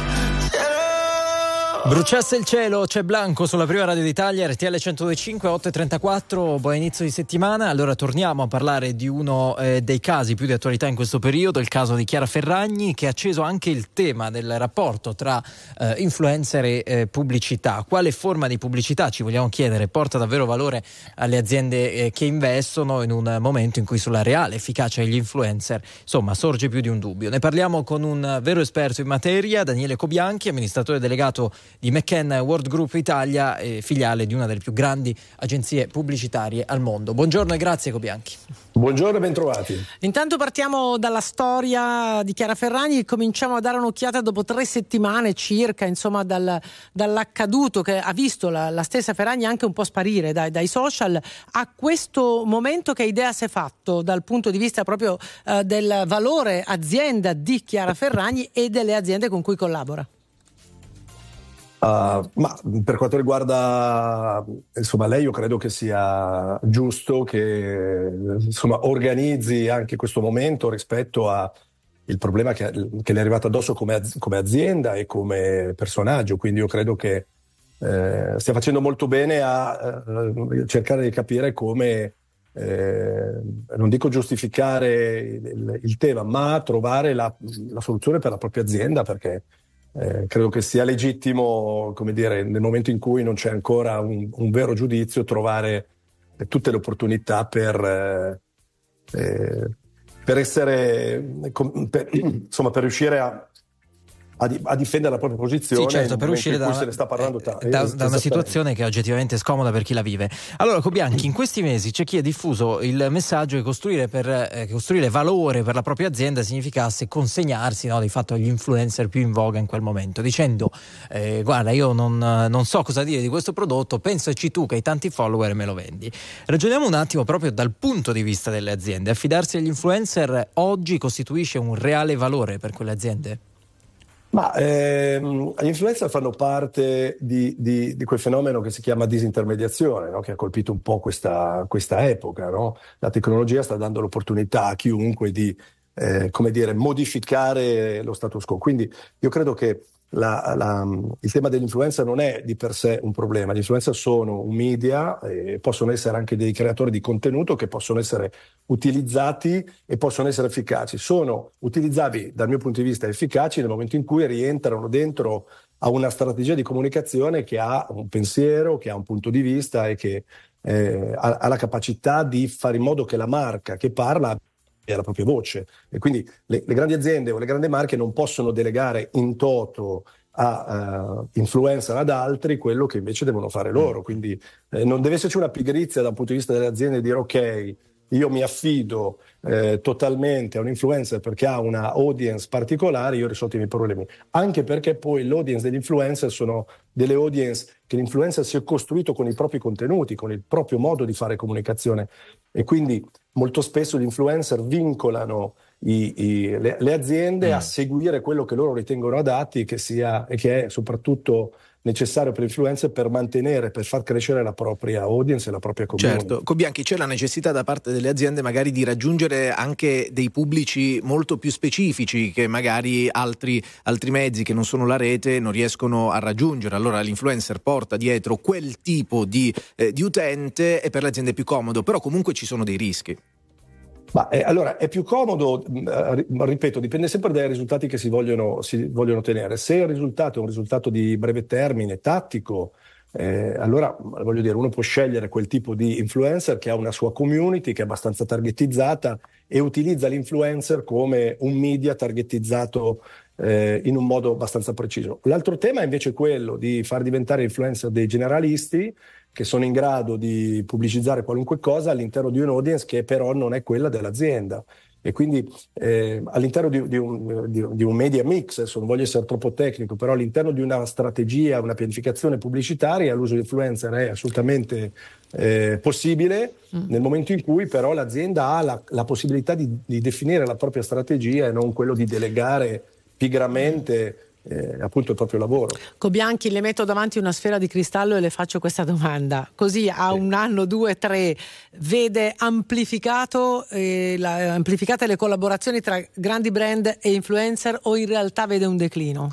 Bruciasse il cielo, c'è Blanco sulla prima radio d'Italia, R T L centodue e cinque, otto e trentaquattro, buon inizio di settimana. Allora torniamo a parlare di uno eh, dei casi più di attualità in questo periodo, il caso di Chiara Ferragni, che ha acceso anche il tema del rapporto tra eh, influencer e eh, pubblicità. Quale forma di pubblicità, ci vogliamo chiedere, porta davvero valore alle aziende eh, che investono in un momento in cui sulla reale efficacia degli influencer, insomma, sorge più di un dubbio. Ne parliamo con un vero esperto in materia, Daniele Cobianchi, amministratore delegato di McCann World Group Italia, eh, filiale di una delle più grandi agenzie pubblicitarie al mondo. Buongiorno e grazie Cobianchi.
Buongiorno e bentrovati.
Intanto partiamo dalla storia di Chiara Ferragni e cominciamo a dare un'occhiata dopo tre settimane circa, insomma, dal, dall'accaduto che ha visto la, la stessa Ferragni anche un po' sparire dai, dai social. A questo momento che idea si è fatto dal punto di vista proprio eh, del valore azienda di Chiara Ferragni e delle aziende con cui collabora?
Uh, ma per quanto riguarda insomma lei, io credo che sia giusto che insomma organizzi anche questo momento rispetto a il problema che, che le è arrivato addosso come, az- come azienda e come personaggio, quindi io credo che eh, stia facendo molto bene a eh, cercare di capire come eh, non dico giustificare il, il tema, ma trovare la, la soluzione per la propria azienda, perché Eh, credo che sia legittimo, come dire, nel momento in cui non c'è ancora un, un vero giudizio, trovare eh, tutte le opportunità per, eh, eh, per essere, com, per, insomma, per riuscire a, a, di, a difendere la propria posizione.
Sì, certo, per uscire da,
se ne sta parlando
eh,
ta-
da,
eh,
da una situazione che è oggettivamente scomoda per chi la vive. Allora, Cobianchi, in questi mesi c'è chi ha diffuso il messaggio che costruire, per, eh, costruire valore per la propria azienda significasse consegnarsi, no, di fatto agli influencer più in voga in quel momento, dicendo eh, guarda, io non, non so cosa dire di questo prodotto, pensaci tu che hai tanti follower e me lo vendi. Ragioniamo un attimo proprio dal punto di vista delle aziende. Affidarsi agli influencer oggi costituisce un reale valore per quelle aziende?
Ma ehm, gli influencer fanno parte di, di, di quel fenomeno che si chiama disintermediazione, no? Che ha colpito un po' questa, questa epoca, no? La tecnologia sta dando l'opportunità a chiunque di eh, come dire, modificare lo status quo. Quindi io credo che la, la, il tema dell'influencer non è di per sé un problema. Gli influencer sono un media e possono essere anche dei creatori di contenuto che possono essere utilizzati e possono essere efficaci. Sono utilizzabili dal mio punto di vista efficaci nel momento in cui rientrano dentro a una strategia di comunicazione che ha un pensiero, che ha un punto di vista e che eh, ha, ha la capacità di fare in modo che la marca che parla abbia la propria voce. E quindi le, le grandi aziende o le grandi marche non possono delegare in toto a uh, influencer ad altri quello che invece devono fare loro. Quindi eh, non deve esserci una pigrizia da un punto di vista delle aziende di dire ok, io mi affido eh, totalmente a un influencer perché ha una audience particolare, io ho risolto i miei problemi. Anche perché poi l'audience degli influencer sono delle audience che l'influencer si è costruito con i propri contenuti, con il proprio modo di fare comunicazione, e quindi molto spesso gli influencer vincolano i, i, le, le aziende mm. a seguire quello che loro ritengono adatti, che sia e che è soprattutto necessario per l'influencer per mantenere, per far crescere la propria audience e la propria community.
Certo, Cobianchi, c'è la necessità da parte delle aziende magari di raggiungere anche dei pubblici molto più specifici che magari altri, altri mezzi che non sono la rete non riescono a raggiungere. Allora l'influencer porta dietro quel tipo di, eh, di utente e per le aziende è più comodo, però comunque ci sono dei rischi.
Ma eh, allora è più comodo, eh, ripeto, dipende sempre dai risultati che si vogliono, si vogliono ottenere. Se il risultato è un risultato di breve termine, tattico, eh, allora voglio dire, uno può scegliere quel tipo di influencer che ha una sua community, che è abbastanza targetizzata e utilizza l'influencer come un media targetizzato eh, in un modo abbastanza preciso. L'altro tema è invece quello di far diventare influencer dei generalisti, che sono in grado di pubblicizzare qualunque cosa all'interno di un'audience che però non è quella dell'azienda. E quindi eh, all'interno di, di, un, di, di un media mix, adesso non voglio essere troppo tecnico, però all'interno di una strategia, una pianificazione pubblicitaria, l'uso di influencer è assolutamente eh, possibile mm. nel momento in cui però l'azienda ha la, la possibilità di, di definire la propria strategia e non quello di delegare pigramente Eh, appunto il proprio lavoro.
Cobianchi, le metto davanti una sfera di cristallo e le faccio questa domanda, così a sì. un anno, due, tre vede amplificato eh, la, amplificate le collaborazioni tra grandi brand e influencer, o in realtà vede un declino?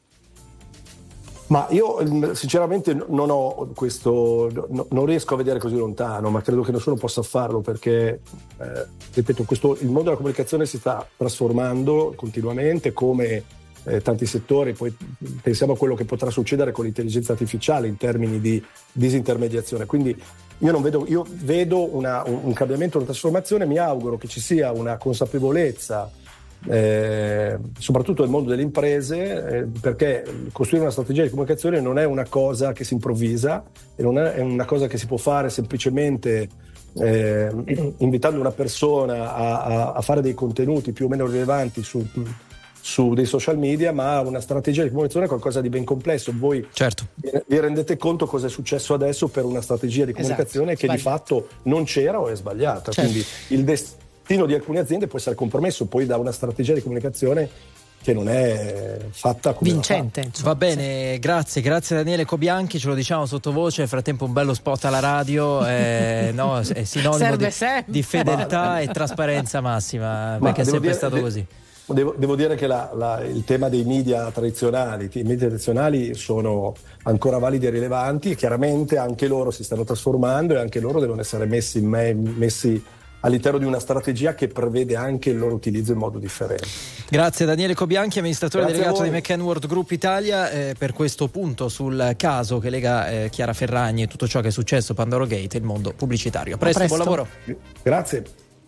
Ma io sinceramente non ho questo, no, non riesco a vedere così lontano, ma credo che nessuno possa farlo perché eh, ripeto, questo, il mondo della comunicazione si sta trasformando continuamente, come Eh, tanti settori. Poi pensiamo a quello che potrà succedere con l'intelligenza artificiale in termini di disintermediazione. Quindi io non vedo, io vedo una, un, un cambiamento, una trasformazione. Mi auguro che ci sia una consapevolezza eh, soprattutto nel mondo delle imprese, eh, perché costruire una strategia di comunicazione non è una cosa che si improvvisa e non è, è una cosa che si può fare semplicemente eh, invitando una persona a, a, a fare dei contenuti più o meno rilevanti su su dei social media, ma una strategia di comunicazione è qualcosa di ben complesso. Voi
certo.
vi rendete conto cosa è successo adesso per una strategia di comunicazione esatto. che di fatto non c'era o è sbagliata. Certo. Quindi il destino di alcune aziende può essere compromesso poi da una strategia di comunicazione che non è fatta come
vincente.
Va bene, sì. grazie, grazie Daniele Cobianchi, ce lo diciamo sottovoce, nel frattempo un bello spot alla radio, eh, no, è sinonimo di, di fedeltà e trasparenza massima, ma perché è sempre dire, stato de- così.
Devo, devo dire che la, la, il tema dei media tradizionali, i media tradizionali sono ancora validi e rilevanti, e chiaramente anche loro si stanno trasformando e anche loro devono essere messi, me, messi all'interno di una strategia che prevede anche il loro utilizzo in modo differente.
Grazie Daniele Cobianchi, amministratore
Grazie
delegato di McCann World Group Italia, eh, per questo punto sul caso che lega eh, Chiara Ferragni e tutto ciò che è successo, Pandoro Gate e il mondo pubblicitario. A presto, a presto. Buon lavoro.
Grazie.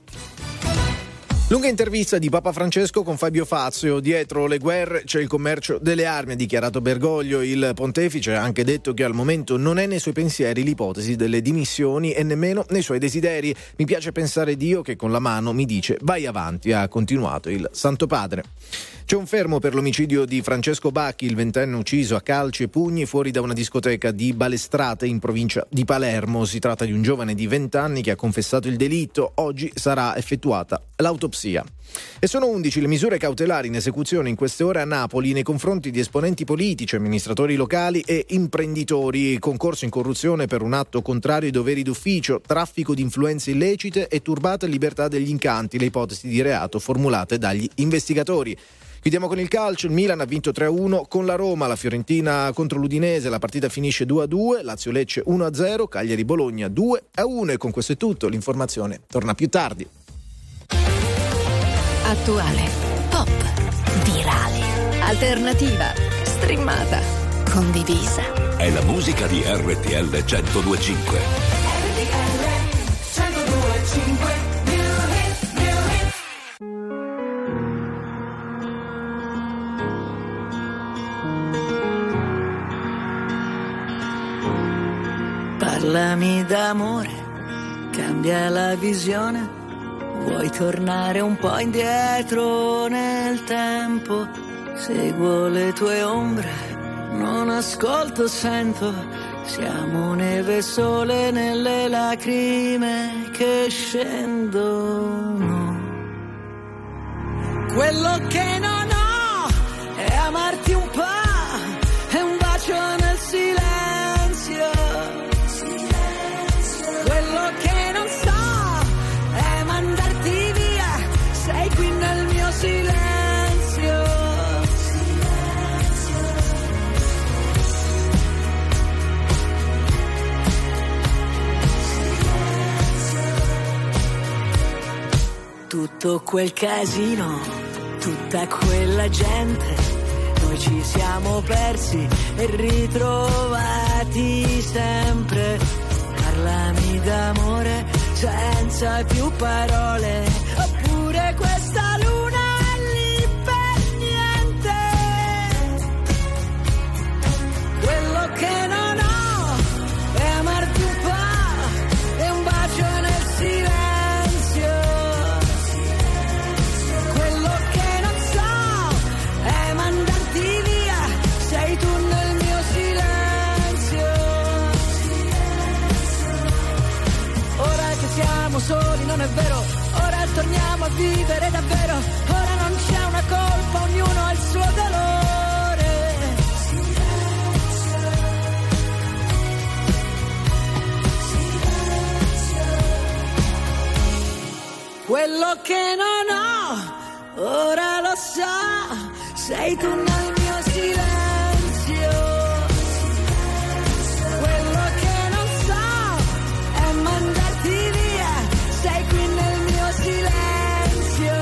Lunga intervista di Papa Francesco con Fabio Fazio. Dietro le guerre c'è il commercio delle armi, ha dichiarato Bergoglio. Il pontefice ha anche detto che al momento non è nei suoi pensieri l'ipotesi delle dimissioni e nemmeno nei suoi desideri. Mi piace pensare Dio che con la mano mi dice vai avanti, ha continuato il Santo Padre. C'è un fermo per l'omicidio di Francesco Bacchi, il ventenne ucciso a calci e pugni fuori da una discoteca di Balestrate in provincia di Palermo. Si tratta di un giovane di venti anni che ha confessato il delitto. Oggi sarà effettuata l'autopsia. E sono undici le misure cautelari in esecuzione in queste ore a Napoli nei confronti di esponenti politici, amministratori locali e imprenditori. Concorso in corruzione per un atto contrario ai doveri d'ufficio, traffico di influenze illecite e turbata libertà degli incanti, le ipotesi di reato formulate dagli investigatori. Chiudiamo con il calcio. Il Milan ha vinto tre a uno con la Roma, la Fiorentina contro l'Udinese, la partita finisce due a due, Lazio Lecce uno a zero, Cagliari Bologna due a uno, e con questo è tutto. L'informazione torna più tardi.
Attuale, pop, virale, alternativa, streamata, condivisa.
È la musica di R T L centodue e cinque.
R T L centodue e cinque.
Parlami d'amore, cambia la visione, vuoi tornare un po' indietro nel tempo, seguo le tue ombre, non ascolto, sento, siamo neve e sole nelle lacrime che scendono. Quello che non ho è amarti un po', è un bacio nel silenzio. Quello che non so è mandarti via, sei qui nel mio silenzio. Tutto quel casino, tutta quella gente, noi ci siamo persi e ritrovati sempre. Parlami d'amore senza più parole, oppure questa luna è lì per niente. Quello che non ho è amarti un po', è un bacio nel silenzio. Quello che non so è mandarti via, sei tu nel mio silenzio. Siamo soli, non è vero, ora torniamo a vivere davvero, ora non c'è una colpa, ognuno ha il suo dolore. Quello che non ho, ora lo so, sei tu nel mio silenzio. Quello che non so è mandarti via, sei qui nel mio silenzio.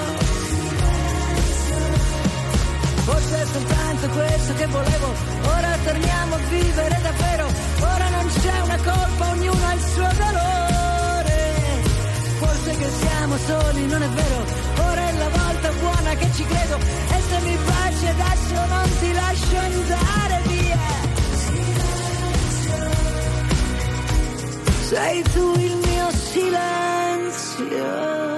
Forse è soltanto questo che volevo, ora torniamo a vivere davvero, ora non c'è una colpa, ognuno ha il suo dolore. Forse che siamo soli, non è vero, ora è la volta buona che ci credo, e se mi baci adesso non ti lascio andare via. Sei tu il mio silenzio.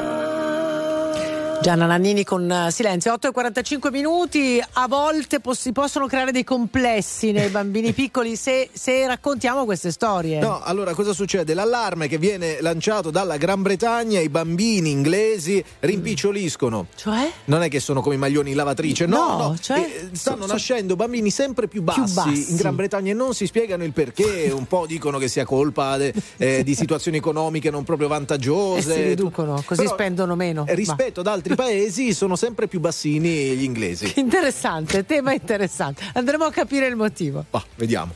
Gianna Nannini con Silenzio. Otto e quarantacinque minuti. A volte po- si possono creare dei complessi nei bambini piccoli se, se raccontiamo queste storie.
No, allora cosa succede? L'allarme che viene lanciato dalla Gran Bretagna, i bambini inglesi rimpiccioliscono.
Cioè?
Non è che sono come i maglioni in lavatrice, no,
no,
no.
Cioè,
eh, stanno
so,
nascendo bambini sempre più bassi,
più bassi
in Gran Bretagna e non si spiegano il perché. Un po' dicono che sia colpa de, eh, di situazioni economiche non proprio vantaggiose.
E si riducono, così
Però,
spendono meno.
Rispetto ad altri paesi sono sempre più bassini gli inglesi.
Interessante, tema interessante. Andremo a capire il motivo.
Va, vediamo.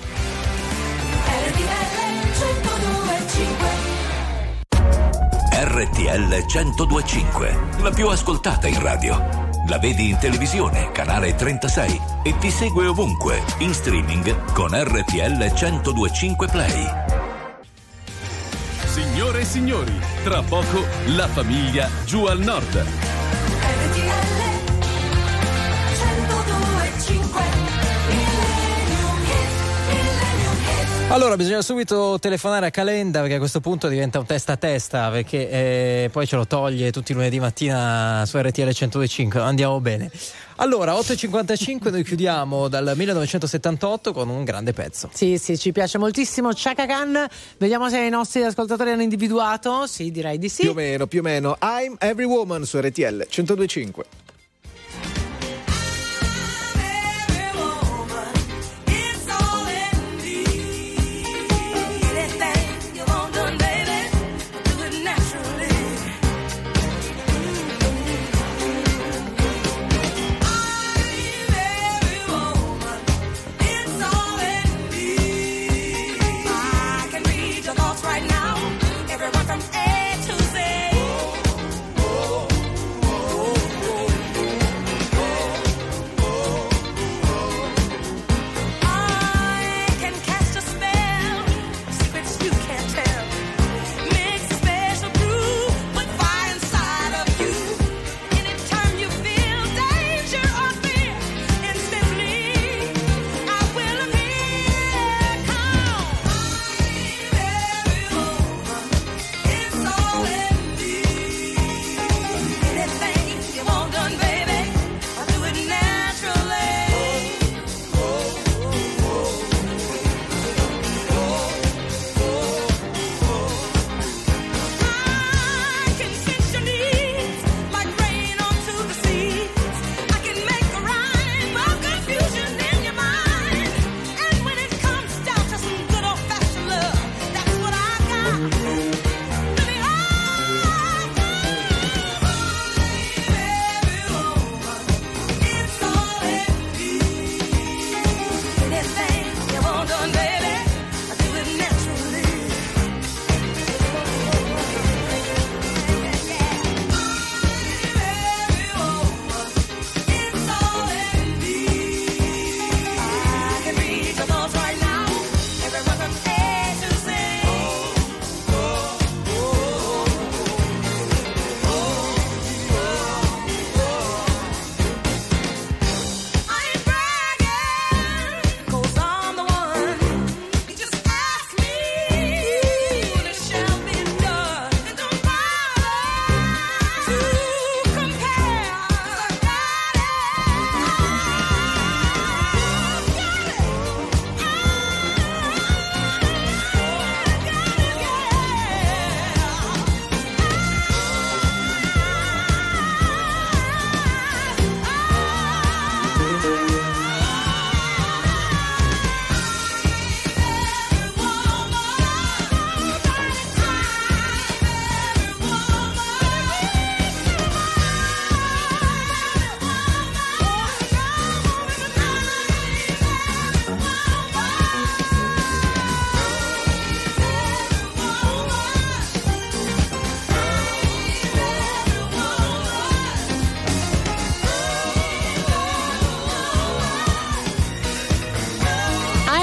R T L centodue e cinque, la più ascoltata in radio. La vedi in televisione, canale trentasei, e ti segue ovunque, in streaming con R T L centodue e cinque Play.
Signore e signori, tra poco la famiglia giù al nord.
Allora bisogna subito telefonare a Calenda, perché a questo punto diventa un testa a testa, perché eh, poi ce lo toglie tutti i lunedì mattina su R T L centodue e cinque. Andiamo bene. Allora, otto e cinquantacinque, noi chiudiamo dal millenovecentosettantotto con un grande pezzo.
Sì, sì, ci piace moltissimo. Chaka Khan, vediamo se i nostri ascoltatori hanno individuato. Sì, direi di sì.
Più o meno, più o meno. I'm Every Woman su R T L centodue e cinque.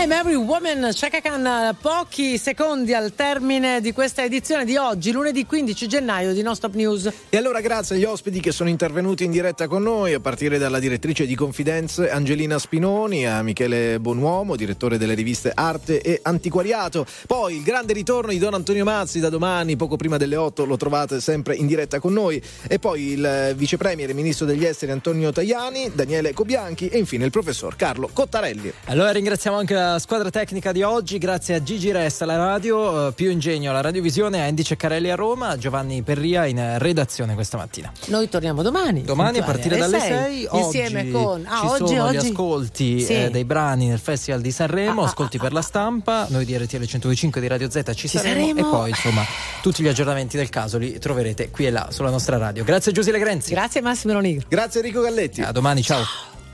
I'm Every Woman, Chaka Khan, pochi secondi al termine di questa edizione di oggi, lunedì quindici gennaio di Non Stop News.
E allora grazie agli ospiti che sono intervenuti in diretta con noi, a partire dalla direttrice di Confidenze Angelina Spinoni, a Michele Bonuomo, direttore delle riviste Arte e Antiquariato. Poi il grande ritorno di Don Antonio Mazzi da domani, poco prima delle otto, lo trovate sempre in diretta con noi. E poi il vice premier e ministro degli esteri Antonio Tajani, Daniele Cobianchi e infine il professor Carlo Cottarelli.
Allora ringraziamo anche la squadra tecnica di oggi, grazie a Gigi Resta alla radio, Pio Ingegno alla radiovisione, a Andy Ceccarelli a Roma, Giovanni Perria in redazione questa mattina.
Noi torniamo domani.
Domani a partire dalle sei,
insieme con ah,
ci
oggi,
sono
oggi.
gli ascolti
sì.
eh, dei brani nel Festival di Sanremo,
ah,
ascolti
ah,
per la stampa, noi di R T L centodue e cinque di Radio Z ci,
ci
saremo,
saremo
e poi insomma tutti gli aggiornamenti del caso li troverete qui e là sulla nostra radio. Grazie Giusile Grenzi.
Grazie Massimo Lonigro.
Grazie Enrico Galletti.
A domani, ciao.